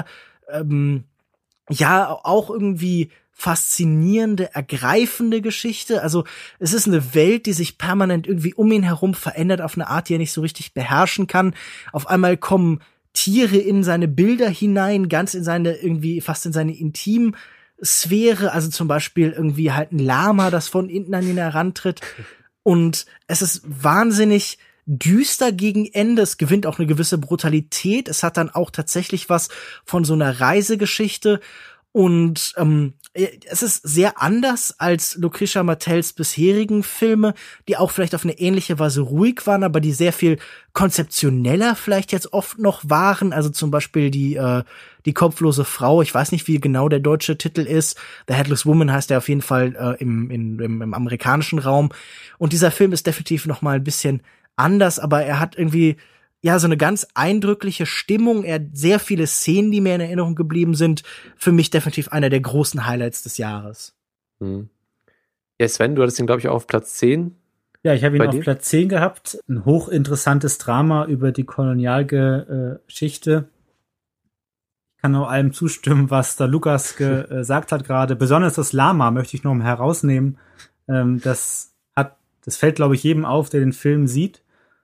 auch irgendwie faszinierende, ergreifende Geschichte. Also es ist eine Welt, die sich permanent irgendwie um ihn herum verändert, auf eine Art, die er nicht so richtig beherrschen kann. Auf einmal kommen Tiere in seine Bilder hinein, ganz in seine, irgendwie fast in seine Intimsphäre. Also zum Beispiel irgendwie halt ein Lama, das von hinten an ihn herantritt. Und es ist wahnsinnig düster gegen Ende. Es gewinnt auch eine gewisse Brutalität. Es hat dann auch tatsächlich was von so einer Reisegeschichte. Und es ist sehr anders als Lucretia Martels bisherigen Filme, die auch vielleicht auf eine ähnliche Weise ruhig waren, aber die sehr viel konzeptioneller vielleicht jetzt oft noch waren. Also zum Beispiel die kopflose Frau. Ich weiß nicht, wie genau der deutsche Titel ist. The Headless Woman heißt er auf jeden Fall im amerikanischen Raum. Und dieser Film ist definitiv noch mal ein bisschen anders, aber er hat irgendwie so eine ganz eindrückliche Stimmung. Er hat sehr viele Szenen, die mir in Erinnerung geblieben sind. Für mich definitiv einer der großen Highlights des Jahres. Ja, Sven, du hattest ihn, glaube ich, auch auf Platz 10. Ja, ich habe ihn auf Platz 10 gehabt. Ein hochinteressantes Drama über die Kolonialgeschichte. Ich kann nur allem zustimmen, was da Lukas gesagt hat gerade. Besonders das Lama möchte ich noch mal herausnehmen. Das fällt, glaube ich, jedem auf, der den Film sieht.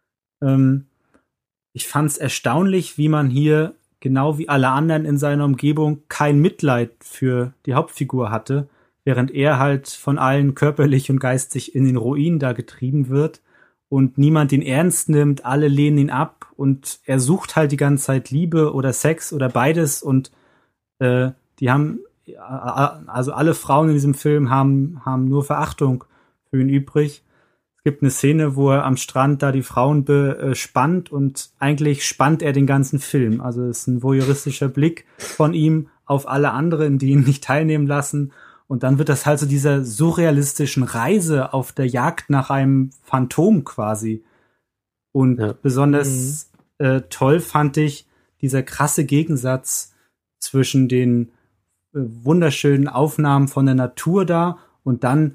Ich fand es erstaunlich, wie man hier, genau wie alle anderen in seiner Umgebung, kein Mitleid für die Hauptfigur hatte, während er halt von allen körperlich und geistig in den Ruin da getrieben wird und niemand ihn ernst nimmt, alle lehnen ihn ab und er sucht halt die ganze Zeit Liebe oder Sex oder beides und die haben, also alle Frauen in diesem Film haben nur Verachtung für ihn übrig. Es gibt eine Szene, wo er am Strand da die Frauen bespannt und eigentlich spannt er den ganzen Film. Also es ist ein voyeuristischer Blick von ihm auf alle anderen, die ihn nicht teilnehmen lassen. Und dann wird das halt so dieser surrealistischen Reise auf der Jagd nach einem Phantom quasi. Und besonders toll fand ich dieser krasse Gegensatz zwischen den wunderschönen Aufnahmen von der Natur da und dann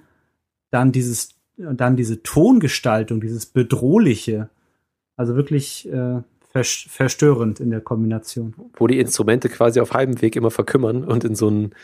diese Tongestaltung, dieses Bedrohliche. Also wirklich verstörend in der Kombination. Wo die Instrumente quasi auf halbem Weg immer verkümmern und in so einen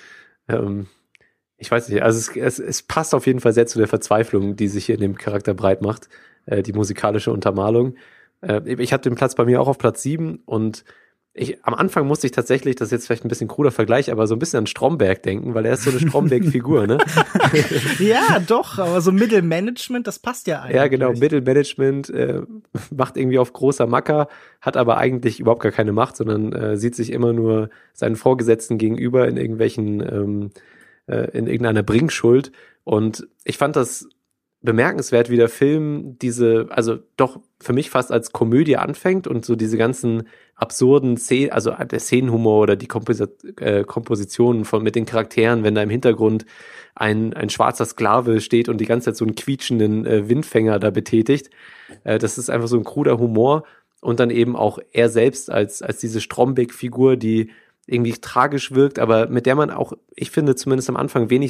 ich weiß nicht, also es passt auf jeden Fall sehr zu der Verzweiflung, die sich hier in dem Charakter breit macht, die musikalische Untermalung. Ich hatte den Platz bei mir auch auf Platz 7 und am Anfang musste ich tatsächlich, das ist jetzt vielleicht ein bisschen kruder Vergleich, aber so ein bisschen an Stromberg denken, weil er ist so eine Stromberg-Figur, ne? Ja, doch, aber so Mittelmanagement, das passt ja eigentlich. Ja, genau, Mittelmanagement macht irgendwie auf großer Macker, hat aber eigentlich überhaupt gar keine Macht, sondern sieht sich immer nur seinen Vorgesetzten gegenüber in irgendwelchen in irgendeiner Bringschuld. Und ich fand das bemerkenswert, wie der Film also doch für mich fast als Komödie anfängt und so diese ganzen absurden Szenen, also der Szenenhumor oder die Kompositionen mit den Charakteren, wenn da im Hintergrund ein schwarzer Sklave steht und die ganze Zeit so einen quietschenden Windfänger da betätigt. Das ist einfach so ein kruder Humor und dann eben auch er selbst als diese Stromberg-Figur, die irgendwie tragisch wirkt, aber mit der man auch, ich finde zumindest am Anfang, der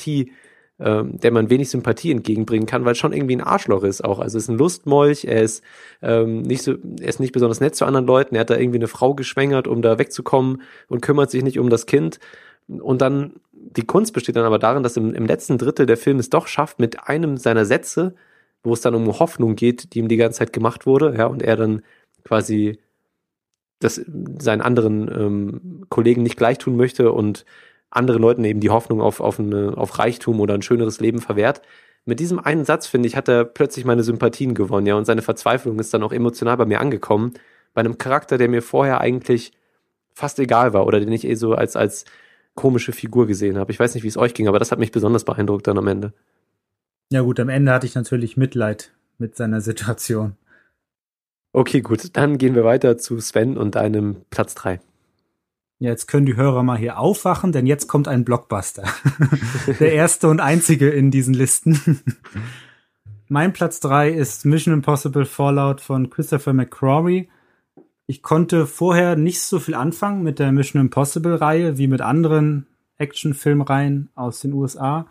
man wenig Sympathie entgegenbringen kann, weil es schon irgendwie ein Arschloch ist auch. Also es ist ein Lustmolch, er ist nicht besonders nett zu anderen Leuten, er hat da irgendwie eine Frau geschwängert, um da wegzukommen und kümmert sich nicht um das Kind. Und dann, die Kunst besteht dann aber darin, dass im letzten Drittel der Film es doch schafft, mit einem seiner Sätze, wo es dann um Hoffnung geht, die ihm die ganze Zeit gemacht wurde, ja, und er dann quasi das seinen anderen Kollegen nicht gleich tun möchte und anderen Leuten eben die Hoffnung auf Reichtum oder ein schöneres Leben verwehrt. Mit diesem einen Satz, finde ich, hat er plötzlich meine Sympathien gewonnen, ja, und seine Verzweiflung ist dann auch emotional bei mir angekommen. Bei einem Charakter, der mir vorher eigentlich fast egal war oder den ich so als komische Figur gesehen habe. Ich weiß nicht, wie es euch ging, aber das hat mich besonders beeindruckt dann am Ende. Ja gut, am Ende hatte ich natürlich Mitleid mit seiner Situation. Okay, gut, dann gehen wir weiter zu Sven und deinem Platz 3. Ja, jetzt können die Hörer mal hier aufwachen, denn jetzt kommt ein Blockbuster. Der erste und einzige in diesen Listen. Mein Platz 3 ist Mission Impossible Fallout von Christopher McQuarrie. Ich konnte vorher nicht so viel anfangen mit der Mission Impossible-Reihe wie mit anderen Actionfilmreihen aus den USA.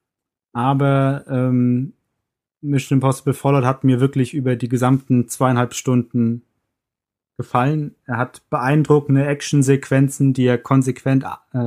Aber Mission Impossible Fallout hat mir wirklich über die gesamten 2,5 Stunden gefallen. Er hat beeindruckende Actionsequenzen, die er konsequent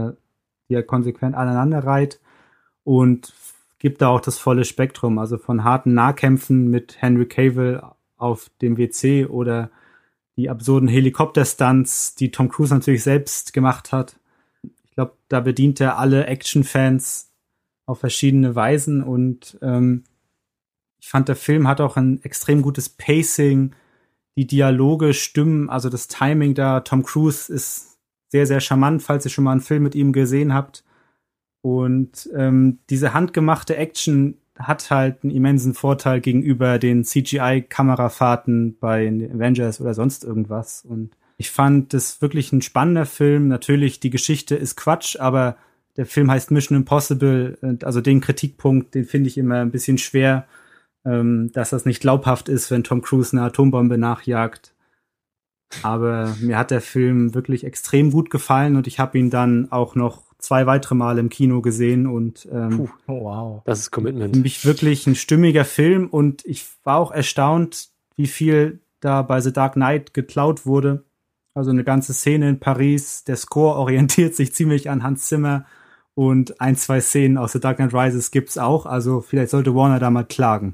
aneinanderreiht und gibt da auch das volle Spektrum, also von harten Nahkämpfen mit Henry Cavill auf dem WC oder die absurden Helikopter-Stunts, die Tom Cruise natürlich selbst gemacht hat. Ich glaube, da bedient er alle Action-Fans auf verschiedene Weisen und ich fand, der Film hat auch ein extrem gutes Pacing, die Dialoge stimmen, also das Timing da. Tom Cruise ist sehr, sehr charmant, falls ihr schon mal einen Film mit ihm gesehen habt. Und diese handgemachte Action hat halt einen immensen Vorteil gegenüber den CGI-Kamerafahrten bei Avengers oder sonst irgendwas. Und ich fand das wirklich ein spannender Film. Natürlich, die Geschichte ist Quatsch, aber der Film heißt Mission Impossible. Und also den Kritikpunkt, den finde ich immer ein bisschen schwer, dass das nicht glaubhaft ist, wenn Tom Cruise eine Atombombe nachjagt. Aber mir hat der Film wirklich extrem gut gefallen und ich habe ihn dann auch noch 2 weitere Mal im Kino gesehen und wow, das ist Commitment. Für mich wirklich ein stimmiger Film und ich war auch erstaunt, wie viel da bei The Dark Knight geklaut wurde. Also eine ganze Szene in Paris, der Score orientiert sich ziemlich an Hans Zimmer und 1, 2 Szenen aus The Dark Knight Rises gibt's auch, also vielleicht sollte Warner da mal klagen.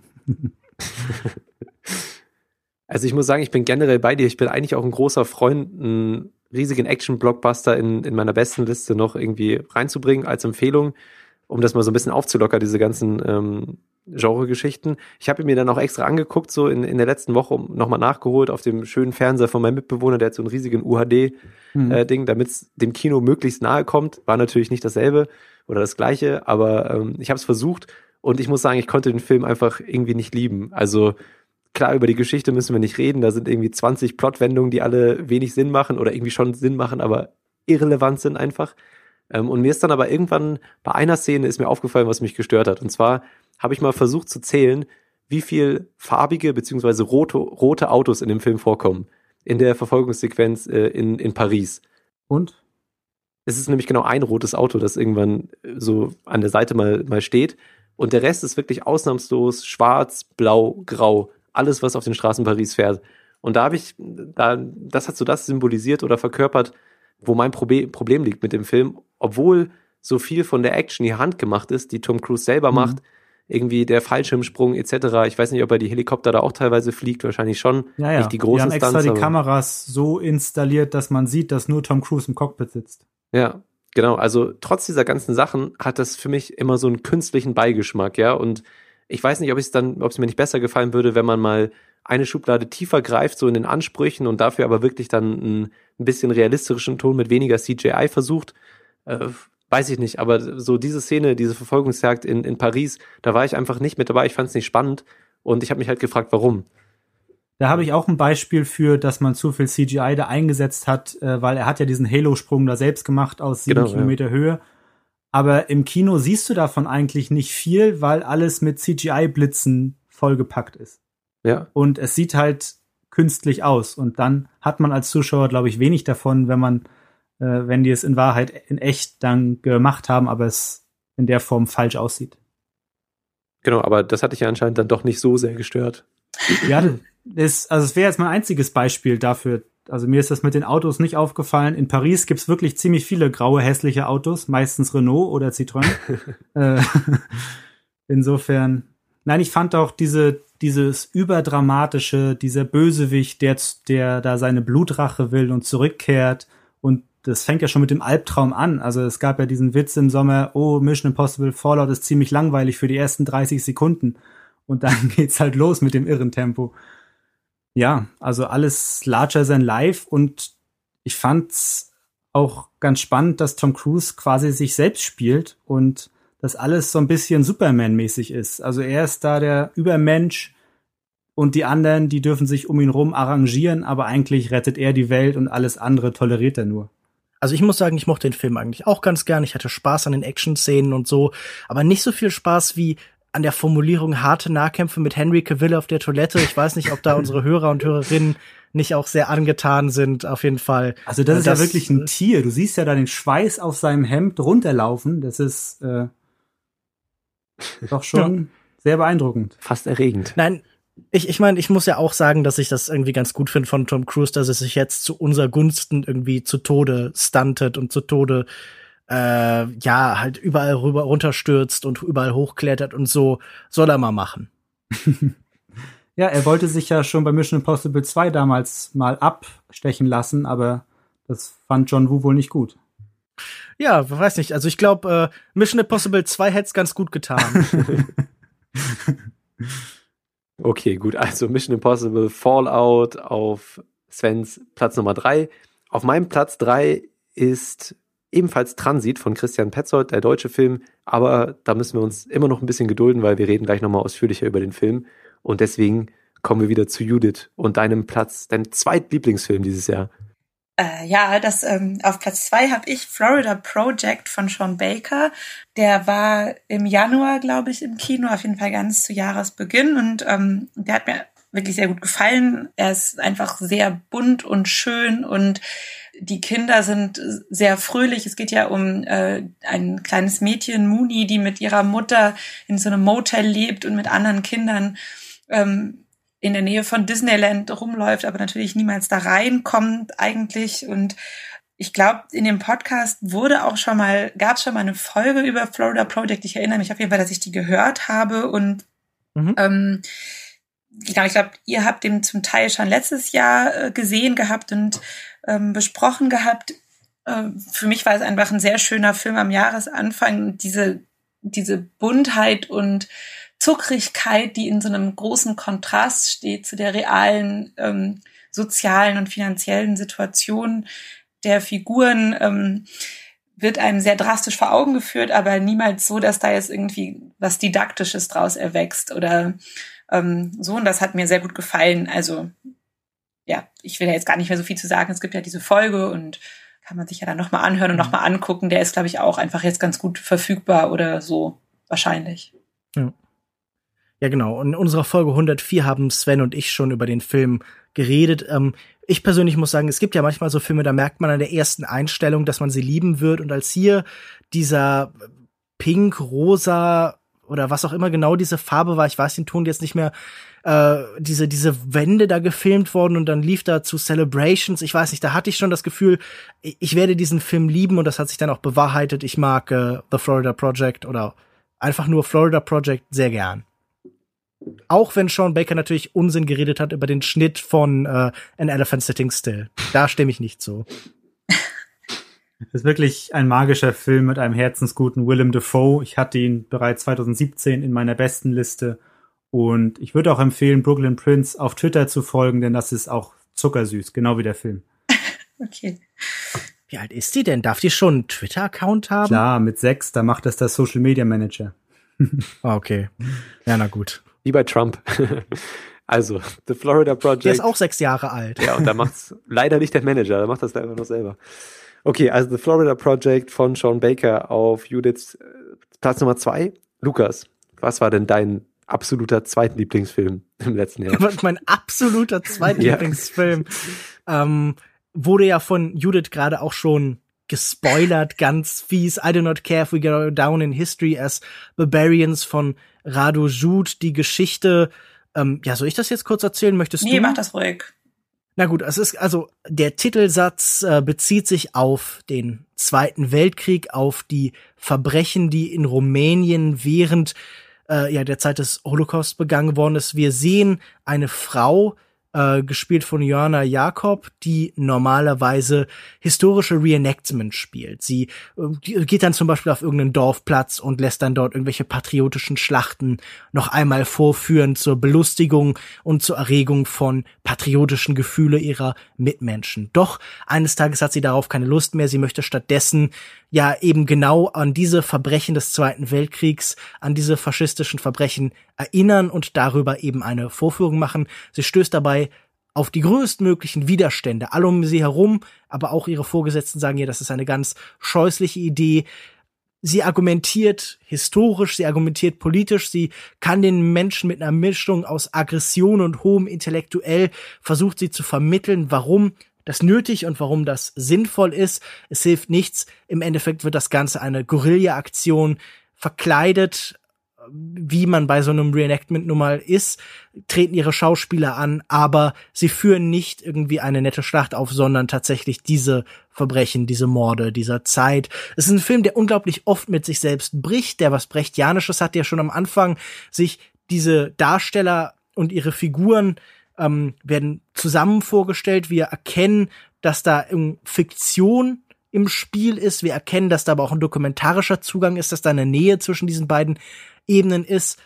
Also ich muss sagen, ich bin generell bei dir. Ich bin eigentlich auch ein großer Freund, einen riesigen Action-Blockbuster in meiner besten Liste noch irgendwie reinzubringen als Empfehlung, um das mal so ein bisschen aufzulockern, diese ganzen Genre-Geschichten. Ich habe mir dann auch extra angeguckt, so in der letzten Woche nochmal nachgeholt auf dem schönen Fernseher von meinem Mitbewohner, der hat so einen riesigen UHD Ding, damit es dem Kino möglichst nahe kommt. War natürlich nicht dasselbe oder das Gleiche, aber ich habe es versucht und ich muss sagen, ich konnte den Film einfach irgendwie nicht lieben. Also klar, über die Geschichte müssen wir nicht reden. Da sind irgendwie 20 Plotwendungen, die alle wenig Sinn machen oder irgendwie schon Sinn machen, aber irrelevant sind einfach. Und mir ist dann aber irgendwann bei einer Szene ist mir aufgefallen, was mich gestört hat. Und zwar habe ich mal versucht zu zählen, wie viel farbige bzw. rote Autos in dem Film vorkommen. In der Verfolgungssequenz in Paris. Und? Es ist nämlich genau ein rotes Auto, das irgendwann so an der Seite mal steht. Und der Rest ist wirklich ausnahmslos schwarz, blau, grau. Alles, was auf den Straßen Paris fährt. Und das hat so das symbolisiert oder verkörpert, wo mein Problem liegt mit dem Film. Obwohl so viel von der Action hier handgemacht ist, die Tom Cruise selber macht, irgendwie der Fallschirmsprung etc. Ich weiß nicht, ob er die Helikopter da auch teilweise fliegt, wahrscheinlich schon. Ja. Nicht die großen Stunts. Die haben extra die Kameras so installiert, dass man sieht, dass nur Tom Cruise im Cockpit sitzt. Ja, genau. Also trotz dieser ganzen Sachen hat das für mich immer so einen künstlichen Beigeschmack, ja. Und ich weiß nicht, ob es mir nicht besser gefallen würde, wenn man mal eine Schublade tiefer greift, so in den Ansprüchen und dafür aber wirklich dann ein bisschen realistischeren Ton mit weniger CGI versucht. Weiß ich nicht, aber so diese Szene, diese Verfolgungsjagd in Paris, da war ich einfach nicht mit dabei, ich fand es nicht spannend und ich habe mich halt gefragt, warum. Da habe ich auch ein Beispiel für, dass man zu viel CGI da eingesetzt hat, weil er hat ja diesen Halo-Sprung da selbst gemacht aus 7 Kilometer Höhe. Aber im Kino siehst du davon eigentlich nicht viel, weil alles mit CGI-Blitzen vollgepackt ist. Ja. Und es sieht halt künstlich aus. Und dann hat man als Zuschauer, glaube ich, wenig davon, wenn die es in Wahrheit in echt dann gemacht haben, aber es in der Form falsch aussieht. Genau, aber das hat dich ja anscheinend dann doch nicht so sehr gestört. Ja, es wäre jetzt mein einziges Beispiel dafür. Also mir ist das mit den Autos nicht aufgefallen. In Paris gibt's wirklich ziemlich viele graue, hässliche Autos, meistens Renault oder Citroën. Insofern, nein, ich fand auch dieses überdramatische, dieser Bösewicht, der da seine Blutrache will und zurückkehrt. Und das fängt ja schon mit dem Albtraum an. Also es gab ja diesen Witz im Sommer, Mission Impossible Fallout ist ziemlich langweilig für die ersten 30 Sekunden. Und dann geht's halt los mit dem irren Tempo. Ja, also alles larger than life. Und ich fand's auch ganz spannend, dass Tom Cruise quasi sich selbst spielt und das alles so ein bisschen Superman-mäßig ist. Also er ist da der Übermensch und die anderen, die dürfen sich um ihn rum arrangieren, aber eigentlich rettet er die Welt und alles andere toleriert er nur. Also ich muss sagen, ich mochte den Film eigentlich auch ganz gern. Ich hatte Spaß an den Action-Szenen und so, aber nicht so viel Spaß wie an der Formulierung harte Nahkämpfe mit Henry Cavill auf der Toilette. Ich weiß nicht, ob da unsere Hörer und Hörerinnen nicht auch sehr angetan sind, auf jeden Fall. Also das ist ja wirklich ein Tier. Du siehst ja da den Schweiß auf seinem Hemd runterlaufen. Das ist doch schon sehr beeindruckend. Fast erregend. Nein, ich meine, ich muss ja auch sagen, dass ich das irgendwie ganz gut finde von Tom Cruise, dass er sich jetzt zu unser Gunsten irgendwie zu Tode stuntet und zu Tode halt überall rüber runterstürzt und überall hochklettert und so. Soll er mal machen. Ja, er wollte sich ja schon bei Mission Impossible 2 damals mal abstechen lassen, aber das fand John Woo wohl nicht gut. Ja, weiß nicht. Also ich glaube, Mission Impossible 2 hätte es ganz gut getan. Okay, gut. Also Mission Impossible Fallout auf Svens Platz Nummer 3. Auf meinem Platz 3 ist ebenfalls Transit von Christian Petzold, der deutsche Film. Aber da müssen wir uns immer noch ein bisschen gedulden, weil wir reden gleich nochmal ausführlicher über den Film. Und deswegen kommen wir wieder zu Judith und deinem Zweitlieblingsfilm dieses Jahr. Auf Platz 2 habe ich Florida Project von Sean Baker. Der war im Januar, glaube ich, im Kino, auf jeden Fall ganz zu Jahresbeginn. Und der hat mir wirklich sehr gut gefallen. Er ist einfach sehr bunt und schön und die Kinder sind sehr fröhlich. Es geht ja um ein kleines Mädchen, Mooney, die mit ihrer Mutter in so einem Motel lebt und mit anderen Kindern in der Nähe von Disneyland rumläuft, aber natürlich niemals da reinkommt eigentlich. Und ich glaube, in dem Podcast gab es schon mal eine Folge über Florida Project. Ich erinnere mich auf jeden Fall, dass ich die gehört habe. Und ich glaube, ihr habt den zum Teil schon letztes Jahr gesehen gehabt und besprochen gehabt. Für mich war es einfach ein sehr schöner Film am Jahresanfang. Diese Buntheit und Zuckrigkeit, die in so einem großen Kontrast steht zu der realen sozialen und finanziellen Situation. der Figuren wird einem sehr drastisch vor Augen geführt, aber niemals so, dass da jetzt irgendwie was Didaktisches draus erwächst oder so. Und das hat mir sehr gut gefallen. Also ja, ich will ja jetzt gar nicht mehr so viel zu sagen. Es gibt ja diese Folge und kann man sich ja dann nochmal anhören und nochmal angucken. Der ist, glaube ich, auch einfach jetzt ganz gut verfügbar oder so wahrscheinlich. Ja. Ja, genau. Und in unserer Folge 104 haben Sven und ich schon über den Film geredet. Ich persönlich muss sagen, es gibt ja manchmal so Filme, da merkt man an der ersten Einstellung, dass man sie lieben wird. Und als hier dieser Pink, Rosa oder was auch immer genau diese Farbe war, ich weiß den Ton jetzt nicht mehr, diese Wände da gefilmt worden und dann lief da zu Celebrations, ich weiß nicht, da hatte ich schon das Gefühl, ich werde diesen Film lieben und das hat sich dann auch bewahrheitet. Ich mag The Florida Project oder einfach nur Florida Project sehr gern. Auch wenn Sean Baker natürlich Unsinn geredet hat über den Schnitt von An Elephant Sitting Still. Da stimme ich nicht zu. Das ist wirklich ein magischer Film mit einem herzensguten Willem Dafoe. Ich hatte ihn bereits 2017 in meiner besten Liste. Und ich würde auch empfehlen, Brooklyn Prince auf Twitter zu folgen, denn das ist auch zuckersüß, genau wie der Film. Okay. Wie alt ist die denn? Darf die schon einen Twitter-Account haben? Klar, mit 6, da macht das der Social Media Manager. Okay. Ja, na gut. Wie bei Trump. Also, The Florida Project. Der ist auch 6 Jahre alt. Ja, und da macht's leider nicht der Manager, da macht das einfach noch selber. Okay, also The Florida Project von Sean Baker auf Judiths Platz Nummer 2. Lukas, was war denn dein absoluter Zweitlieblingsfilm im letzten Jahr? Mein absoluter Zweitlieblingsfilm wurde ja von Judith gerade auch schon gespoilert, ganz fies. I do not care if we go down in history as Barbarians von Radu Jude. Die Geschichte, soll ich das jetzt kurz erzählen? Möchtest du? Nee, mach das ruhig. Na gut, der Titelsatz bezieht sich auf den Zweiten Weltkrieg, auf die Verbrechen, die in Rumänien während der Zeit des Holocaust begangen worden ist. Wir sehen eine Frau, gespielt von Joanna Jakob, die normalerweise historische Reenactment spielt. Sie geht dann zum Beispiel auf irgendeinen Dorfplatz und lässt dann dort irgendwelche patriotischen Schlachten noch einmal vorführen zur Belustigung und zur Erregung von patriotischen Gefühle ihrer Mitmenschen. Doch eines Tages hat sie darauf keine Lust mehr. Sie möchte stattdessen ja eben genau an diese Verbrechen des Zweiten Weltkriegs, an diese faschistischen Verbrechen erinnern und darüber eben eine Vorführung machen. Sie stößt dabei auf die größtmöglichen Widerstände, alle um sie herum, aber auch ihre Vorgesetzten sagen ihr, das ist eine ganz scheußliche Idee. Sie argumentiert historisch, sie argumentiert politisch, sie kann den Menschen mit einer Mischung aus Aggression und hohem Intellektuell, versucht sie zu vermitteln, warum das nötig und warum das sinnvoll ist. Es hilft nichts. Im Endeffekt wird das Ganze eine Guerilla-Aktion, verkleidet, wie man bei so einem Reenactment nun mal ist, treten ihre Schauspieler an, aber sie führen nicht irgendwie eine nette Schlacht auf, sondern tatsächlich diese Verbrechen, diese Morde dieser Zeit. Es ist ein Film, der unglaublich oft mit sich selbst bricht, der was Brechtianisches hat, der schon am Anfang sich diese Darsteller und ihre Figuren werden zusammen vorgestellt. Wir erkennen, dass da Fiktion im Spiel ist. Wir erkennen, dass da aber auch ein dokumentarischer Zugang ist, dass da eine Nähe zwischen diesen beiden Ebenen ist.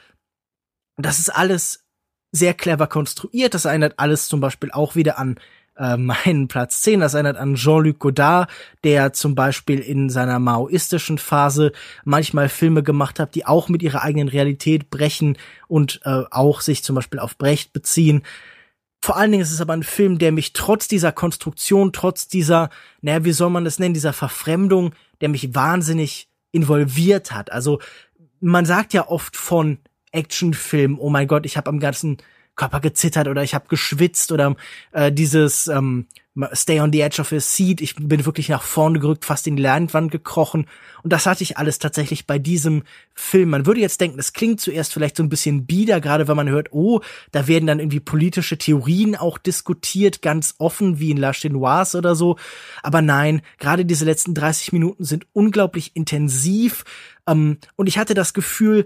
Das ist alles sehr clever konstruiert. Das erinnert alles zum Beispiel auch wieder an meinen Platz 10. Das erinnert an Jean-Luc Godard, der zum Beispiel in seiner maoistischen Phase manchmal Filme gemacht hat, die auch mit ihrer eigenen Realität brechen und auch sich zum Beispiel auf Brecht beziehen. Vor allen Dingen ist es aber ein Film, der mich trotz dieser Konstruktion, trotz dieser, wie soll man das nennen, dieser Verfremdung, der mich wahnsinnig involviert hat. Also man sagt ja oft von Actionfilmen, oh mein Gott, ich habe am ganzen Körper gezittert oder ich habe geschwitzt oder dieses Stay on the edge of your seat, ich bin wirklich nach vorne gerückt, fast in die Leinwand gekrochen und das hatte ich alles tatsächlich bei diesem Film. Man würde jetzt denken, das klingt zuerst vielleicht so ein bisschen bieder, gerade wenn man hört, oh, da werden dann irgendwie politische Theorien auch diskutiert, ganz offen, wie in La Chinoise oder so, aber nein, gerade diese letzten 30 Minuten sind unglaublich intensiv und ich hatte das Gefühl,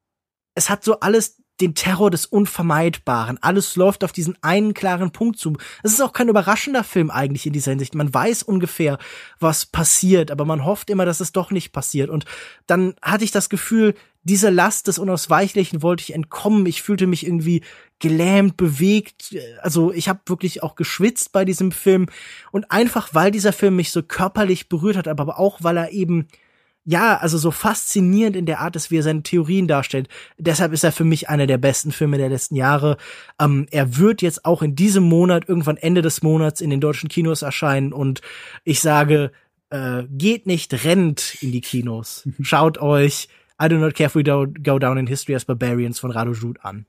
es hat so alles den Terror des Unvermeidbaren. Alles läuft auf diesen einen klaren Punkt zu. Es ist auch kein überraschender Film eigentlich in dieser Hinsicht. Man weiß ungefähr, was passiert, aber man hofft immer, dass es doch nicht passiert. Und dann hatte ich das Gefühl, dieser Last des Unausweichlichen wollte ich entkommen. Ich fühlte mich irgendwie gelähmt, bewegt. Also ich habe wirklich auch geschwitzt bei diesem Film. Und einfach, weil dieser Film mich so körperlich berührt hat, aber auch, weil er eben, ja, also so faszinierend in der Art ist, wie er seine Theorien darstellt. Deshalb ist er für mich einer der besten Filme der letzten Jahre. Er wird jetzt auch in diesem Monat, irgendwann Ende des Monats, in den deutschen Kinos erscheinen. Und ich sage, geht nicht, rennt in die Kinos. Schaut euch I Do Not Care If We Go Down in History as Barbarians von Rado Jude an.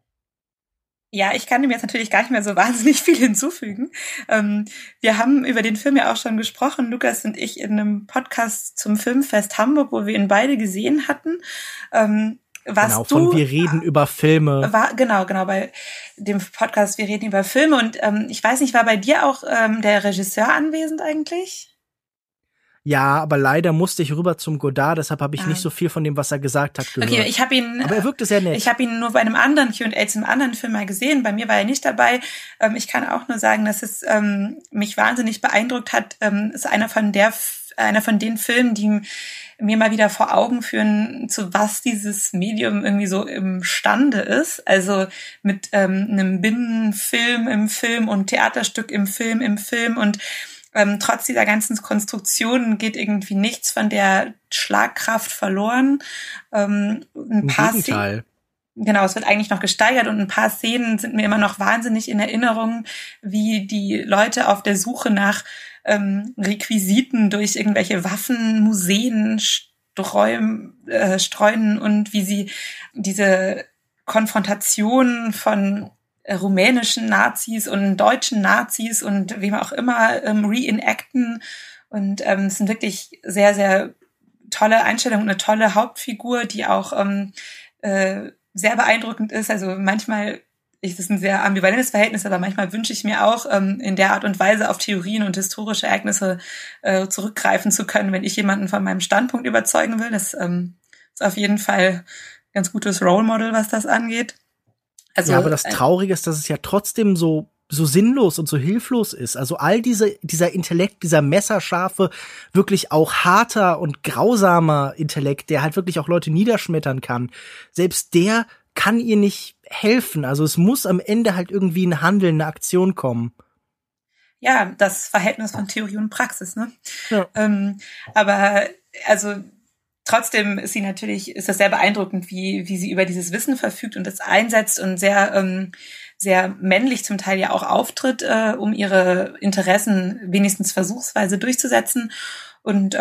Ja, ich kann dem jetzt natürlich gar nicht mehr so wahnsinnig viel hinzufügen. Wir haben über den Film ja auch schon gesprochen, Lukas und ich, in einem Podcast zum Filmfest Hamburg, wo wir ihn beide gesehen hatten. Wir reden über Filme. Genau, bei dem Podcast Wir reden über Filme. Und ich weiß nicht, war bei dir auch der Regisseur anwesend eigentlich? Ja, aber leider musste ich rüber zum Godard, deshalb habe ich nicht so viel von dem, was er gesagt hat, gehört. Okay, aber er wirkte sehr nett. Ich habe ihn nur bei einem anderen Q&A zum anderen Film mal gesehen. Bei mir war er nicht dabei. Ich kann auch nur sagen, dass es mich wahnsinnig beeindruckt hat. Ist einer von den Filmen, die mir mal wieder vor Augen führen, zu was dieses Medium irgendwie so imstande ist. Also mit einem Binnenfilm im Film und Theaterstück im Film und trotz dieser ganzen Konstruktionen geht irgendwie nichts von der Schlagkraft verloren. Im Gegenteil. Genau, es wird eigentlich noch gesteigert und ein paar Szenen sind mir immer noch wahnsinnig in Erinnerung, wie die Leute auf der Suche nach Requisiten durch irgendwelche Waffenmuseen streuen und wie sie diese Konfrontation von rumänischen Nazis und deutschen Nazis und wem auch immer reenacten. Und es sind wirklich sehr, sehr tolle Einstellungen und eine tolle Hauptfigur, die auch sehr beeindruckend ist. Also manchmal, das ist ein sehr ambivalentes Verhältnis, aber manchmal wünsche ich mir auch, in der Art und Weise auf Theorien und historische Ereignisse zurückgreifen zu können, wenn ich jemanden von meinem Standpunkt überzeugen will. Das ist auf jeden Fall ein ganz gutes Role Model, was das angeht. Also, ja, aber das Traurige ist, dass es ja trotzdem so sinnlos und so hilflos ist. Also all dieser Intellekt, dieser messerscharfe, wirklich auch harter und grausamer Intellekt, der halt wirklich auch Leute niederschmettern kann, selbst der kann ihr nicht helfen. Also es muss am Ende halt irgendwie ein Handeln, eine Aktion kommen. Ja, das Verhältnis von Theorie und Praxis, ne? Ja. Aber also trotzdem ist das sehr beeindruckend, wie sie über dieses Wissen verfügt und das einsetzt und sehr sehr männlich zum Teil ja auch auftritt, um ihre Interessen wenigstens versuchsweise durchzusetzen. Und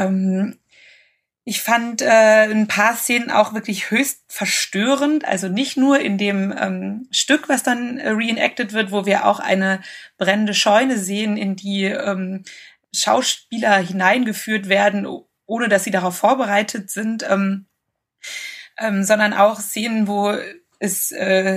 ich fand ein paar Szenen auch wirklich höchst verstörend. Also nicht nur in dem Stück, was dann reenacted wird, wo wir auch eine brennende Scheune sehen, in die Schauspieler hineingeführt werden, ohne dass sie darauf vorbereitet sind, sondern auch Szenen, wo es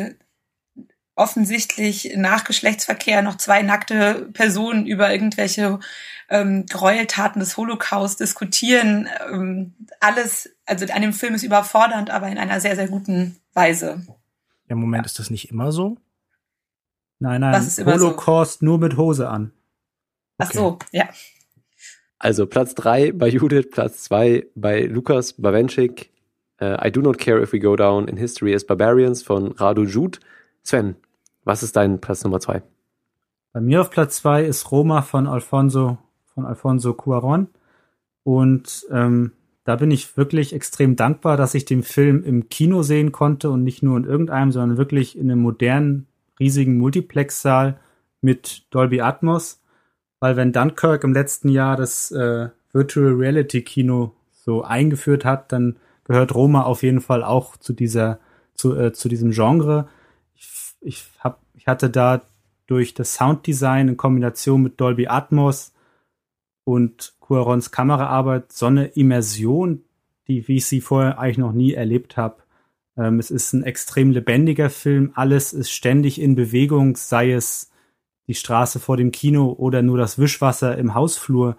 offensichtlich nach Geschlechtsverkehr noch zwei nackte Personen über irgendwelche Gräueltaten des Holocaust diskutieren. Alles, also an dem Film ist überfordernd, aber in einer sehr, sehr guten Weise. Ja, Moment, ist das nicht immer so? Nein, Holocaust so? Nur mit Hose an. Okay. Ach so, ja. Also Platz 3 bei Judith, Platz 2 bei Lukas Bawenschik. I Do Not Care If We Go Down in History as Barbarians von Rado Jude. Sven, was ist dein Platz Nummer 2? Bei mir auf Platz 2 ist Roma von Alfonso Cuarón. Und da bin ich wirklich extrem dankbar, dass ich den Film im Kino sehen konnte und nicht nur in irgendeinem, sondern wirklich in einem modernen, riesigen Multiplex-Saal mit Dolby Atmos. Weil wenn Dunkirk im letzten Jahr das Virtual Reality Kino so eingeführt hat, dann gehört Roma auf jeden Fall auch zu diesem Genre. Ich hatte da durch das Sounddesign in Kombination mit Dolby Atmos und Cuaróns Kameraarbeit so eine Immersion, wie ich sie vorher eigentlich noch nie erlebt habe. Es ist ein extrem lebendiger Film. Alles ist ständig in Bewegung, sei es die Straße vor dem Kino oder nur das Wischwasser im Hausflur.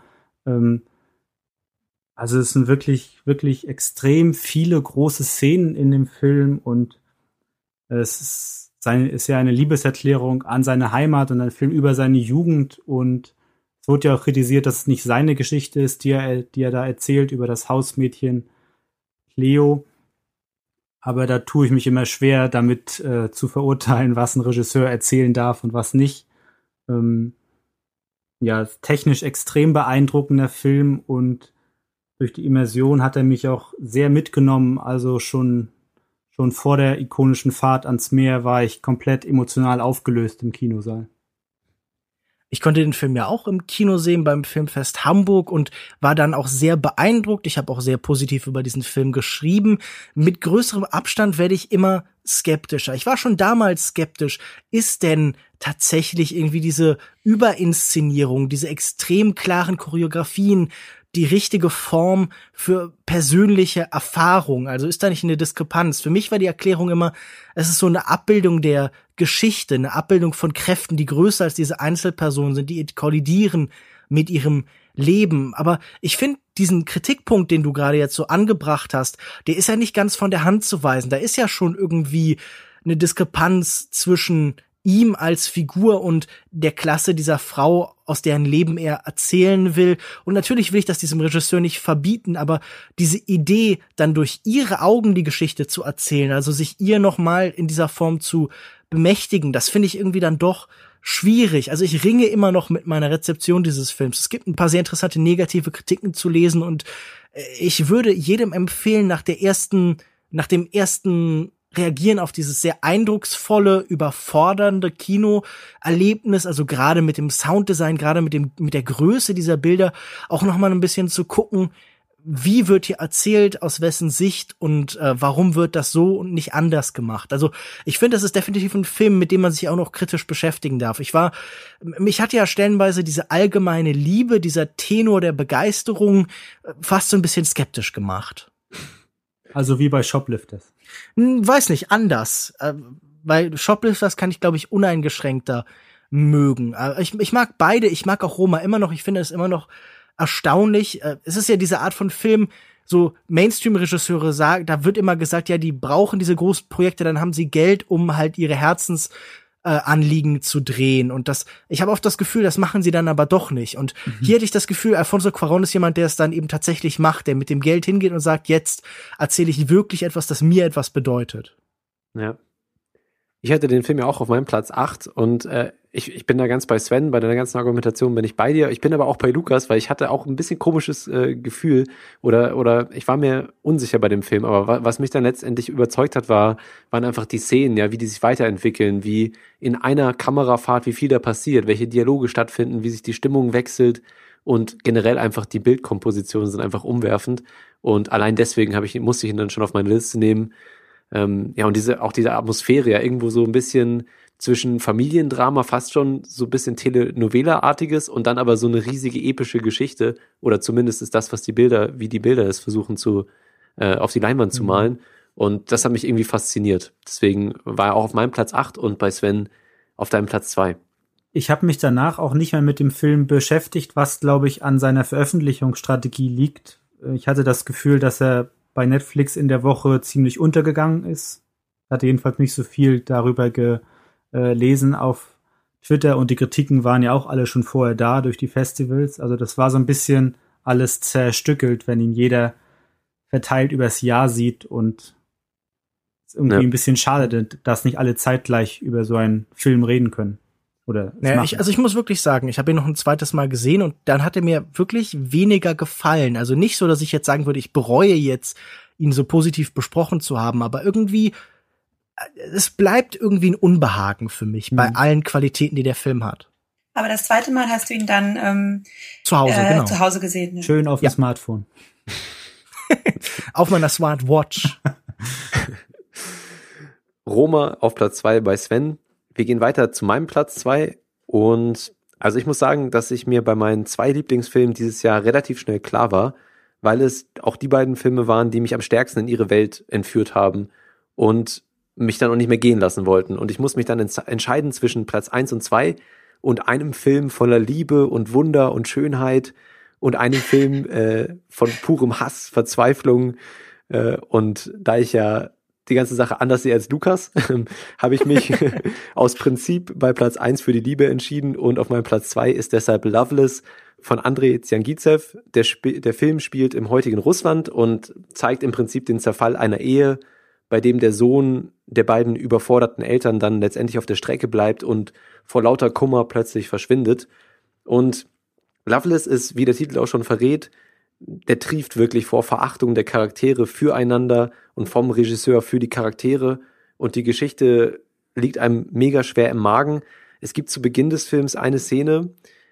Also es sind wirklich, wirklich extrem viele große Szenen in dem Film und es ist ja eine Liebeserklärung an seine Heimat und ein Film über seine Jugend und es wurde ja auch kritisiert, dass es nicht seine Geschichte ist, die er da erzählt über das Hausmädchen Cleo. Aber da tue ich mich immer schwer, damit zu verurteilen, was ein Regisseur erzählen darf und was nicht. Technisch extrem beeindruckender Film und durch die Immersion hat er mich auch sehr mitgenommen. Also schon vor der ikonischen Fahrt ans Meer war ich komplett emotional aufgelöst im Kinosaal. Ich konnte den Film ja auch im Kino sehen beim Filmfest Hamburg und war dann auch sehr beeindruckt. Ich habe auch sehr positiv über diesen Film geschrieben. Mit größerem Abstand werde ich immer skeptischer. Ich war schon damals skeptisch. Ist denn tatsächlich irgendwie diese Überinszenierung, diese extrem klaren Choreografien die richtige Form für persönliche Erfahrung? Also ist da nicht eine Diskrepanz? Für mich war die Erklärung immer, es ist so eine Abbildung der Geschichte, eine Abbildung von Kräften, die größer als diese Einzelpersonen sind, die kollidieren mit ihrem Leben. Aber ich finde diesen Kritikpunkt, den du gerade jetzt so angebracht hast, der ist ja nicht ganz von der Hand zu weisen. Da ist ja schon irgendwie eine Diskrepanz zwischen ihm als Figur und der Klasse dieser Frau, aus deren Leben er erzählen will. Und natürlich will ich das diesem Regisseur nicht verbieten, aber diese Idee, dann durch ihre Augen die Geschichte zu erzählen, also sich ihr nochmal in dieser Form zu bemächtigen, das finde ich irgendwie dann doch schwierig. Also ich ringe immer noch mit meiner Rezeption dieses Films. Es gibt ein paar sehr interessante negative Kritiken zu lesen und ich würde jedem empfehlen, nach dem ersten Reagieren auf dieses sehr eindrucksvolle, überfordernde Kinoerlebnis, also gerade mit dem Sounddesign, gerade mit der Größe dieser Bilder, auch noch mal ein bisschen zu gucken, wie wird hier erzählt, aus wessen Sicht und warum wird das so und nicht anders gemacht. Also ich finde, das ist definitiv ein Film, mit dem man sich auch noch kritisch beschäftigen darf. Mich hat ja stellenweise diese allgemeine Liebe, dieser Tenor der Begeisterung fast so ein bisschen skeptisch gemacht. Also wie bei Shoplifters. Weiß nicht, anders. Weil Shoplifters kann ich, glaube ich, uneingeschränkter mögen. Ich mag beide, ich mag auch Roma immer noch, ich finde es immer noch erstaunlich. Es ist ja diese Art von Film, so Mainstream-Regisseure sagen, da wird immer gesagt, ja, die brauchen diese großen Projekte, dann haben sie Geld, um halt ihre Anliegen zu drehen. Und ich habe oft das Gefühl, das machen sie dann aber doch nicht. Und hier hätte ich das Gefühl, Alfonso Cuarón ist jemand, der es dann eben tatsächlich macht, der mit dem Geld hingeht und sagt, jetzt erzähle ich wirklich etwas, das mir etwas bedeutet. Ja. Ich hatte den Film ja auch auf meinem Platz 8 und ich bin da ganz bei Sven, bei deiner ganzen Argumentation bin ich bei dir. Ich bin aber auch bei Lukas, weil ich hatte auch ein bisschen komisches Gefühl oder ich war mir unsicher bei dem Film, aber was mich dann letztendlich überzeugt hat, waren einfach die Szenen, ja, wie die sich weiterentwickeln, wie in einer Kamerafahrt, wie viel da passiert, welche Dialoge stattfinden, wie sich die Stimmung wechselt und generell einfach die Bildkompositionen sind einfach umwerfend und allein deswegen musste ich ihn dann schon auf meine Liste nehmen. Und diese Atmosphäre ja irgendwo so ein bisschen zwischen Familiendrama, fast schon so ein bisschen Telenovela-artiges und dann aber so eine riesige epische Geschichte oder zumindest ist das, wie die Bilder es versuchen auf die Leinwand zu malen und das hat mich irgendwie fasziniert. Deswegen war er auch auf meinem Platz 8 und bei Sven auf deinem Platz 2. Ich habe mich danach auch nicht mehr mit dem Film beschäftigt, was, glaube ich, an seiner Veröffentlichungsstrategie liegt. Ich hatte das Gefühl, dass er bei Netflix in der Woche ziemlich untergegangen ist. Hatte jedenfalls nicht so viel darüber gelesen auf Twitter und die Kritiken waren ja auch alle schon vorher da durch die Festivals. Also das war so ein bisschen alles zerstückelt, wenn ihn jeder verteilt übers Jahr sieht und es irgendwie ein bisschen schade, dass nicht alle zeitgleich über so einen Film reden können. Oder ich muss wirklich sagen, ich habe ihn noch ein zweites Mal gesehen und dann hat er mir wirklich weniger gefallen. Also nicht so, dass ich jetzt sagen würde, ich bereue jetzt, ihn so positiv besprochen zu haben, aber irgendwie, es bleibt irgendwie ein Unbehagen für mich bei allen Qualitäten, die der Film hat. Aber das zweite Mal hast du ihn dann zu Hause gesehen. Ne? Schön auf dem Smartphone. Auf meiner Smartwatch. Roma auf Platz 2 bei Sven. Wir gehen weiter zu meinem Platz 2 und also ich muss sagen, dass ich mir bei meinen 2 Lieblingsfilmen dieses Jahr relativ schnell klar war, weil es auch die beiden Filme waren, die mich am stärksten in ihre Welt entführt haben und mich dann auch nicht mehr gehen lassen wollten. Und ich muss mich dann entscheiden zwischen Platz 1 und 2 und einem Film voller Liebe und Wunder und Schönheit und einem Film von purem Hass, Verzweiflung und da ich ja die ganze Sache anders sehe als Lukas, habe ich mich aus Prinzip bei Platz 1 für die Liebe entschieden und auf meinem Platz 2 ist deshalb Loveless von Andrei Zjangitsev. Der Film spielt im heutigen Russland und zeigt im Prinzip den Zerfall einer Ehe bei dem der Sohn der beiden überforderten Eltern dann letztendlich auf der Strecke bleibt und vor lauter Kummer plötzlich verschwindet. Und Loveless ist, wie der Titel auch schon verrät, der trieft wirklich vor Verachtung der Charaktere füreinander und vom Regisseur für die Charaktere. Und die Geschichte liegt einem mega schwer im Magen. Es gibt zu Beginn des Films eine Szene,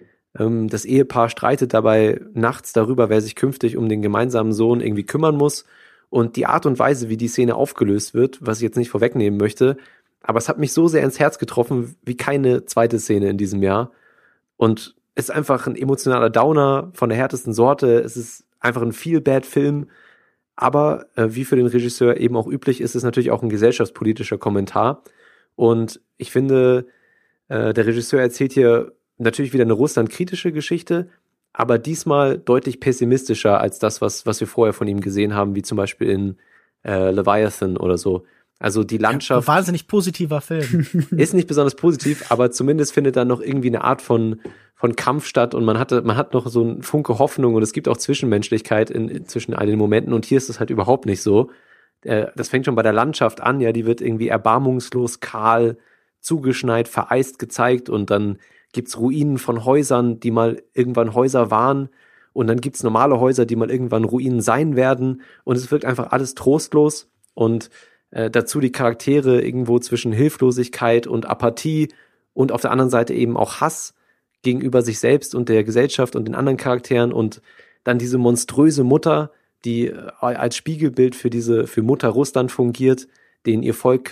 das Ehepaar streitet dabei nachts darüber, wer sich künftig um den gemeinsamen Sohn irgendwie kümmern muss. Und die Art und Weise, wie die Szene aufgelöst wird, was ich jetzt nicht vorwegnehmen möchte, aber es hat mich so sehr ins Herz getroffen wie keine zweite Szene in diesem Jahr. Und es ist einfach ein emotionaler Downer von der härtesten Sorte. Es ist einfach ein Feel-Bad-Film. Aber wie für den Regisseur eben auch üblich, ist es natürlich auch ein gesellschaftspolitischer Kommentar. Und ich finde, der Regisseur erzählt hier natürlich wieder eine russlandkritische Geschichte, aber diesmal deutlich pessimistischer als das, was wir vorher von ihm gesehen haben, wie zum Beispiel in Leviathan oder so. Also die Landschaft... Ja, ein wahnsinnig positiver Film. Ist nicht besonders positiv, aber zumindest findet da noch irgendwie eine Art von Kampf statt und man hat noch so einen Funke Hoffnung und es gibt auch Zwischenmenschlichkeit zwischen all den Momenten und hier ist es halt überhaupt nicht so. Das fängt schon bei der Landschaft an, ja, die wird irgendwie erbarmungslos, kahl, zugeschneit, vereist gezeigt und dann gibt's Ruinen von Häusern, die mal irgendwann Häuser waren und dann gibt's normale Häuser, die mal irgendwann Ruinen sein werden und es wirkt einfach alles trostlos und dazu die Charaktere irgendwo zwischen Hilflosigkeit und Apathie und auf der anderen Seite eben auch Hass gegenüber sich selbst und der Gesellschaft und den anderen Charakteren und dann diese monströse Mutter, die als Spiegelbild für Mutter Russland fungiert, der ihr Volk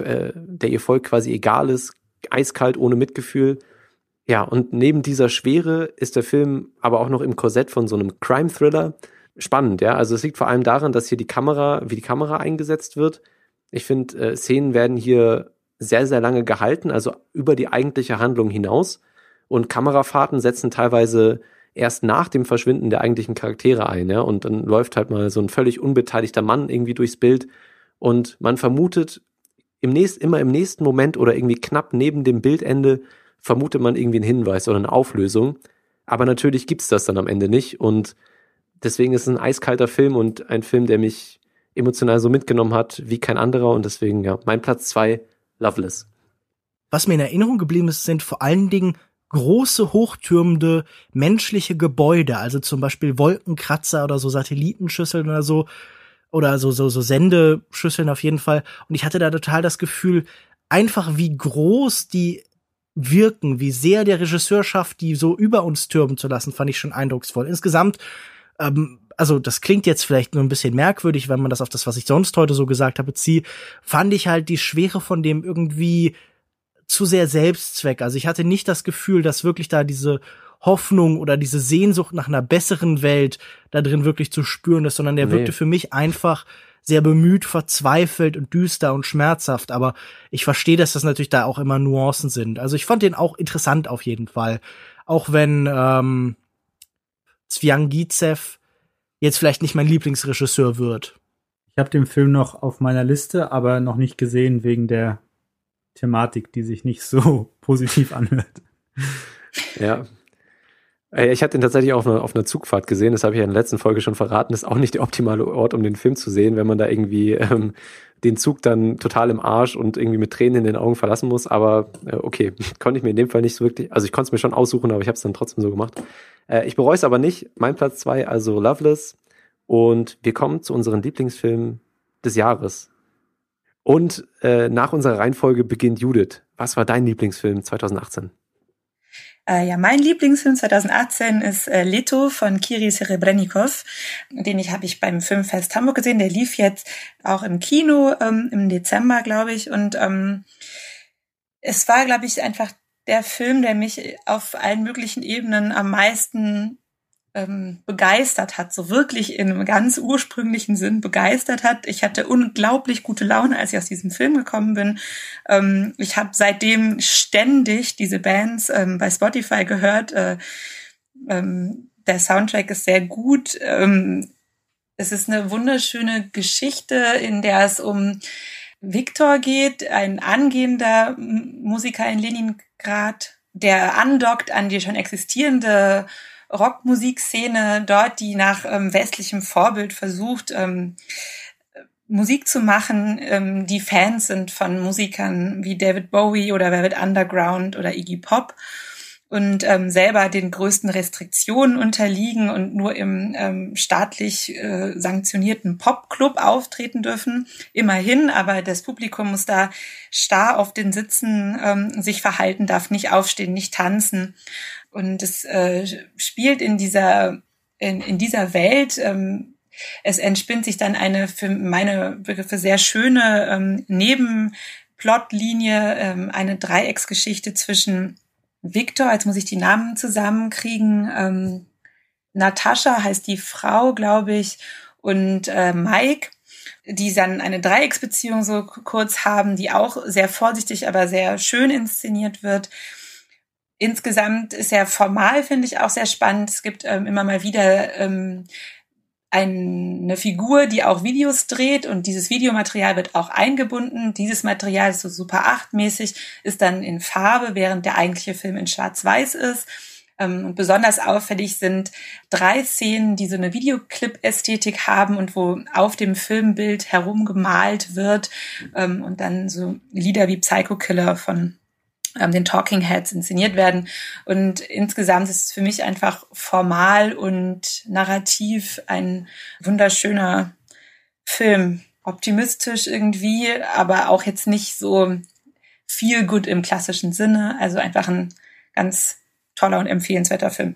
quasi egal ist, eiskalt, ohne Mitgefühl. Ja, und neben dieser Schwere ist der Film aber auch noch im Korsett von so einem Crime-Thriller spannend, ja. Also es liegt vor allem daran, dass hier die Kamera eingesetzt wird. Ich finde, Szenen werden hier sehr, sehr lange gehalten, also über die eigentliche Handlung hinaus. Und Kamerafahrten setzen teilweise erst nach dem Verschwinden der eigentlichen Charaktere ein, ja. Und dann läuft halt mal so ein völlig unbeteiligter Mann irgendwie durchs Bild. Und man vermutet immer im nächsten Moment oder irgendwie knapp neben dem Bildende vermutet man irgendwie einen Hinweis oder eine Auflösung. Aber natürlich gibt's das dann am Ende nicht. Und deswegen ist es ein eiskalter Film und ein Film, der mich emotional so mitgenommen hat wie kein anderer und deswegen, ja, mein Platz 2, Loveless. Was mir in Erinnerung geblieben ist, sind vor allen Dingen große, hochtürmende menschliche Gebäude, also zum Beispiel Wolkenkratzer oder so Satellitenschüsseln oder so Sendeschüsseln auf jeden Fall. Und ich hatte da total das Gefühl, einfach wie groß die wirken, wie sehr der Regisseur schafft, die so über uns türmen zu lassen, fand ich schon eindrucksvoll. Insgesamt, also das klingt jetzt vielleicht nur ein bisschen merkwürdig, wenn man das auf das, was ich sonst heute so gesagt habe, beziehe, fand ich halt die Schwere von dem irgendwie zu sehr Selbstzweck. Also ich hatte nicht das Gefühl, dass wirklich da diese Hoffnung oder diese Sehnsucht nach einer besseren Welt da drin wirklich zu spüren ist, sondern der wirkte für mich einfach sehr bemüht, verzweifelt und düster und schmerzhaft. Aber ich verstehe, dass das natürlich da auch immer Nuancen sind. Also ich fand den auch interessant auf jeden Fall. Auch wenn Zviang Gizev jetzt vielleicht nicht mein Lieblingsregisseur wird. Ich habe den Film noch auf meiner Liste, aber noch nicht gesehen wegen der Thematik, die sich nicht so positiv anhört. Ja. Ich habe den tatsächlich auch auf einer Zugfahrt gesehen, das habe ich ja in der letzten Folge schon verraten, das ist auch nicht der optimale Ort, um den Film zu sehen, wenn man da irgendwie den Zug dann total im Arsch und irgendwie mit Tränen in den Augen verlassen muss, aber okay, konnte ich mir in dem Fall nicht so wirklich, also ich konnte es mir schon aussuchen, aber ich habe es dann trotzdem so gemacht. Ich bereue es aber nicht, mein Platz 2, also Loveless, und wir kommen zu unseren Lieblingsfilmen des Jahres. Und nach unserer Reihenfolge beginnt Judith. Was war dein Lieblingsfilm 2018? Ja, mein Lieblingsfilm 2018 ist Leto von Kiri Serebrennikov. Habe ich beim Filmfest Hamburg gesehen. Der lief jetzt auch im Kino im Dezember, glaube ich. Und es war, glaube ich, einfach der Film, der mich auf allen möglichen Ebenen am meisten begeistert hat, so wirklich in einem ganz ursprünglichen Sinn begeistert hat. Ich hatte unglaublich gute Laune, als ich aus diesem Film gekommen bin. Ich habe seitdem ständig diese Bands bei Spotify gehört. Der Soundtrack ist sehr gut. Es ist eine wunderschöne Geschichte, in der es um Viktor geht, ein angehender Musiker in Leningrad, der andockt an die schon existierende Rockmusikszene dort, die nach westlichem Vorbild versucht, Musik zu machen, die Fans sind von Musikern wie David Bowie oder Velvet Underground oder Iggy Pop und selber den größten Restriktionen unterliegen und nur im staatlich sanktionierten Popclub auftreten dürfen. Immerhin, aber das Publikum muss da starr auf den Sitzen sich verhalten, darf nicht aufstehen, nicht tanzen. Und es spielt in dieser Welt. Es entspinnt sich dann eine für meine Begriffe sehr schöne Nebenplotlinie, eine Dreiecksgeschichte zwischen Victor, jetzt muss ich die Namen zusammenkriegen, Natascha heißt die Frau, glaube ich, und Mike, die dann eine Dreiecksbeziehung so kurz haben, die auch sehr vorsichtig, aber sehr schön inszeniert wird. Insgesamt ist er formal, finde ich, auch sehr spannend. Es gibt immer mal wieder eine Figur, die auch Videos dreht und dieses Videomaterial wird auch eingebunden. Dieses Material ist so Super 8-mäßig, ist dann in Farbe, während der eigentliche Film in Schwarz-Weiß ist. Und besonders auffällig sind 3 Szenen, die so eine Videoclip-Ästhetik haben und wo auf dem Filmbild herumgemalt wird und dann so Lieder wie Psycho Killer von den Talking Heads inszeniert werden. Und insgesamt ist es für mich einfach formal und narrativ ein wunderschöner Film. Optimistisch irgendwie, aber auch jetzt nicht so viel gut im klassischen Sinne. Also einfach ein ganz toller und empfehlenswerter Film.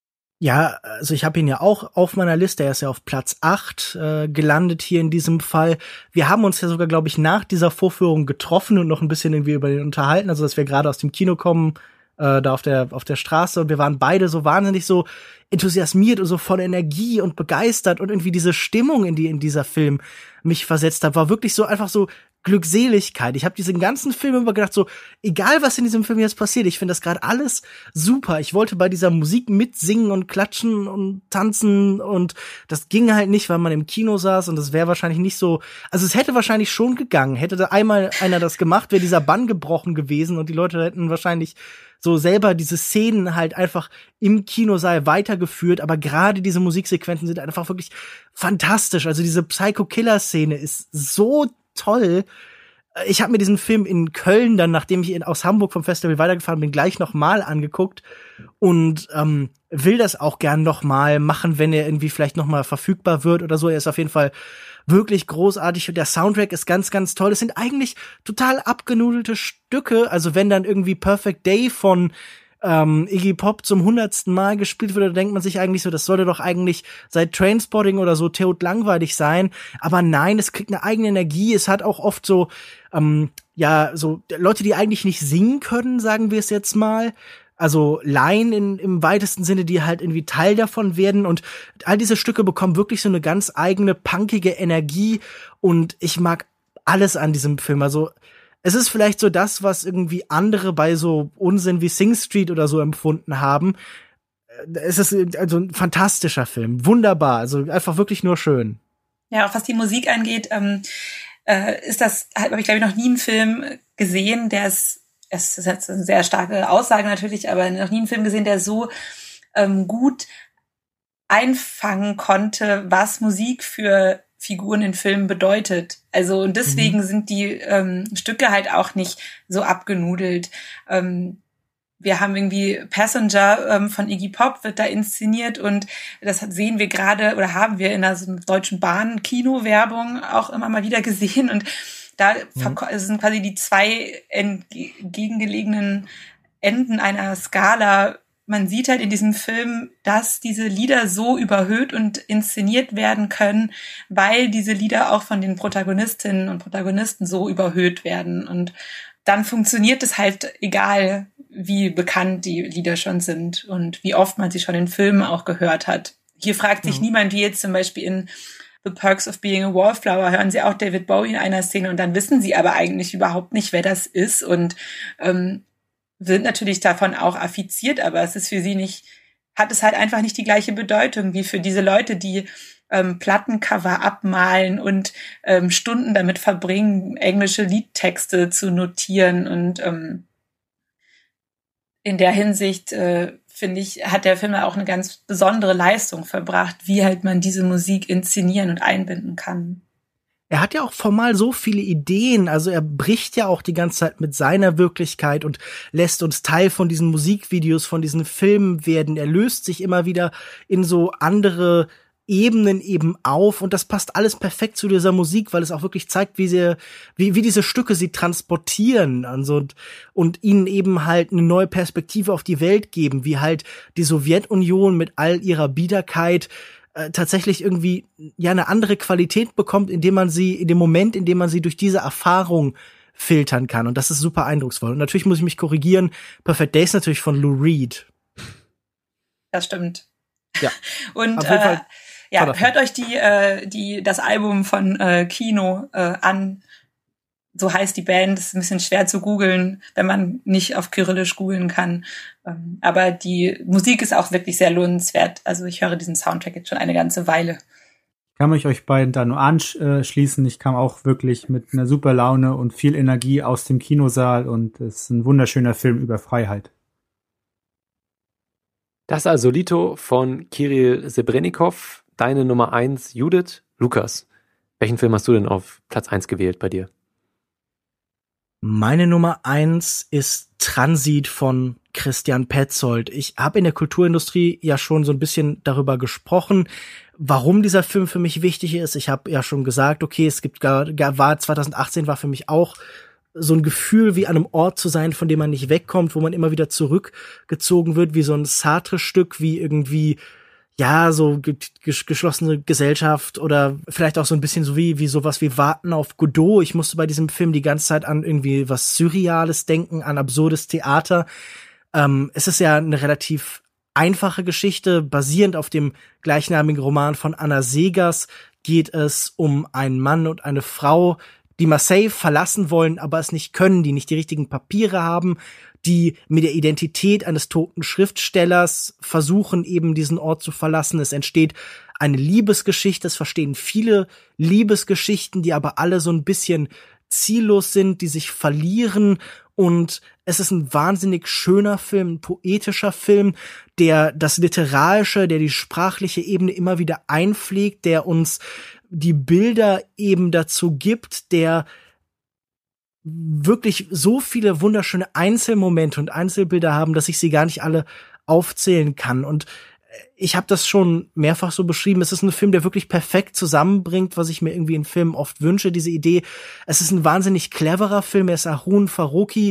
Ja, also ich habe ihn ja auch auf meiner Liste. Er ist ja auf Platz 8 gelandet hier in diesem Fall. Wir haben uns ja sogar, glaube ich, nach dieser Vorführung getroffen und noch ein bisschen irgendwie über den unterhalten. Also, dass wir gerade aus dem Kino kommen, da auf der Straße. Und wir waren beide so wahnsinnig so enthusiasmiert und so voller Energie und begeistert. Und irgendwie diese Stimmung, in die in dieser Film mich versetzt hat, war wirklich so einfach so Glückseligkeit. Ich habe diesen ganzen Film über gedacht, so, egal was in diesem Film jetzt passiert, ich finde das gerade alles super. Ich wollte bei dieser Musik mitsingen und klatschen und tanzen und das ging halt nicht, weil man im Kino saß und das wäre wahrscheinlich nicht so, also es hätte wahrscheinlich schon gegangen. Hätte da einmal einer das gemacht, wäre dieser Bann gebrochen gewesen und die Leute hätten wahrscheinlich so selber diese Szenen halt einfach im Kinosaal weitergeführt, aber gerade diese Musiksequenzen sind einfach wirklich fantastisch. Also diese Psycho-Killer-Szene ist so toll. Ich habe mir diesen Film in Köln dann, nachdem ich aus Hamburg vom Festival weitergefahren bin, gleich nochmal angeguckt und will das auch gern nochmal machen, wenn er irgendwie vielleicht nochmal verfügbar wird oder so. Er ist auf jeden Fall wirklich großartig und der Soundtrack ist ganz, ganz toll. Es sind eigentlich total abgenudelte Stücke. Also wenn dann irgendwie Perfect Day von Iggy Pop zum 100. Mal gespielt wird, da denkt man sich eigentlich so, das sollte doch eigentlich seit Trainspotting oder so totlangweilig sein. Aber nein, es kriegt eine eigene Energie. Es hat auch oft so, so Leute, die eigentlich nicht singen können, sagen wir es jetzt mal. Also Laien im weitesten Sinne, die halt irgendwie Teil davon werden. Und all diese Stücke bekommen wirklich so eine ganz eigene, punkige Energie. Und ich mag alles an diesem Film. Also es ist vielleicht so das, was irgendwie andere bei so Unsinn wie Sing Street oder so empfunden haben. Es ist also ein fantastischer Film. Wunderbar. Also einfach wirklich nur schön. Ja, auch was die Musik angeht, habe ich, glaube ich, noch nie einen Film gesehen, es ist jetzt eine sehr starke Aussage natürlich, aber noch nie einen Film gesehen, der so gut einfangen konnte, was Musik für Figuren in Filmen bedeutet. Also und deswegen sind die Stücke halt auch nicht so abgenudelt. Wir haben irgendwie Passenger von Iggy Pop wird da inszeniert und das sehen wir gerade oder haben wir in der Deutschen Bahn Kino-Werbung auch immer mal wieder gesehen und da sind quasi die 2 entgegengelegenen Enden einer Skala. Man sieht halt in diesem Film, dass diese Lieder so überhöht und inszeniert werden können, weil diese Lieder auch von den Protagonistinnen und Protagonisten so überhöht werden. Und dann funktioniert es halt, egal wie bekannt die Lieder schon sind und wie oft man sie schon in Filmen auch gehört hat. Hier fragt sich niemand, wie jetzt zum Beispiel in The Perks of Being a Wallflower hören sie auch David Bowie in einer Szene und dann wissen sie aber eigentlich überhaupt nicht, wer das ist und sind natürlich davon auch affiziert, aber es ist für sie nicht, hat es halt einfach nicht die gleiche Bedeutung wie für diese Leute, die Plattencover abmalen und Stunden damit verbringen, englische Liedtexte zu notieren und in der Hinsicht finde ich, hat der Film auch eine ganz besondere Leistung verbracht, wie halt man diese Musik inszenieren und einbinden kann. er hat ja auch formal so viele Ideen, also er bricht ja auch die ganze Zeit mit seiner Wirklichkeit und lässt uns Teil von diesen Musikvideos, von diesen Filmen werden. Er löst sich immer wieder in so andere Ebenen eben auf und das passt alles perfekt zu dieser Musik, weil es auch wirklich zeigt, wie diese Stücke sie transportieren also, und ihnen eben halt eine neue Perspektive auf die Welt geben, wie halt die Sowjetunion mit all ihrer Biederkeit tatsächlich irgendwie ja eine andere Qualität bekommt, indem man sie in dem Moment, in dem man sie durch diese Erfahrung filtern kann und das ist super eindrucksvoll. Und natürlich muss ich mich korrigieren, Perfect Days natürlich von Lou Reed. Das stimmt. Ja. Und auf jeden Fall ja, hört euch das Album von Kino an. So heißt die Band. Ist ein bisschen schwer zu googeln, wenn man nicht auf Kyrillisch googeln kann. Aber die Musik ist auch wirklich sehr lohnenswert. Also ich höre diesen Soundtrack jetzt schon eine ganze Weile. Kann mich euch beiden da nur anschließen. Ich kam auch wirklich mit einer super Laune und viel Energie aus dem Kinosaal und es ist ein wunderschöner Film über Freiheit. Das also Lito von Kirill Serebrennikov. Deine Nummer 1, Judith. Lukas, welchen Film hast du denn auf Platz 1 gewählt bei dir? Meine Nummer 1 ist Transit von Christian Petzold. Ich habe in der Kulturindustrie ja schon so ein bisschen darüber gesprochen, warum dieser Film für mich wichtig ist. Ich habe ja schon gesagt, okay, es gibt 2018 war für mich auch so ein Gefühl, wie an einem Ort zu sein, von dem man nicht wegkommt, wo man immer wieder zurückgezogen wird, wie so ein Sartre-Stück, wie irgendwie ja, so geschlossene Gesellschaft oder vielleicht auch so ein bisschen so wie sowas wie Warten auf Godot. Ich musste bei diesem Film die ganze Zeit an irgendwie was Surreales denken, an absurdes Theater. Es ist ja eine relativ einfache Geschichte, basierend auf dem gleichnamigen Roman von Anna Seghers geht es um einen Mann und eine Frau, die Marseille verlassen wollen, aber es nicht können, die nicht die richtigen Papiere haben, die mit der Identität eines toten Schriftstellers versuchen, eben diesen Ort zu verlassen. Es entsteht eine Liebesgeschichte, es verstehen viele Liebesgeschichten, die aber alle so ein bisschen ziellos sind, die sich verlieren. Und es ist ein wahnsinnig schöner Film, ein poetischer Film, der das Literarische, der die sprachliche Ebene immer wieder einpflegt, der uns die Bilder eben dazu gibt, der wirklich so viele wunderschöne Einzelmomente und Einzelbilder haben, dass ich sie gar nicht alle aufzählen kann. Und ich habe das schon mehrfach so beschrieben. Es ist ein Film, der wirklich perfekt zusammenbringt, was ich mir irgendwie in Filmen oft wünsche, diese Idee. Es ist ein wahnsinnig cleverer Film. Er ist Harun Farooqi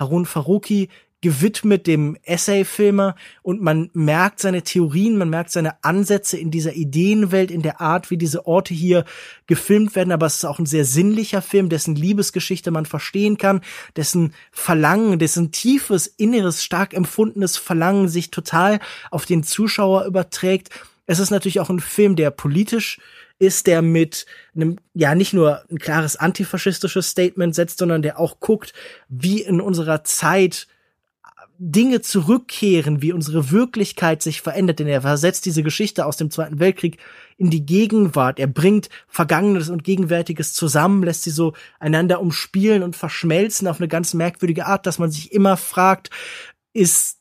gewidmet dem Essay-Filmer und man merkt seine Theorien, man merkt seine Ansätze in dieser Ideenwelt, in der Art, wie diese Orte hier gefilmt werden, aber es ist auch ein sehr sinnlicher Film, dessen Liebesgeschichte man verstehen kann, dessen Verlangen, dessen tiefes, inneres, stark empfundenes Verlangen sich total auf den Zuschauer überträgt. Es ist natürlich auch ein Film, der politisch ist, der mit einem, ja, nicht nur ein klares antifaschistisches Statement setzt, sondern der auch guckt, wie in unserer Zeit Dinge zurückkehren, wie unsere Wirklichkeit sich verändert, denn er versetzt diese Geschichte aus dem Zweiten Weltkrieg in die Gegenwart. Er bringt Vergangenes und Gegenwärtiges zusammen, lässt sie so einander umspielen und verschmelzen auf eine ganz merkwürdige Art, dass man sich immer fragt, ist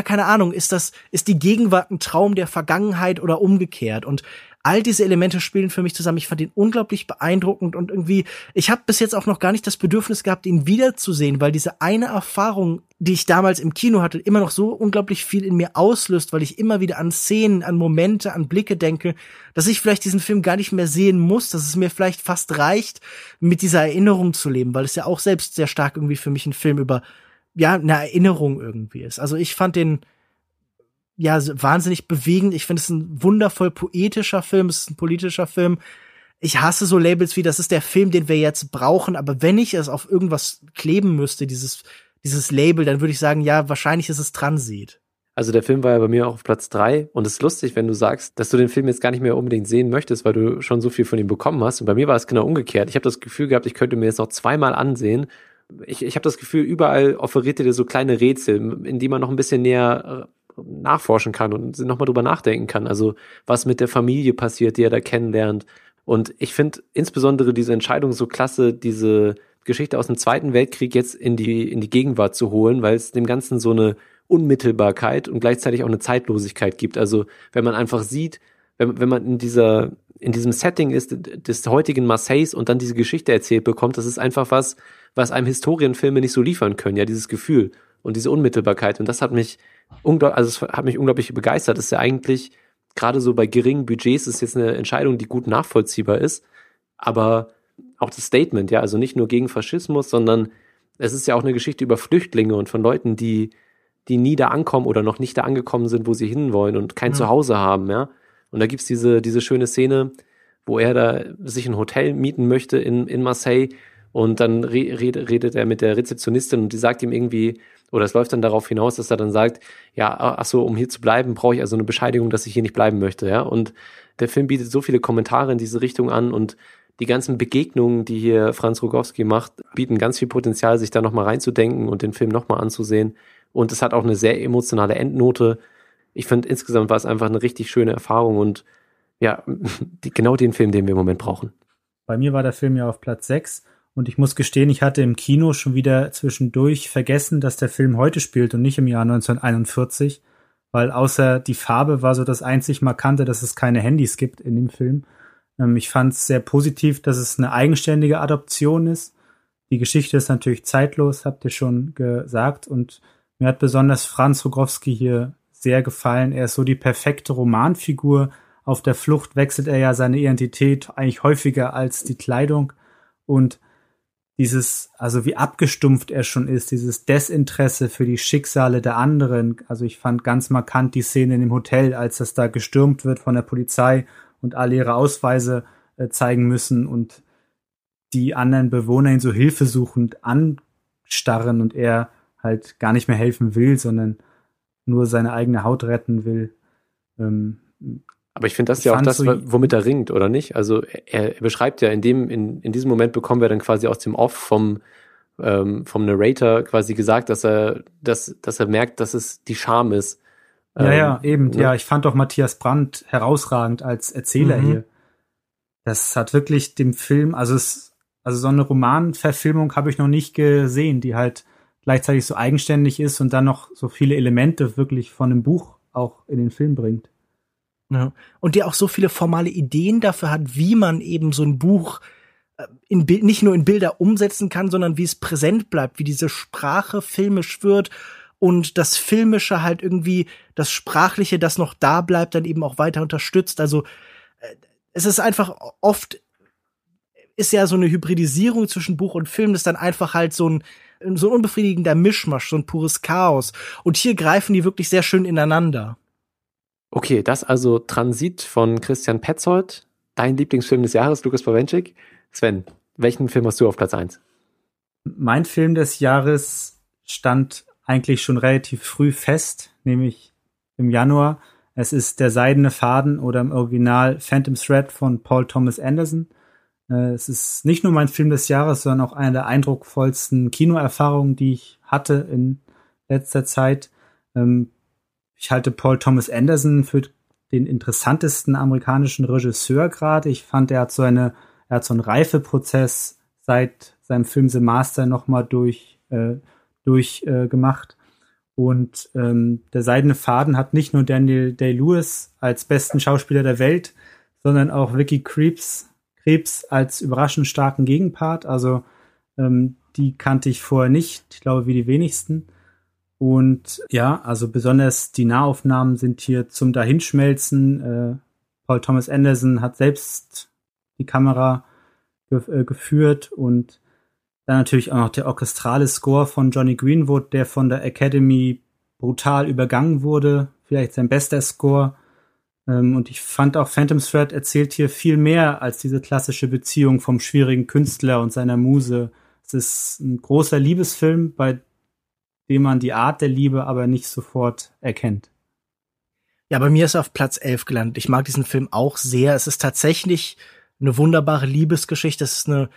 die Gegenwart ein Traum der Vergangenheit oder umgekehrt? Und all diese Elemente spielen für mich zusammen. Ich fand ihn unglaublich beeindruckend und irgendwie, ich habe bis jetzt auch noch gar nicht das Bedürfnis gehabt, ihn wiederzusehen, weil diese eine Erfahrung, die ich damals im Kino hatte, immer noch so unglaublich viel in mir auslöst, weil ich immer wieder an Szenen, an Momente, an Blicke denke, dass ich vielleicht diesen Film gar nicht mehr sehen muss, dass es mir vielleicht fast reicht, mit dieser Erinnerung zu leben, weil es ja auch selbst sehr stark irgendwie für mich ein Film über, ja, eine Erinnerung irgendwie ist. Also ich fand den ja wahnsinnig bewegend. Ich finde es ein wundervoll poetischer Film, es ist ein politischer Film. Ich hasse so Labels wie, das ist der Film, den wir jetzt brauchen, aber wenn ich es auf irgendwas kleben müsste, dieses Label, dann würde ich sagen, ja, wahrscheinlich ist es Transit. Also der Film war ja bei mir auch auf Platz 3 und es ist lustig, wenn du sagst, dass du den Film jetzt gar nicht mehr unbedingt sehen möchtest, weil du schon so viel von ihm bekommen hast. Und bei mir war es genau umgekehrt. Ich habe das Gefühl gehabt, ich könnte mir jetzt noch zweimal ansehen. Ich habe das Gefühl, überall offeriert dir so kleine Rätsel, in die man noch ein bisschen näher nachforschen kann und nochmal drüber nachdenken kann. Also was mit der Familie passiert, die er da kennenlernt. Und ich finde insbesondere diese Entscheidung so klasse, diese Geschichte aus dem Zweiten Weltkrieg jetzt in die Gegenwart zu holen, weil es dem Ganzen so eine Unmittelbarkeit und gleichzeitig auch eine Zeitlosigkeit gibt. Also wenn man einfach sieht, wenn man in diesem Setting ist, des heutigen Marseilles und dann diese Geschichte erzählt bekommt, das ist einfach was einem Historienfilme nicht so liefern können, ja, dieses Gefühl und diese Unmittelbarkeit. Und das hat mich unglaublich begeistert. Das ist ja eigentlich, gerade so bei geringen Budgets, ist jetzt eine Entscheidung, die gut nachvollziehbar ist, aber auch das Statement, ja, also nicht nur gegen Faschismus, sondern es ist ja auch eine Geschichte über Flüchtlinge und von Leuten, die nie da ankommen oder noch nicht da angekommen sind, wo sie hinwollen und kein Zuhause haben, ja. Und da gibt's diese schöne Szene, wo er da sich ein Hotel mieten möchte in Marseille und dann redet er mit der Rezeptionistin und die sagt ihm irgendwie, oder es läuft dann darauf hinaus, dass er dann sagt, ja, ach so, um hier zu bleiben, brauche ich also eine Bescheinigung, dass ich hier nicht bleiben möchte, ja. Und der Film bietet so viele Kommentare in diese Richtung an und die ganzen Begegnungen, die hier Franz Rogowski macht, bieten ganz viel Potenzial, sich da nochmal reinzudenken und den Film nochmal anzusehen. Und es hat auch eine sehr emotionale Endnote. Ich finde, insgesamt war es einfach eine richtig schöne Erfahrung und ja, genau den Film, den wir im Moment brauchen. Bei mir war der Film ja auf Platz 6 und ich muss gestehen, ich hatte im Kino schon wieder zwischendurch vergessen, dass der Film heute spielt und nicht im Jahr 1941, weil außer die Farbe war so das einzig Markante, dass es keine Handys gibt in dem Film. Ich fand es sehr positiv, dass es eine eigenständige Adaption ist. Die Geschichte ist natürlich zeitlos, habt ihr schon gesagt. Und mir hat besonders Franz Rogowski hier sehr gefallen. Er ist so die perfekte Romanfigur. Auf der Flucht wechselt er ja seine Identität eigentlich häufiger als die Kleidung. Und also wie abgestumpft er schon ist, dieses Desinteresse für die Schicksale der anderen. Also ich fand ganz markant die Szene in dem Hotel, als das da gestürmt wird von der Polizei und alle ihre Ausweise zeigen müssen und die anderen Bewohner ihn so hilfesuchend anstarren und er halt gar nicht mehr helfen will, sondern nur seine eigene Haut retten will. Aber ich finde das ja auch das, womit er ringt, oder nicht? Also er beschreibt ja, in diesem Moment bekommen wir dann quasi aus dem Off vom Narrator quasi gesagt, dass er merkt, dass es die Scham ist. Eben. Ne? Ja, ich fand auch Matthias Brandt herausragend als Erzähler hier. Das hat wirklich dem Film, also so eine Romanverfilmung habe ich noch nicht gesehen, die halt gleichzeitig so eigenständig ist und dann noch so viele Elemente wirklich von einem Buch auch in den Film bringt. Ja. Und die auch so viele formale Ideen dafür hat, wie man eben so ein Buch nicht nur in Bilder umsetzen kann, sondern wie es präsent bleibt, wie diese Sprache filmisch wird und das Filmische halt irgendwie, das Sprachliche, das noch da bleibt, dann eben auch weiter unterstützt. Also es ist einfach oft, ist ja so eine Hybridisierung zwischen Buch und Film, das ist dann einfach halt so ein unbefriedigender Mischmasch, so ein pures Chaos. Und hier greifen die wirklich sehr schön ineinander. Okay, das also Transit von Christian Petzold, dein Lieblingsfilm des Jahres, Lukas Bawenschik. Sven, welchen Film hast du auf Platz 1? Mein Film des Jahres stand eigentlich schon relativ früh fest, nämlich im Januar. Es ist Der seidene Faden oder im Original Phantom Thread von Paul Thomas Anderson. Es ist nicht nur mein Film des Jahres, sondern auch eine der eindrucksvollsten Kinoerfahrungen, die ich hatte in letzter Zeit. Ich halte Paul Thomas Anderson für den interessantesten amerikanischen Regisseur gerade. Ich fand, er hat so einen Reifeprozess seit seinem Film The Master nochmal durchgemacht. Und Der seidene Faden hat nicht nur Daniel Day-Lewis als besten Schauspieler der Welt, sondern auch Vicky Krebs als überraschend starken Gegenpart. Also die kannte ich vorher nicht, ich glaube wie die wenigsten. Und ja, also besonders die Nahaufnahmen sind hier zum Dahinschmelzen. Paul Thomas Anderson hat selbst die Kamera geführt und dann natürlich auch noch der orchestrale Score von Johnny Greenwood, der von der Academy brutal übergangen wurde. Vielleicht sein bester Score. Und ich fand auch Phantom Thread erzählt hier viel mehr als diese klassische Beziehung vom schwierigen Künstler und seiner Muse. Es ist ein großer Liebesfilm, bei dem man die Art der Liebe aber nicht sofort erkennt. Ja, bei mir ist er auf Platz 11 gelandet. Ich mag diesen Film auch sehr. Es ist tatsächlich eine wunderbare Liebesgeschichte. Es ist eine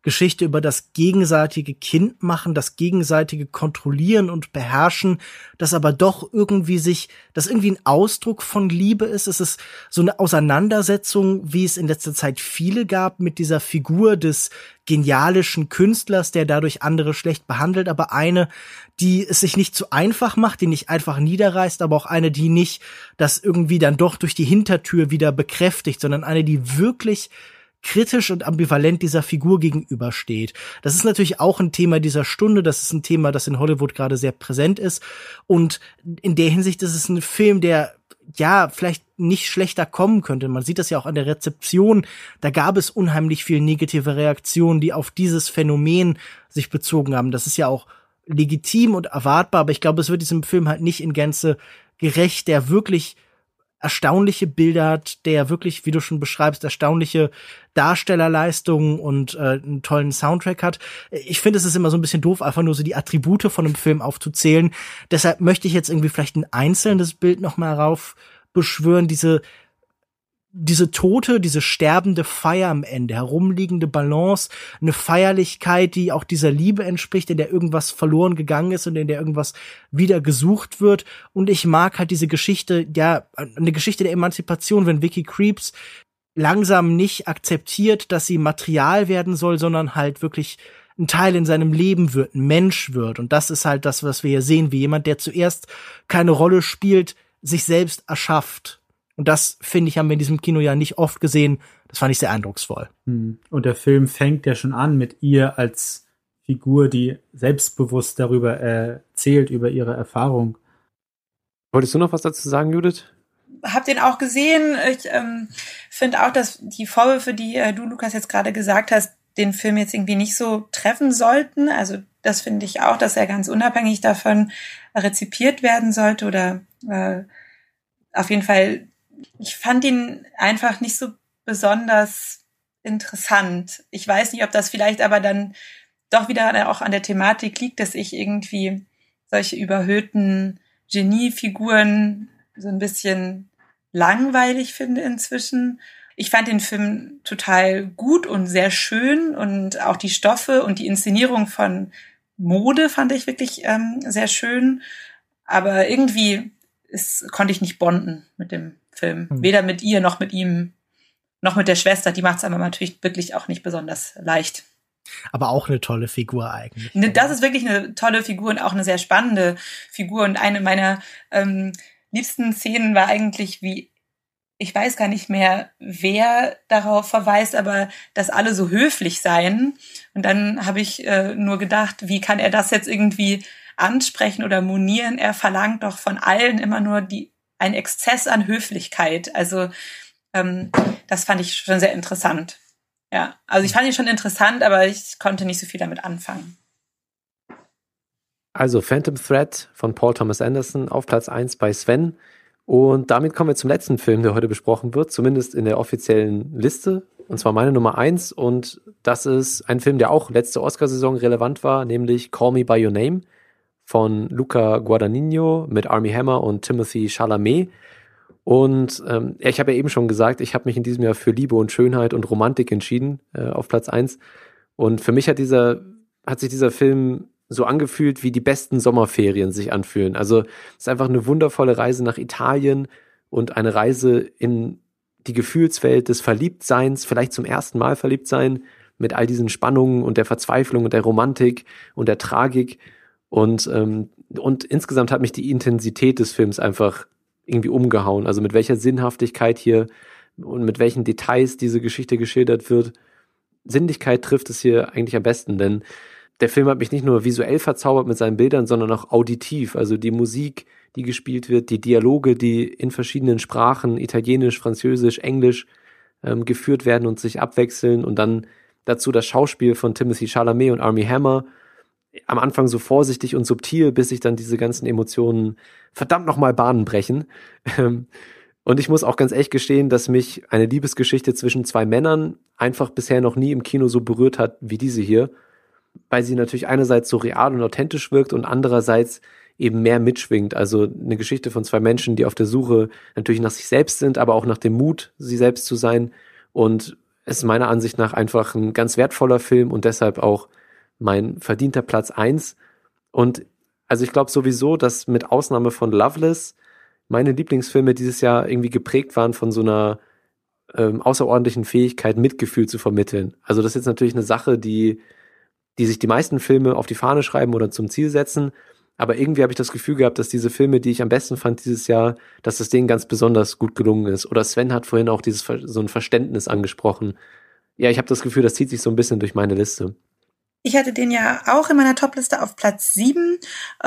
Geschichte über das gegenseitige Kindmachen, das gegenseitige Kontrollieren und Beherrschen, das aber doch irgendwie das irgendwie ein Ausdruck von Liebe ist. Es ist so eine Auseinandersetzung, wie es in letzter Zeit viele gab, mit dieser Figur des genialischen Künstlers, der dadurch andere schlecht behandelt, aber eine, die es sich nicht zu einfach macht, die nicht einfach niederreißt, aber auch eine, die nicht das irgendwie dann doch durch die Hintertür wieder bekräftigt, sondern eine, die wirklich kritisch und ambivalent dieser Figur gegenübersteht. Das ist natürlich auch ein Thema dieser Stunde, das ist ein Thema, das in Hollywood gerade sehr präsent ist, und in der Hinsicht ist es ein Film, der ja vielleicht nicht schlechter kommen könnte. Man sieht das ja auch an der Rezeption, da gab es unheimlich viel negative Reaktionen, die auf dieses Phänomen sich bezogen haben. Das ist ja auch legitim und erwartbar, aber ich glaube, es wird diesem Film halt nicht in Gänze gerecht, der wirklich erstaunliche Bilder hat, der wirklich, wie du schon beschreibst, erstaunliche Darstellerleistungen und einen tollen Soundtrack hat. Ich finde, es ist immer so ein bisschen doof, einfach nur so die Attribute von einem Film aufzuzählen. Deshalb möchte ich jetzt irgendwie vielleicht ein einzelnes Bild noch mal raufbeschwören, diese tote, diese sterbende Feier am Ende, herumliegende Balance, eine Feierlichkeit, die auch dieser Liebe entspricht, in der irgendwas verloren gegangen ist und in der irgendwas wieder gesucht wird. Und ich mag halt diese Geschichte, ja, eine Geschichte der Emanzipation, wenn Vicky Krieps langsam nicht akzeptiert, dass sie Material werden soll, sondern halt wirklich ein Teil in seinem Leben wird, ein Mensch wird. Und das ist halt das, was wir hier sehen, wie jemand, der zuerst keine Rolle spielt, sich selbst erschafft. Und das, finde ich, haben wir in diesem Kino ja nicht oft gesehen. Das fand ich sehr eindrucksvoll. Und der Film fängt ja schon an mit ihr als Figur, die selbstbewusst darüber erzählt, über ihre Erfahrung. Wolltest du noch was dazu sagen, Judith? Hab den auch gesehen. Ich finde auch, dass die Vorwürfe, die du, Lukas, jetzt gerade gesagt hast, den Film jetzt irgendwie nicht so treffen sollten. Also das finde ich auch, dass er ganz unabhängig davon rezipiert werden sollte oder auf jeden Fall. Ich fand ihn einfach nicht so besonders interessant. Ich weiß nicht, ob das vielleicht aber dann doch wieder auch an der Thematik liegt, dass ich irgendwie solche überhöhten Geniefiguren so ein bisschen langweilig finde inzwischen. Ich fand den Film total gut und sehr schön und auch die Stoffe und die Inszenierung von Mode fand ich wirklich sehr schön. Aber irgendwie konnte ich nicht bonden mit dem Film. Weder mit ihr noch mit ihm, noch mit der Schwester. Die macht es aber natürlich wirklich auch nicht besonders leicht. Aber auch eine tolle Figur eigentlich. Das ist wirklich eine tolle Figur und auch eine sehr spannende Figur. Und eine meiner liebsten Szenen war eigentlich, wie, ich weiß gar nicht mehr, wer darauf verweist, aber dass alle so höflich seien. Und dann habe ich nur gedacht, wie kann er das jetzt irgendwie ansprechen oder monieren? Er verlangt doch von allen immer nur ein Exzess an Höflichkeit. Also das fand ich schon sehr interessant. Ja, also ich fand ihn schon interessant, aber ich konnte nicht so viel damit anfangen. Also Phantom Thread von Paul Thomas Anderson auf Platz 1 bei Sven. Und damit kommen wir zum letzten Film, der heute besprochen wird, zumindest in der offiziellen Liste. Und zwar meine Nummer 1. Und das ist ein Film, der auch letzte Oscarsaison relevant war, nämlich Call Me By Your Name von Luca Guadagnino mit Armie Hammer und Timothée Chalamet. Und ich habe ja eben schon gesagt, ich habe mich in diesem Jahr für Liebe und Schönheit und Romantik entschieden, auf Platz 1. Und für mich hat sich dieser Film so angefühlt, wie die besten Sommerferien sich anfühlen. Also es ist einfach eine wundervolle Reise nach Italien und eine Reise in die Gefühlswelt des Verliebtseins, vielleicht zum ersten Mal verliebt sein, mit all diesen Spannungen und der Verzweiflung und der Romantik und der Tragik. Und insgesamt hat mich die Intensität des Films einfach irgendwie umgehauen. Also mit welcher Sinnhaftigkeit hier und mit welchen Details diese Geschichte geschildert wird. Sinnlichkeit trifft es hier eigentlich am besten, denn der Film hat mich nicht nur visuell verzaubert mit seinen Bildern, sondern auch auditiv. Also die Musik, die gespielt wird, die Dialoge, die in verschiedenen Sprachen, Italienisch, Französisch, Englisch, geführt werden und sich abwechseln. Und dann dazu das Schauspiel von Timothée Chalamet und Armie Hammer. Am Anfang so vorsichtig und subtil, bis sich dann diese ganzen Emotionen verdammt nochmal Bahnen brechen. Und ich muss auch ganz ehrlich gestehen, dass mich eine Liebesgeschichte zwischen zwei Männern einfach bisher noch nie im Kino so berührt hat wie diese hier, weil sie natürlich einerseits so real und authentisch wirkt und andererseits eben mehr mitschwingt. Also eine Geschichte von zwei Menschen, die auf der Suche natürlich nach sich selbst sind, aber auch nach dem Mut, sie selbst zu sein. Und ist meiner Ansicht nach einfach ein ganz wertvoller Film und deshalb auch mein verdienter Platz 1. Und also ich glaube sowieso, dass mit Ausnahme von Loveless meine Lieblingsfilme dieses Jahr irgendwie geprägt waren von so einer außerordentlichen Fähigkeit, Mitgefühl zu vermitteln. Also das ist jetzt natürlich eine Sache, die sich die meisten Filme auf die Fahne schreiben oder zum Ziel setzen. Aber irgendwie habe ich das Gefühl gehabt, dass diese Filme, die ich am besten fand dieses Jahr, dass es denen ganz besonders gut gelungen ist. Oder Sven hat vorhin auch so ein Verständnis angesprochen. Ja, ich habe das Gefühl, das zieht sich so ein bisschen durch meine Liste. Ich hatte den ja auch in meiner Topliste auf Platz 7.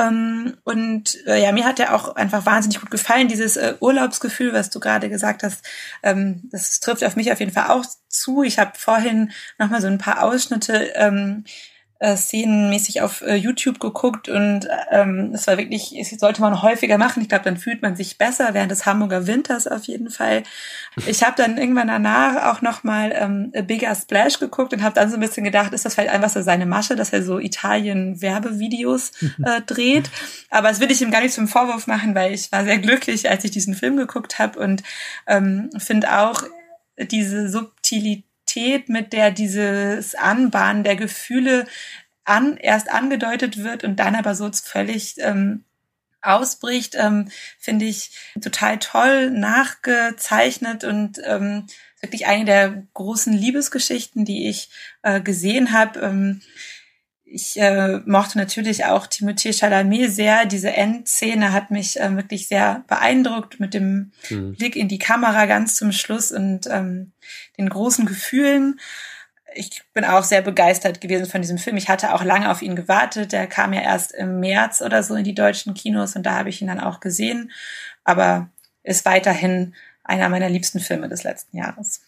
Mir hat der auch einfach wahnsinnig gut gefallen. Dieses Urlaubsgefühl, was du gerade gesagt hast, das trifft auf mich auf jeden Fall auch zu. Ich habe vorhin nochmal so ein paar Ausschnitte szenenmäßig auf YouTube geguckt und es war wirklich, es sollte man häufiger machen. Ich glaube, dann fühlt man sich besser während des Hamburger Winters auf jeden Fall. Ich habe dann irgendwann danach auch nochmal A Bigger Splash geguckt und habe dann so ein bisschen gedacht, ist das vielleicht einfach so seine Masche, dass er so Italien-Werbevideos dreht. Aber das will ich ihm gar nicht zum Vorwurf machen, weil ich war sehr glücklich, als ich diesen Film geguckt habe und finde auch diese Subtilität, mit der dieses Anbahnen der Gefühle erst angedeutet wird und dann aber so völlig ausbricht, finde ich total toll nachgezeichnet und wirklich eine der großen Liebesgeschichten, die ich gesehen habe. Ich mochte natürlich auch Timothée Chalamet sehr. Diese Endszene hat mich wirklich sehr beeindruckt mit dem Blick in die Kamera ganz zum Schluss und den großen Gefühlen. Ich bin auch sehr begeistert gewesen von diesem Film. Ich hatte auch lange auf ihn gewartet. Der kam ja erst im März oder so in die deutschen Kinos und da habe ich ihn dann auch gesehen. Aber ist weiterhin einer meiner liebsten Filme des letzten Jahres.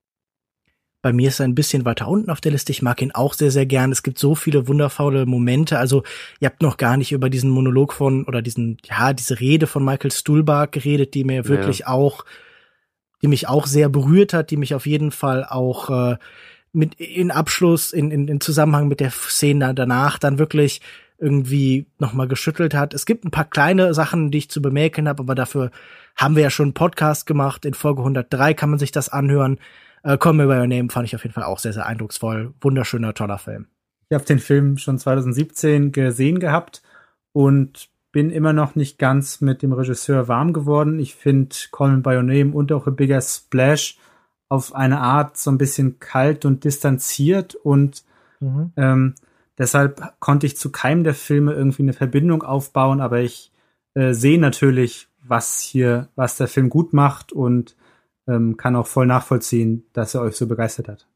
Bei mir ist er ein bisschen weiter unten auf der Liste. Ich mag ihn auch sehr, sehr gern. Es gibt so viele wundervolle Momente. Also, ihr habt noch gar nicht über diesen Monolog diese Rede von Michael Stuhlbarg geredet, die mir wirklich die mich auch sehr berührt hat, die mich auf jeden Fall auch in Zusammenhang mit der Szene danach dann wirklich irgendwie nochmal geschüttelt hat. Es gibt ein paar kleine Sachen, die ich zu bemäkeln habe, aber dafür haben wir ja schon einen Podcast gemacht. In Folge 103 kann man sich das anhören. Call Me By Your Name fand ich auf jeden Fall auch sehr, sehr eindrucksvoll. Wunderschöner, toller Film. Ich habe den Film schon 2017 gesehen gehabt und bin immer noch nicht ganz mit dem Regisseur warm geworden. Ich finde Call Me By Your Name und auch A Bigger Splash auf eine Art so ein bisschen kalt und distanziert und deshalb konnte ich zu keinem der Filme irgendwie eine Verbindung aufbauen, aber ich sehe natürlich, was der Film gut macht und kann auch voll nachvollziehen, dass er euch so begeistert hat.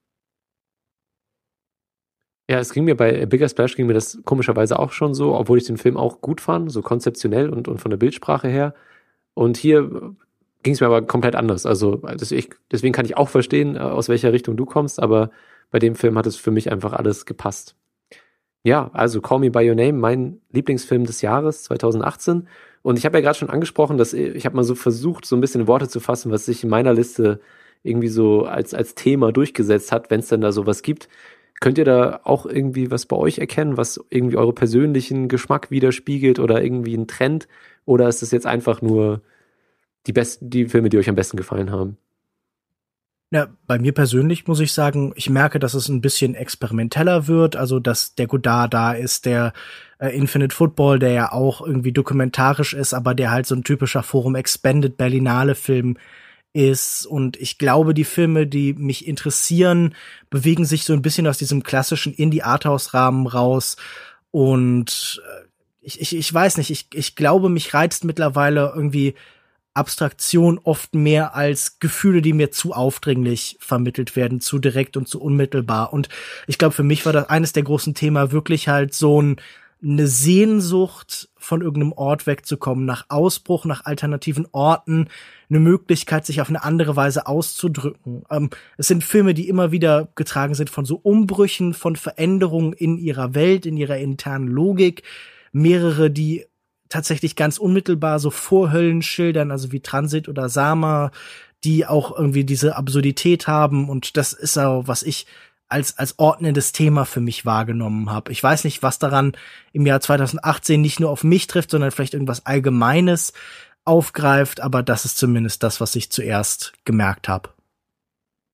Ja, es ging mir bei Bigger Splash ging mir das komischerweise auch schon so, obwohl ich den Film auch gut fand, so konzeptionell und von der Bildsprache her. Und hier ging es mir aber komplett anders. Also deswegen kann ich auch verstehen, aus welcher Richtung du kommst, aber bei dem Film hat es für mich einfach alles gepasst. Ja, also Call Me By Your Name, mein Lieblingsfilm des Jahres 2018. Und ich habe ja gerade schon angesprochen, dass ich habe mal so versucht, so ein bisschen in Worte zu fassen, was sich in meiner Liste irgendwie so als Thema durchgesetzt hat, wenn es denn da sowas gibt. Könnt ihr da auch irgendwie was bei euch erkennen, was irgendwie eure persönlichen Geschmack widerspiegelt oder irgendwie ein Trend? Oder ist es jetzt einfach nur die Filme, die euch am besten gefallen haben? Ja, bei mir persönlich muss ich sagen, ich merke, dass es ein bisschen experimenteller wird, also dass der Godard da ist, der Infinite Football, der ja auch irgendwie dokumentarisch ist, aber der halt so ein typischer Forum Expanded Berlinale Film ist. Und ich glaube, die Filme, die mich interessieren, bewegen sich so ein bisschen aus diesem klassischen Indie-Arthouse-Rahmen raus. Und ich weiß nicht, ich glaube, mich reizt mittlerweile irgendwie Abstraktion oft mehr als Gefühle, die mir zu aufdringlich vermittelt werden, zu direkt und zu unmittelbar. Und ich glaube, für mich war das eines der großen Themen wirklich halt so eine Sehnsucht, von irgendeinem Ort wegzukommen, nach Ausbruch, nach alternativen Orten, eine Möglichkeit, sich auf eine andere Weise auszudrücken. Es sind Filme, die immer wieder getragen sind von so Umbrüchen, von Veränderungen in ihrer Welt, in ihrer internen Logik. Mehrere, die tatsächlich ganz unmittelbar so Vorhöllen schildern, also wie Transit oder Sama, die auch irgendwie diese Absurdität haben. Und das ist auch, was ich als ordnendes Thema für mich wahrgenommen habe. Ich weiß nicht, was daran im Jahr 2018 nicht nur auf mich trifft, sondern vielleicht irgendwas Allgemeines aufgreift, aber das ist zumindest das, was ich zuerst gemerkt habe.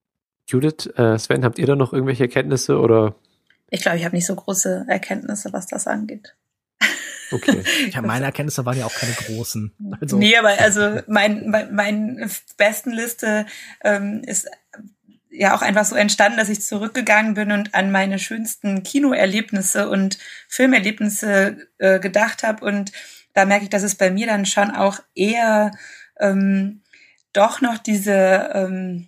Judith, Sven, habt ihr da noch irgendwelche Erkenntnisse oder? Ich glaube, ich habe nicht so große Erkenntnisse, was das angeht. Okay. Ja, meine Erkenntnisse waren ja auch keine großen. Also. Nee, aber also mein Bestenliste ist ja auch einfach so entstanden, dass ich zurückgegangen bin und an meine schönsten Kinoerlebnisse und Filmerlebnisse gedacht habe. Und da merke ich, dass es bei mir dann schon auch eher doch noch diese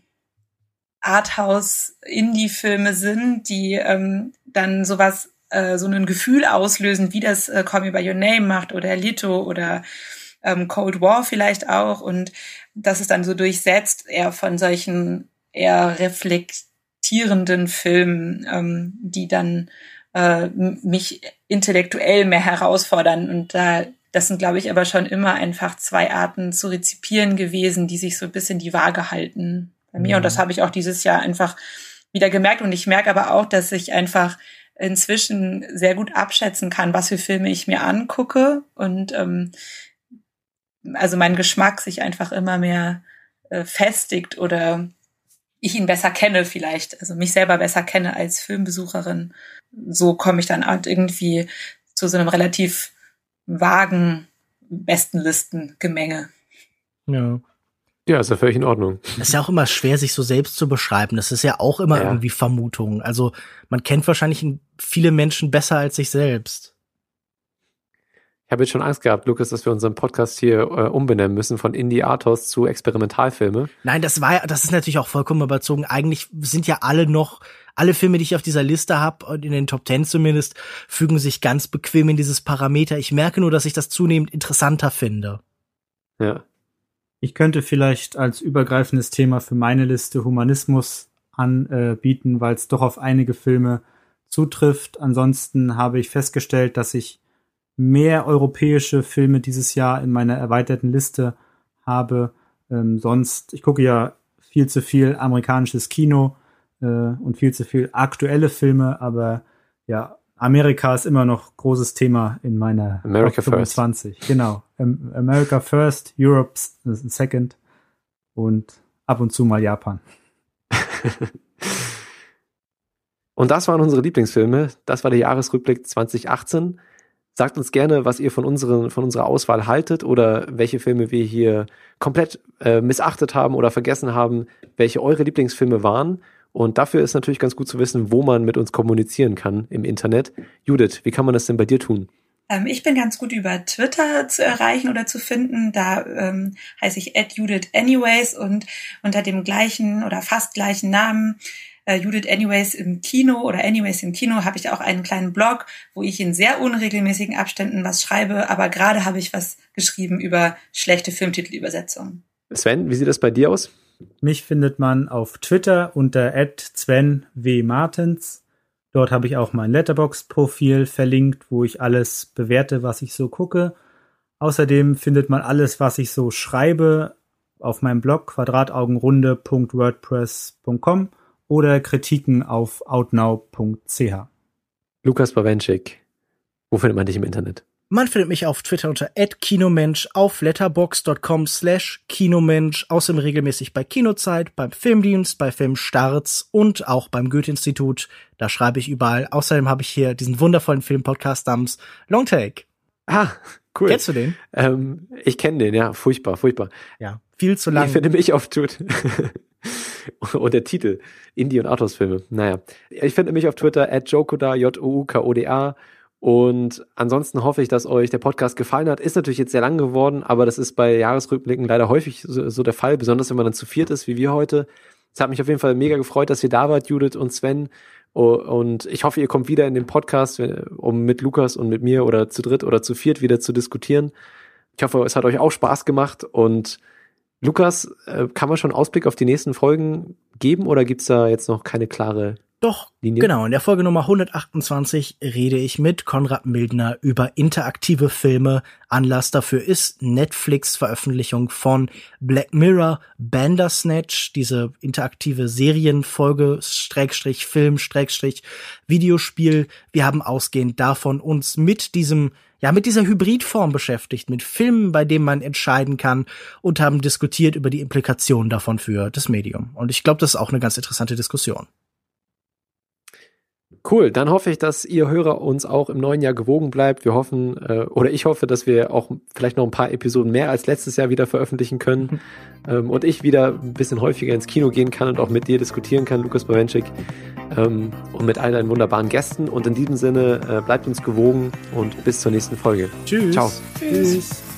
Arthouse-Indie-Filme sind, die dann sowas, so ein Gefühl auslösen, wie das Call Me By Your Name macht oder Lito oder Cold War vielleicht auch. Und das ist dann so durchsetzt eher von solchen eher reflektierenden Filmen, die dann mich intellektuell mehr herausfordern. Und das sind, glaube ich, aber schon immer einfach zwei Arten zu rezipieren gewesen, die sich so ein bisschen die Waage halten bei mir. Und das habe ich auch dieses Jahr einfach wieder gemerkt. Und ich merke aber auch, dass ich einfach inzwischen sehr gut abschätzen kann, was für Filme ich mir angucke. Und also mein Geschmack sich einfach immer mehr festigt oder ich ihn besser kenne vielleicht, also mich selber besser kenne als Filmbesucherin. So komme ich dann halt irgendwie zu so einem relativ vagen Bestenlistengemenge. Ja. Ja, ist ja völlig in Ordnung. Es ist ja auch immer schwer, sich so selbst zu beschreiben. Das ist ja auch immer irgendwie Vermutung. Also man kennt wahrscheinlich viele Menschen besser als sich selbst. Ich habe jetzt schon Angst gehabt, Lukas, dass wir unseren Podcast hier umbenennen müssen von Indie-Arthouse zu Experimentalfilme. Nein, das ist natürlich auch vollkommen überzogen. Eigentlich sind ja alle Filme, die ich auf dieser Liste habe, und in den Top 10 zumindest, fügen sich ganz bequem in dieses Parameter. Ich merke nur, dass ich das zunehmend interessanter finde. Ja. Ich könnte vielleicht als übergreifendes Thema für meine Liste Humanismus anbieten, weil es doch auf einige Filme zutrifft. Ansonsten habe ich festgestellt, dass ich mehr europäische Filme dieses Jahr in meiner erweiterten Liste habe. Ich gucke ja viel zu viel amerikanisches Kino und viel zu viel aktuelle Filme, aber ja, Amerika ist immer noch großes Thema in meiner America Top 25. First. Genau. America First, Europe Second und ab und zu mal Japan. Und das waren unsere Lieblingsfilme. Das war der Jahresrückblick 2018. Sagt uns gerne, was ihr von unserer Auswahl haltet oder welche Filme wir hier komplett missachtet haben oder vergessen haben, welche eure Lieblingsfilme waren. Und dafür ist natürlich ganz gut zu wissen, wo man mit uns kommunizieren kann im Internet. Judith, wie kann man das denn bei dir tun? Ich bin ganz gut über Twitter zu erreichen oder zu finden. Da heiße ich @JudithAnyways und unter dem gleichen oder fast gleichen Namen Judith Anyways im Kino oder Anyways im Kino habe ich auch einen kleinen Blog, wo ich in sehr unregelmäßigen Abständen was schreibe. Aber gerade habe ich was geschrieben über schlechte Filmtitelübersetzungen. Sven, wie sieht das bei dir aus? Mich findet man auf Twitter unter @SvenW.Martens. Dort habe ich auch mein Letterboxd-Profil verlinkt, wo ich alles bewerte, was ich so gucke. Außerdem findet man alles, was ich so schreibe, auf meinem Blog quadrataugenrunde.wordpress.com oder Kritiken auf outnow.ch. Lukas Bawenschik, wo findet man dich im Internet? Man findet mich auf Twitter unter @Kinomensch, auf letterboxd.com/Kinomensch, außerdem regelmäßig bei Kinozeit, beim Filmdienst, bei Filmstarts und auch beim Goethe-Institut. Da schreibe ich überall. Außerdem habe ich hier diesen wundervollen Filmpodcast namens Longtake. Ah, cool. Kennst du den? Ich kenne den, ja. Furchtbar. Ja, viel zu lang. Ich finde mich auf Twitter. Und der Titel, Indie- und Arthouse-Filme. Naja, ich finde mich auf Twitter @Joukoda, JOUKODA. Und ansonsten hoffe ich, dass euch der Podcast gefallen hat. Ist natürlich jetzt sehr lang geworden, aber das ist bei Jahresrückblicken leider häufig so der Fall, besonders wenn man dann zu viert ist, wie wir heute. Es hat mich auf jeden Fall mega gefreut, dass ihr da wart, Judith und Sven. Und ich hoffe, ihr kommt wieder in den Podcast, um mit Lukas und mit mir oder zu dritt oder zu viert wieder zu diskutieren. Ich hoffe, es hat euch auch Spaß gemacht. Und Lukas, kann man schon einen Ausblick auf die nächsten Folgen geben oder gibt's da jetzt noch keine klare Doch, Linie? Genau. In der Folge Nummer 128 rede ich mit Konrad Mildner über interaktive Filme. Anlass dafür ist Netflix-Veröffentlichung von Black Mirror, Bandersnatch, diese interaktive Serienfolge, Film, Videospiel. Wir haben ausgehend davon uns mit diesem mit dieser Hybridform beschäftigt, mit Filmen, bei denen man entscheiden kann und haben diskutiert über die Implikationen davon für das Medium. Und ich glaube, das ist auch eine ganz interessante Diskussion. Cool, dann hoffe ich, dass ihr Hörer uns auch im neuen Jahr gewogen bleibt. Wir hoffen, oder ich hoffe, dass wir auch vielleicht noch ein paar Episoden mehr als letztes Jahr wieder veröffentlichen können und ich wieder ein bisschen häufiger ins Kino gehen kann und auch mit dir diskutieren kann, Lukas Bawenschik, und mit all deinen wunderbaren Gästen. Und in diesem Sinne, bleibt uns gewogen und bis zur nächsten Folge. Tschüss. Ciao. Tschüss.